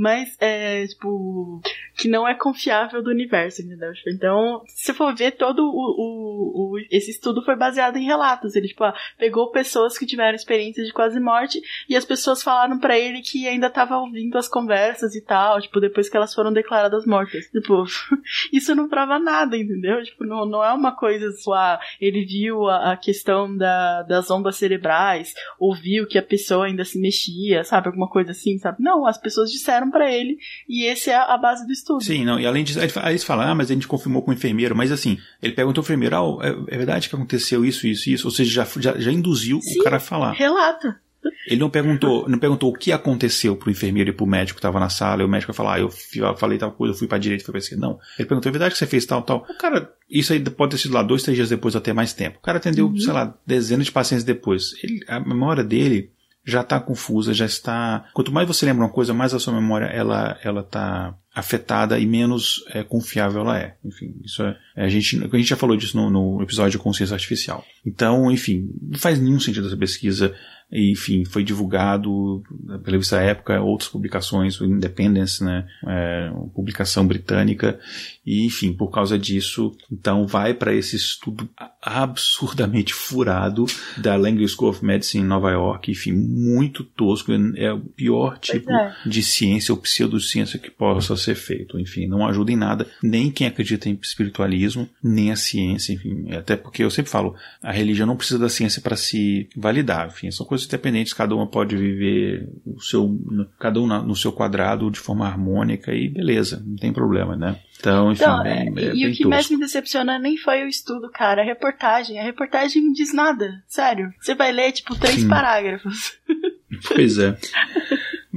tipo, que não é confiável do universo, entendeu? Então, se for ver, todo esse estudo foi baseado em relatos. Ele, tipo, pegou pessoas que tiveram experiência de quase morte e as pessoas falaram pra ele que ainda tava ouvindo as conversas e tal, tipo, depois que elas foram declaradas mortas. Tipo, isso não prova nada, entendeu? Tipo, não é uma coisa só, ele viu a questão das ondas cerebrais, ouviu que a pessoa ainda se mexia, sabe? Alguma coisa assim, sabe? Não, as pessoas disseram pra ele e esse é a base do estudo. Sim, não, e além disso, aí eles falam, mas a gente confirmou com o enfermeiro, mas assim, ele perguntou ao enfermeiro, é verdade que aconteceu isso, ou seja, já induziu Sim, o cara a falar. Relata. Ele não perguntou o que aconteceu pro enfermeiro e pro médico que tava na sala, e o médico vai falar, eu falei tal coisa, eu fui pra direita, fui pra esquerda. Não. Ele perguntou, é verdade que você fez tal. O cara, isso aí pode ter sido lá 2, 3 dias depois, até mais tempo. O cara atendeu, sei lá, dezenas de pacientes depois. A memória dele já está confusa, já está... Quanto mais você lembra uma coisa, mais a sua memória ela está afetada e menos confiável ela é. Enfim, isso a gente já falou disso no episódio de consciência artificial. Então, enfim, não faz nenhum sentido essa pesquisa. E, enfim, foi divulgado pela revista Época, outras publicações, o Independence, né, publicação britânica, e, enfim, por causa disso, então vai para esse estudo absurdamente furado da Langley School of Medicine em Nova York, enfim, muito tosco, é o pior tipo de ciência ou pseudociência que possa ser feito, enfim, não ajuda em nada, nem quem acredita em espiritualismo, nem a ciência, enfim, até porque eu sempre falo, a religião não precisa da ciência para se validar, enfim, são coisas independentes, cada uma pode viver cada um no seu quadrado de forma harmônica e beleza, não tem problema, né? Então, enfim, e o que mais me decepciona nem foi o estudo, cara, a reportagem não diz nada, sério. Você vai ler, tipo, 3 parágrafos. Pois é.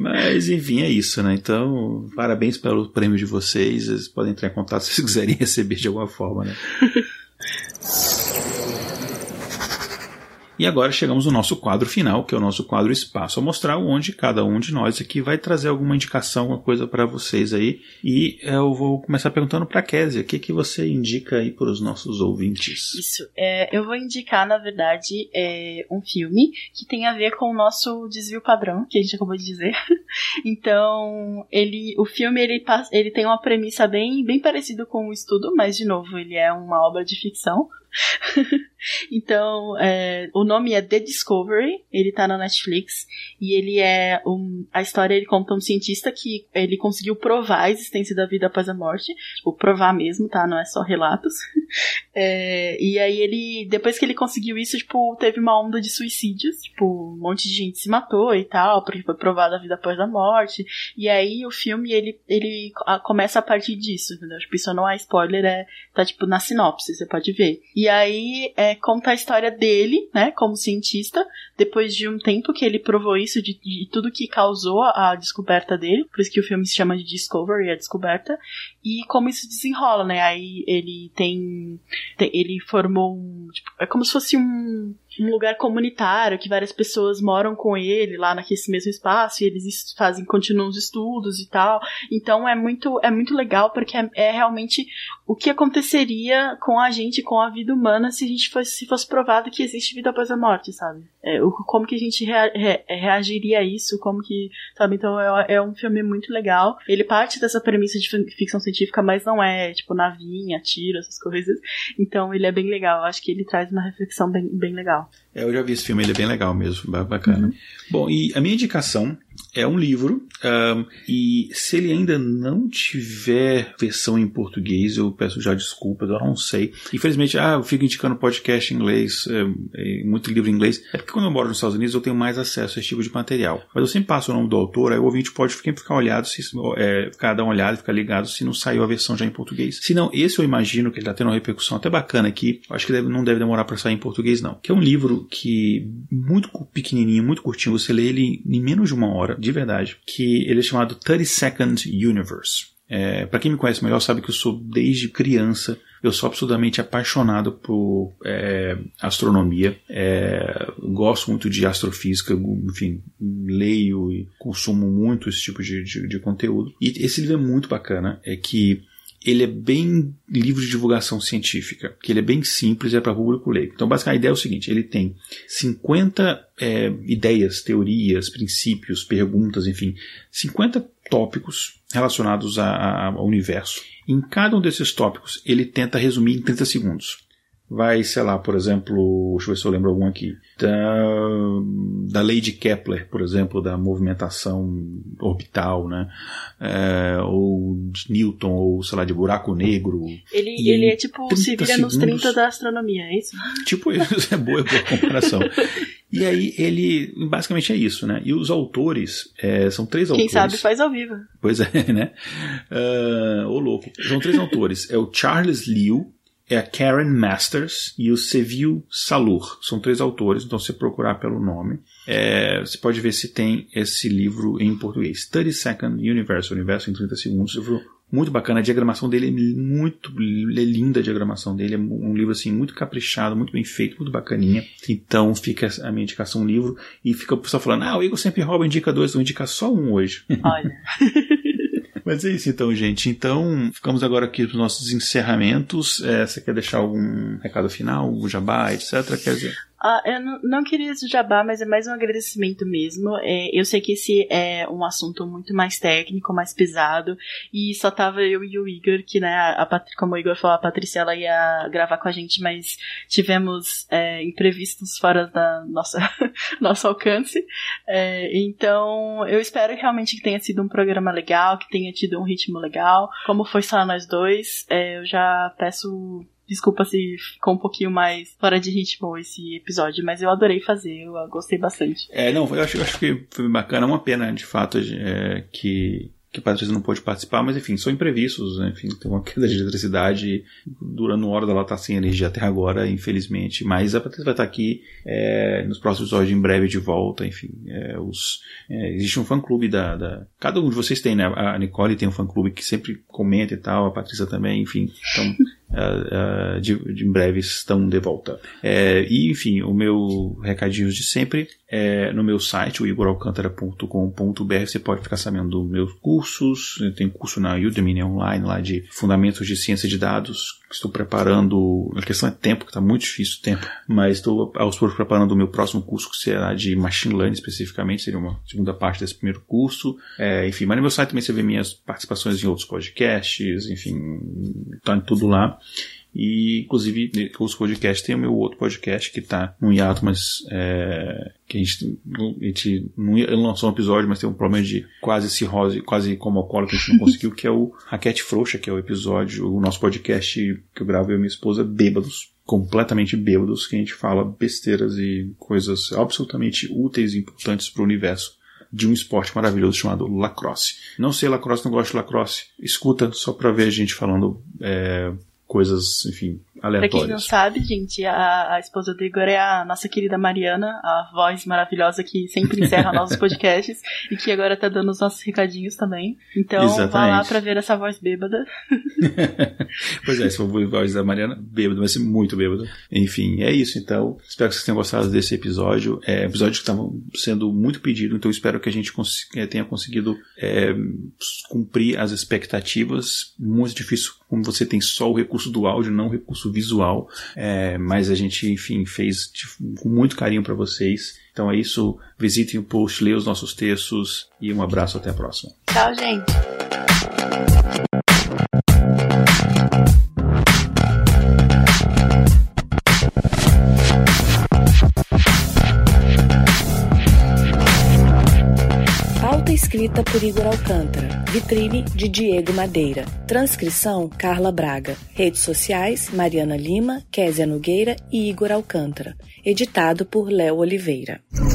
Mas, enfim, é isso, né? Então, parabéns pelo prêmio de vocês. Vocês podem entrar em contato se vocês quiserem receber de alguma forma, né? E agora chegamos no nosso quadro final, que é o nosso quadro Espaço a Mostrar, onde cada um de nós aqui vai trazer alguma indicação, alguma coisa para vocês aí. E eu vou começar perguntando para a Kézia, o que você indica aí para os nossos ouvintes? Isso, eu vou indicar, na verdade, um filme que tem a ver com o nosso desvio padrão, que a gente acabou de dizer. Então, o filme ele tem uma premissa bem parecida com o estudo, mas, de novo, ele é uma obra de ficção. Então, o nome é The Discovery, ele tá na Netflix, e ele a história ele conta um cientista que ele conseguiu provar a existência da vida após a morte, tipo, provar mesmo, tá? Não é só relatos. E aí depois que ele conseguiu isso, tipo, teve uma onda de suicídios, tipo, um monte de gente se matou e tal, porque foi provada a vida após a morte, e aí o filme, ele começa a partir disso, entendeu? Tipo, isso não é spoiler, tá tipo na sinopse, você pode ver. E aí conta a história dele, né, como cientista, depois de um tempo que ele provou isso, de tudo que causou a descoberta dele, por isso que o filme se chama de Discovery, a descoberta, e como isso desenrola, né, aí ele formou tipo, é como se fosse um lugar comunitário, que várias pessoas moram com ele lá naquele mesmo espaço, e eles continuam os estudos e tal. Então é muito legal, porque é realmente o que aconteceria com a gente, com a vida humana, se a gente fosse provado que existe vida após a morte, sabe? Como que a gente reagiria a isso, como que, sabe? Então é um filme muito legal. Ele parte dessa premissa de ficção científica, mas não é, tipo, navinha, tiro, essas coisas. Então ele é bem legal. Eu acho que ele traz uma reflexão bem legal. Eu já vi esse filme, ele é bem legal mesmo, bacana. Uhum. Bom, e a minha indicação é um livro, e se ele ainda não tiver versão em português, eu peço já desculpas, eu não sei. Infelizmente, eu fico indicando podcast em inglês, muito livro em inglês, é porque quando eu moro nos Estados Unidos eu tenho mais acesso a esse tipo de material. Mas eu sempre passo o nome do autor, aí o ouvinte pode ficar olhado, dar uma olhada, ficar ligado se não saiu a versão já em português. Se não, esse eu imagino que ele está tendo uma repercussão até bacana aqui, acho que não deve demorar para sair em português não. Que é um livro que muito pequenininho, muito curtinho, você lê ele em menos de uma hora, de verdade, que ele é chamado 32nd Universe. Para quem me conhece melhor sabe que eu sou, desde criança, eu sou absolutamente apaixonado por astronomia, gosto muito de astrofísica, enfim, leio e consumo muito esse tipo de conteúdo. E esse livro é muito bacana, que ele é bem livro de divulgação científica, que ele é bem simples, é para público leigo. Então, basicamente, a ideia é o seguinte, ele tem 50 ideias, teorias, princípios, perguntas, enfim, 50 tópicos relacionados ao universo. Em cada um desses tópicos, ele tenta resumir em 30 segundos. Vai, sei lá, por exemplo, deixa eu ver se eu lembro algum aqui, da lei de Kepler, por exemplo, da movimentação orbital, né? Ou de Newton, ou, sei lá, de buraco negro. Ele é tipo, se vira nos 30 da astronomia, é isso? Tipo isso, é boa comparação. E aí ele, basicamente é isso, né? E os autores, são 3 autores. Quem sabe faz ao vivo. Pois é, né? Ô louco. São 3 autores. É o Charles Liu, é a Karen Masters e o Sevil Salur. São 3 autores, então se você procurar pelo nome, você pode ver se tem esse livro em português. 32nd Universe, Universo em 30 segundos. Livro muito bacana, a diagramação dele é linda, a diagramação dele é um livro assim muito caprichado, muito bem feito, muito bacaninha. Então fica a minha indicação, um livro, e fica o pessoal falando, o Igor sempre rouba, indica 2, eu vou indicar só um hoje. Olha. Mas é isso então, gente. Então, ficamos agora aqui para os nossos encerramentos. Você quer deixar algum recado final, um jabá, etc? Quer dizer... Eu não queria esse jabá, mas é mais um agradecimento mesmo. Eu sei que esse é um assunto muito mais técnico, mais pesado, e só tava eu e o Igor, que, né, como o Igor falou, a Patrícia, ela ia gravar com a gente, mas tivemos imprevistos fora da nosso alcance. Então, eu espero realmente que tenha sido um programa legal, que tenha tido um ritmo legal. Como foi só nós dois, eu já peço... Desculpa se ficou um pouquinho mais fora de ritmo esse episódio, mas eu adorei fazer, eu gostei bastante. Eu acho que foi bacana, uma pena, de fato, que que a Patrícia não pôde participar, mas enfim, são imprevistos, né? Enfim, tem uma queda de eletricidade, durando uma hora ela tá sem energia até agora, infelizmente, mas a Patrícia vai estar aqui nos próximos episódios em breve de volta, enfim, existe um fã-clube cada um de vocês tem, né? A Nicole tem um fã-clube que sempre comenta e tal, a Patrícia também, enfim, então de em breve estão de volta. E enfim, o meu recadinho de sempre no meu site, o igoralcantara.com.br, você pode ficar sabendo dos meus cursos. Eu tenho curso na Udemy online lá de Fundamentos de Ciência de Dados. Estou preparando, a questão é tempo, que está muito difícil o tempo, mas estou aos poucos preparando o meu próximo curso, que será de Machine Learning especificamente, seria uma segunda parte desse primeiro curso. Enfim, mas no meu site também você vê minhas participações em outros podcasts, enfim, está tudo lá. E, inclusive, os podcasts, tem o meu outro podcast que está num hiato, mas que a gente não lançou um episódio, mas tem um problema de quase cirrose, quase como alcoólico, que a gente não conseguiu, que é o Raquete Frouxa, que é o episódio, o nosso podcast que eu gravo eu e minha esposa bêbados, completamente bêbados, que a gente fala besteiras e coisas absolutamente úteis e importantes para o universo de um esporte maravilhoso chamado lacrosse. Não sei lacrosse, não gosto de lacrosse. Escuta só para ver a gente falando coisas, enfim, aleatórias. Pra quem não sabe, gente, a esposa do Igor é a nossa querida Mariana, a voz maravilhosa que sempre encerra nossos podcasts e que agora tá dando os nossos recadinhos também. Então, exatamente, vá lá pra ver essa voz bêbada. Pois se for a voz da Mariana, bêbada, vai ser muito bêbada. Enfim, é isso, então. Espero que vocês tenham gostado desse episódio. Episódio que estava sendo muito pedido, então espero que a gente tenha conseguido cumprir as expectativas. Muito difícil, como você tem só o recurso do áudio, não o recurso visual, mas a gente, enfim, fez com muito carinho para vocês. Então é isso, visitem o post, leiam os nossos textos e um abraço, até a próxima. Tchau, gente. Escrita por Igor Alcântara. Vitrine de Diego Madeira. Transcrição Carla Braga. Redes sociais Mariana Lima, Késia Nogueira e Igor Alcântara. Editado por Léo Oliveira.